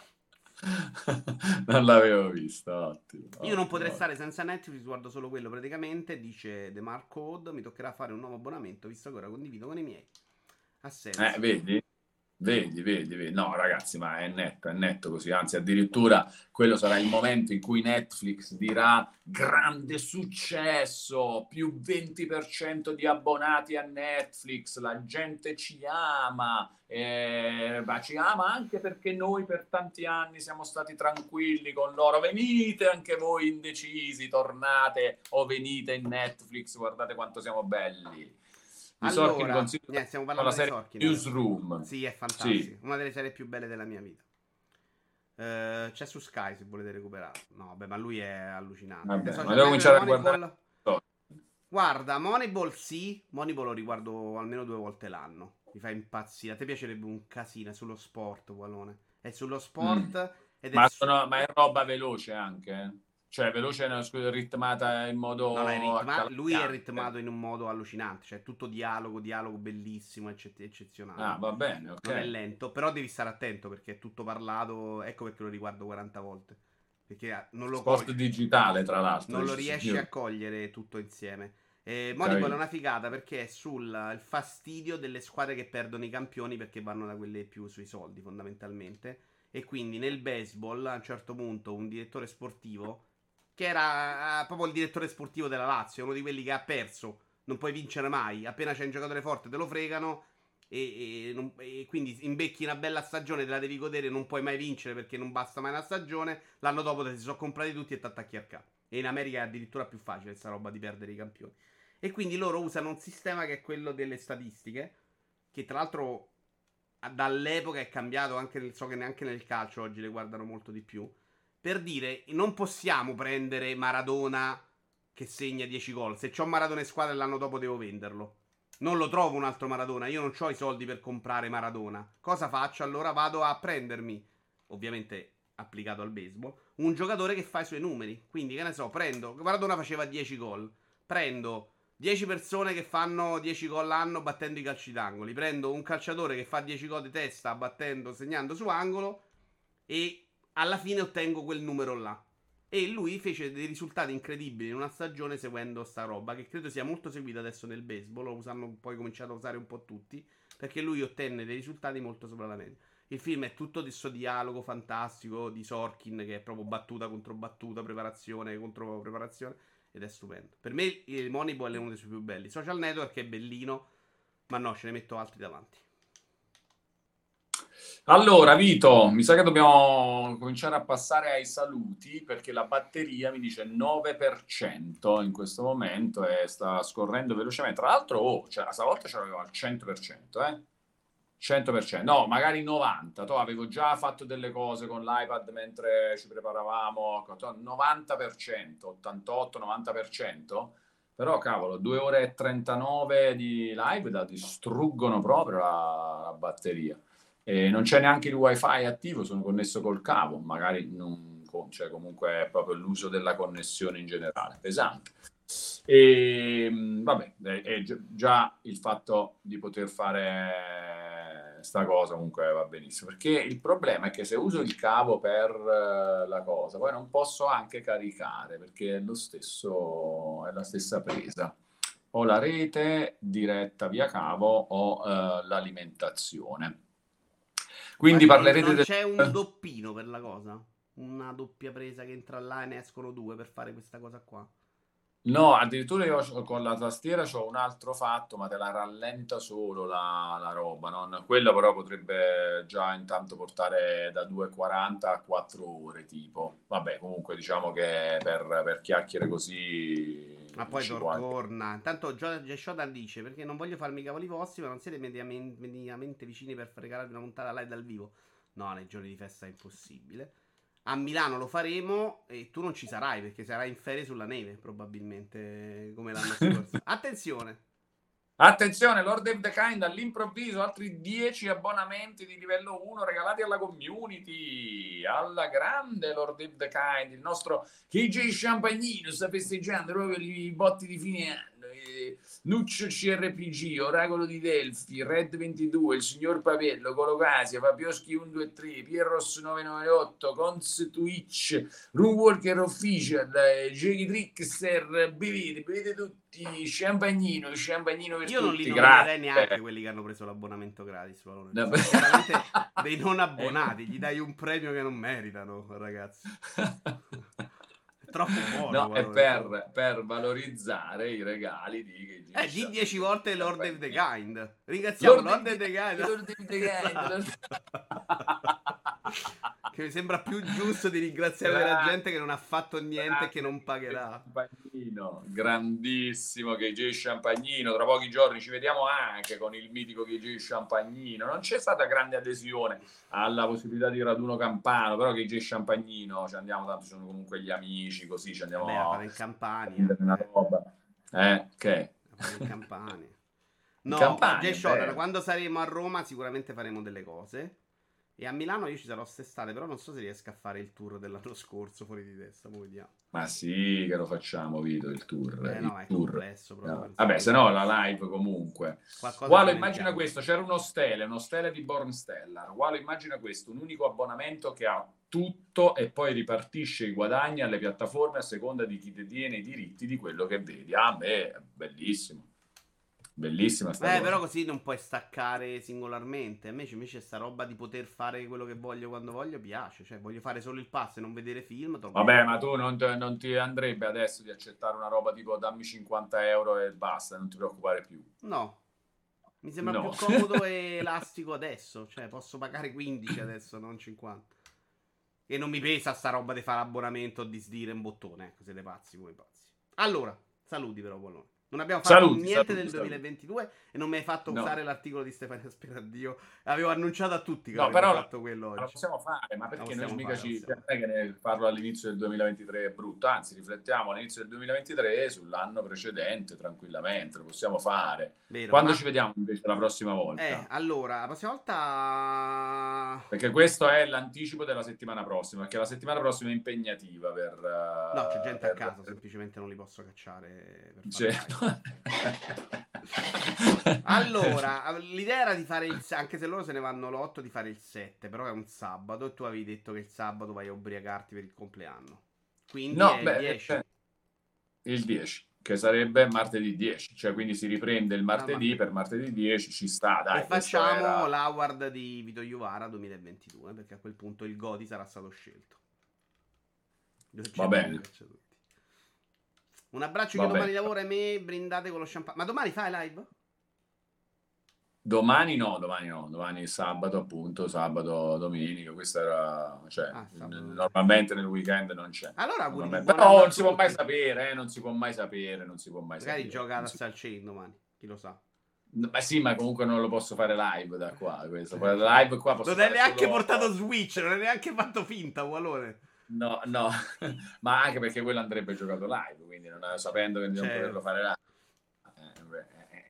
Non l'avevo visto, ottimo, Io non ottimo, potrei ottimo. stare senza Netflix, guardo solo quello praticamente. Dice The Mark Code. Mi toccherà fare un nuovo abbonamento, visto che ora condivido con i miei. Ha Eh, senso. vedi? Vedi, vedi, vedi. No, ragazzi, ma è netto, è netto così. Anzi, addirittura quello sarà il momento in cui Netflix dirà grande successo, più venti per cento di abbonati a Netflix, la gente ci ama, eh, ma ci ama anche perché noi per tanti anni siamo stati tranquilli con loro. Venite anche voi indecisi, tornate o venite in Netflix, guardate quanto siamo belli. Di Sorkin Allora, consiglio niente, stiamo la parlando di serie Sorkin adesso. Newsroom. Sì, è Sì. fantastico. Una delle serie più belle della mia vita. Eh, c'è su Sky se volete recuperare. No, vabbè, ma lui è allucinante. Te Vabbè, ma social devo network cominciare a guardare. Moneyball. Guarda, Moneyball sì. Moneyball lo riguardo almeno due volte l'anno. Mi fa impazzire. A te piacerebbe un casino. È sullo sport, Wallone. È sullo Mm. sport ed è Ma, su... sono- ma è roba veloce anche, eh? Cioè veloce, no, scusa, ritmata in No, no, è modo ritma- lui è accalappiante. ritmato in un modo allucinante. Cioè, tutto dialogo, dialogo bellissimo, eccet- Ah, eccezionale. va bene, ok. Non è lento, però devi stare attento perché è tutto parlato. Ecco perché lo riguardo quaranta volte. Perché ah, non lo Sport cogli. digitale, tra l'altro, Non lo dice riesci a signore. cogliere tutto insieme. Eh, Moneyball è Capito? una figata perché è sul il fastidio delle squadre che perdono i campioni perché vanno da quelle più sui soldi, fondamentalmente. E quindi nel baseball, a un certo punto, un direttore sportivo, che era ah, proprio il direttore sportivo della Lazio, uno di quelli che ha perso, non puoi vincere mai. Appena c'è un giocatore forte, te lo fregano. E, e non- e quindi imbecchi una bella stagione, te la devi godere, non puoi mai vincere perché non basta mai una stagione. L'anno dopo te si sono comprati tutti e ti attacchi al capo. E in America è addirittura più facile questa roba di perdere i campioni. E quindi loro usano un sistema che è quello delle statistiche, che tra l'altro dall'epoca è cambiato, anche nel, so che neanche nel calcio oggi le guardano molto di più, per dire non possiamo prendere Maradona che segna dieci gol. Se c'ho Maradona in squadra l'anno dopo devo venderlo. Non lo trovo un altro Maradona. Io non ho i soldi per comprare Maradona. Cosa faccio? Allora vado a prendermi, ovviamente applicato al baseball, un giocatore che fa i suoi numeri. Quindi, che ne so, prendo. Maradona faceva dieci gol. Prendo dieci persone che fanno dieci gol l'anno battendo i calci d'angoli. Prendo un calciatore che fa dieci gol di testa battendo, segnando su angolo. E alla fine ottengo quel numero là. E lui fece dei risultati incredibili in una stagione seguendo sta roba, che credo sia molto seguita adesso nel baseball. Lo usano, poi cominciato a usare un po' tutti, perché lui ottenne dei risultati molto sopra la media. Il film è tutto di questo dialogo fantastico di Sorkin, che è proprio battuta contro battuta, preparazione contro preparazione, ed è stupendo. Per me il Moneyball è uno dei suoi più belli. Social Network è bellino, ma no, ce ne metto altri davanti. Allora, Vito, mi sa che dobbiamo cominciare a passare ai saluti perché la batteria mi dice nove per cento in questo momento e sta scorrendo velocemente. Tra l'altro, oh, cioè, stavolta ce l'avevo al cento per cento, eh? cento per cento, no, magari novanta. To, avevo già fatto delle cose con l'iPad mentre ci preparavamo, novanta per cento, ottantotto novanta per cento. Però, cavolo, due ore e trentanove di live da distruggono proprio la, la batteria. E non c'è neanche il wifi attivo, sono connesso col cavo, magari non, cioè comunque è proprio l'uso della connessione in generale, pesante. E vabbè, è, è già il fatto di poter fare sta cosa comunque va benissimo, perché il problema è che se uso il cavo per la cosa, poi non posso anche caricare, perché è lo stesso, è la stessa presa. O la rete diretta via cavo o eh, l'alimentazione. Quindi Non, parlerete non del... c'è un doppino per la cosa? Una doppia presa che entra là e ne escono due per fare questa cosa qua? No, addirittura io con la tastiera c'ho un altro fatto, ma te la rallenta solo la, la roba, non? Quella però potrebbe già intanto portare da due e quaranta a quattro ore, tipo. Vabbè, comunque diciamo che per, per chiacchiere così Ma poi ci può anche... torna. Intanto Joe Shodan dice: perché non voglio farmi i cavoli vostri, ma non siete mediamente, mediamente vicini per regalare una puntata live dal vivo. No, nei giorni di festa è impossibile. A Milano lo faremo e tu non ci sarai perché sarai in ferie sulla neve, probabilmente, come l'anno scorso. Attenzione! Attenzione, Lord of the Kind all'improvviso altri dieci abbonamenti di livello uno regalati alla community, alla grande Lord of the Kind, il nostro K J Champagnino sta festeggiando proprio i botti di fine anno, eh, Nuccio C R P G, Oracolo di Delfi, Red ventidue, il signor Papello, Colocasia, Fabioschi uno due tre, Pierros nove nove otto, Cons Twitch, Runwalker Official, eh, Jackie Trickster, bevete, bevete tutti, champagnino, champagnino per Io non li tutti, nominerei grazie. neanche quelli che hanno preso l'abbonamento gratis. Valone. No, Sono chiaramente dei non abbonati. Gli dai un premio che non meritano, ragazzi. È troppo buono. No, è Valone, per, per valorizzare i regali di Eh, di dieci volte Lord of the Kind. Ringraziamo Lord, Lord of the Kind. Lord of the Kind. Che mi sembra più giusto di ringraziare della gente che non ha fatto niente e che non pagherà. Champagnino, grandissimo K J Champagnino. Tra pochi giorni ci vediamo anche con il mitico K J Champagnino. Non c'è stata grande adesione alla possibilità di raduno campano, però K J Champagnino ci andiamo, tanto sono comunque gli amici, così ci andiamo Vabbè, a fare in Campania. una roba. Eh, che? A fare in Campania. No, Campania, Jay Shodan, quando saremo a Roma sicuramente faremo delle cose. E a Milano io ci sarò quest'estate, però non so se riesco a fare il tour dell'anno scorso fuori di testa, mo vediamo. Ma sì, che lo facciamo, Vito, il tour. Eh il no, è tour. complesso proprio. No. Vabbè, se no la live comunque. Walo, immagina questo, c'era uno stele, uno stele di Born Stellar. Walo, immagina questo, un unico abbonamento che ha tutto e poi ripartisce i guadagni alle piattaforme a seconda di chi detiene i diritti di quello che vedi. Ah, beh, bellissimo. Bellissima sta Eh, cosa. però così non puoi staccare singolarmente. A me invece sta roba di poter fare quello che voglio quando voglio piace. Cioè, voglio fare solo il pass e non vedere film. Vabbè, ma tu non, te, non ti andrebbe adesso di accettare una roba tipo dammi cinquanta euro e basta, non ti preoccupare più. No. Mi sembra no. più comodo e elastico adesso. Cioè, posso pagare quindici adesso, non cinquanta. E non mi pesa sta roba di fare abbonamento o di sdire un bottone. Ecco, siete pazzi come pazzi. Allora, saluti però, Pollone. Non abbiamo fatto Saluti, niente saluti, del saluti. duemilaventidue e non mi hai fatto No. usare l'articolo di Stefania Sperandio. Avevo annunciato a tutti che No, avremmo però fatto quello la oggi. possiamo fare, ma La perché noi possiamo mica fare, ci possiamo non è che ne parlo all'inizio del duemilaventitré è brutto, anzi riflettiamo all'inizio del duemilaventitré sull'anno precedente tranquillamente, lo possiamo fare. Vero, Quando ma... ci vediamo invece la prossima Eh, volta? allora, la prossima volta... Perché questo è l'anticipo della settimana prossima, perché la settimana prossima è impegnativa per... No, c'è eh, gente a per- casa, semplicemente non li posso cacciare per fare cioè- live. Allora, l'idea era di fare il... anche se loro se ne vanno l'otto, di fare il sette, però è un sabato e tu avevi detto che il sabato vai a ubriacarti per il compleanno. Quindi è No, il beh, dieci. eh, il dieci, che sarebbe martedì dieci, cioè quindi si riprende il Dal martedì, martedì. per martedì dieci ci sta, dai, E questo facciamo era... l'award di Vito Iuvara duemilaventidue, perché a quel punto il Godi sarà stato scelto. Va bene, Un abbraccio va chi domani bene. lavora e me, brindate con lo champagne. Ma domani fai live? Domani no, domani no, domani è sabato appunto, sabato, domenica, questo era, cioè, Ah, sabato, n- domenica. normalmente nel weekend non c'è. Allora auguri di Normalmente- buon anno Però a non si può mai tutti. sapere, eh, non si può mai sapere, non si può mai Magari sapere. gioca non a si- Salchain domani, chi lo sa. Ma sì, ma comunque non lo posso fare live da qua, questo. Poi live qua posso Non hai fare neanche solo... portato Switch, non hai neanche fatto finta, Walone. No, no, ma anche perché quello andrebbe giocato live, quindi non, sapendo che di non Certo. poterlo fare live. Eh, beh, eh,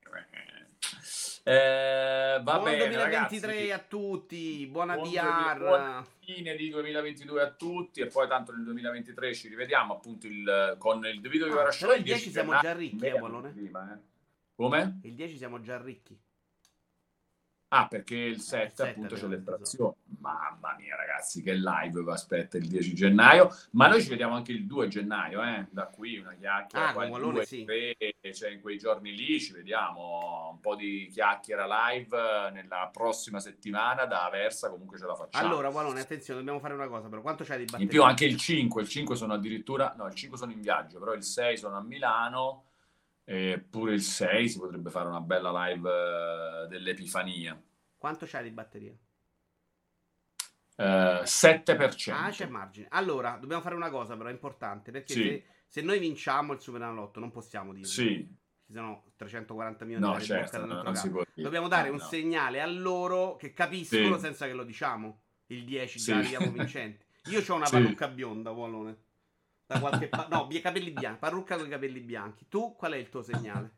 eh, va Buon bene, duemilaventitré ragazzi. a tutti, buona Buon V duemila- R. buona fine di duemilaventidue a tutti e poi tanto nel duemilaventitré ci rivediamo appunto il, con il video di Ah, Varashow però il dieci siamo gennaio, già ricchi, eh, mega Walone. prima, eh. Come? Il dieci siamo già ricchi. Ah, perché il Eh, sette il sette appunto c'è abbiamo l'estrazione. Mamma mia, ragazzi, che live vi aspetta il dieci gennaio. Ma noi ci vediamo anche il due gennaio, eh? Da qui una chiacchiera. Ah, poi con il Wallone due, sì. tre, cioè in quei giorni lì ci vediamo un po' di chiacchiera live nella prossima settimana. Da Aversa comunque ce la facciamo. Allora, Walone, attenzione, dobbiamo fare una cosa, però quanto c'hai di batteria? In più anche il cinque, il cinque sono addirittura, no, il cinque sono in viaggio, però il sei sono a Milano e pure il sei si potrebbe fare una bella live eh, dell'Epifania. Quanto c'hai di batteria? Eh, sette per cento. Ah, c'è margine. Allora, dobbiamo fare una cosa, però è importante, perché Sì. se, se noi vinciamo il Superenalotto non possiamo dirlo. Sì, Ci sono trecentoquaranta milioni no, di certo, bloccate no, dentro non casa. si può dire. Dobbiamo dare Eh, un no. segnale a loro che capiscono Sì. senza che lo diciamo. Il dieci Sì. già arriviamo vincenti. Io ho una Sì. parrucca bionda, Walone. Da qualche pa- no, i capelli bianchi, parrucca con i capelli bianchi. Tu qual è il tuo segnale?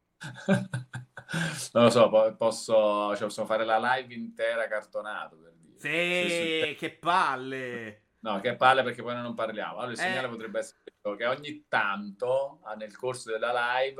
Non lo so, po- posso, cioè, possiamo fare la live intera cartonato per dire. Sì, Sì, sì. che palle. No, che palle perché poi noi non parliamo. Allora il Eh. segnale potrebbe essere che ogni tanto ah, nel corso della live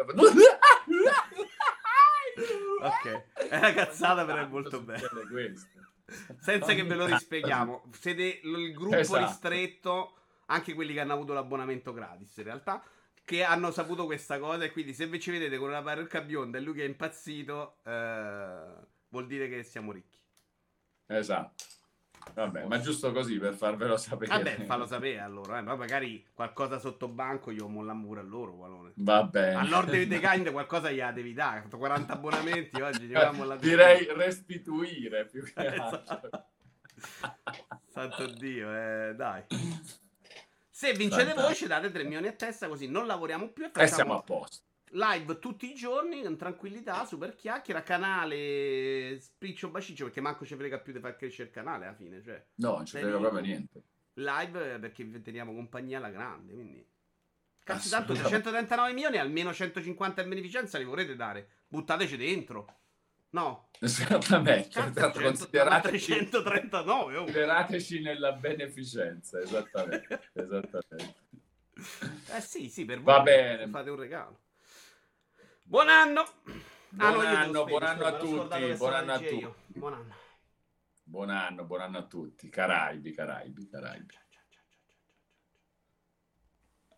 Ok, è una cazzata, però è molto bella. Questo. Senza che ve lo rispieghiamo. Siete l- il gruppo Esatto. ristretto, anche quelli che hanno avuto l'abbonamento gratis, in realtà, che hanno saputo questa cosa. E quindi, se vi ci vedete con una parrucca bionda e lui che è impazzito, eh, vuol dire che siamo ricchi. Esatto. Vabbè, ma giusto così per farvelo sapere. Vabbè, fallo sapere allora. Eh. Ma magari qualcosa sotto banco io molliamo pure a loro, Walone. Va bene. A Lord of the Kind qualcosa gli devi dare. Ha fatto quaranta abbonamenti oggi. Giochiamo alla Direi restituire più che Esatto. altro. Santo Dio, eh, dai. Se vincete Fantastico. voi ci date tre milioni a testa, così non lavoriamo più e E siamo a facciamo posto. live tutti i giorni in tranquillità, super chiacchiera, canale Spriccio Baciccio, perché manco ci frega più di far crescere il canale alla fine, cioè No, non ci sei frega lì, proprio niente. live eh, perché vi teniamo compagnia alla grande, quindi cazzo, tanto Assolutamente. trecentotrentanove milioni, almeno centocinquanta in beneficenza li vorrete dare, buttateci dentro. No, Esattamente. cazzo, Esatto, cento- considerateci, trecentotrentanove, oh. considerateci nella beneficenza, esattamente. Esattamente. Eh sì, sì, per Va voi bene. fate un regalo. Buon anno! Ah, no, Buon io devo anno, spegnere, buon anno scusa, a me l'ho scordato tutti, che buon sono anno a D J io. tutti. Buon anno. Buon anno, buon anno a tutti. Caraibi, Caraibi, Caraibi.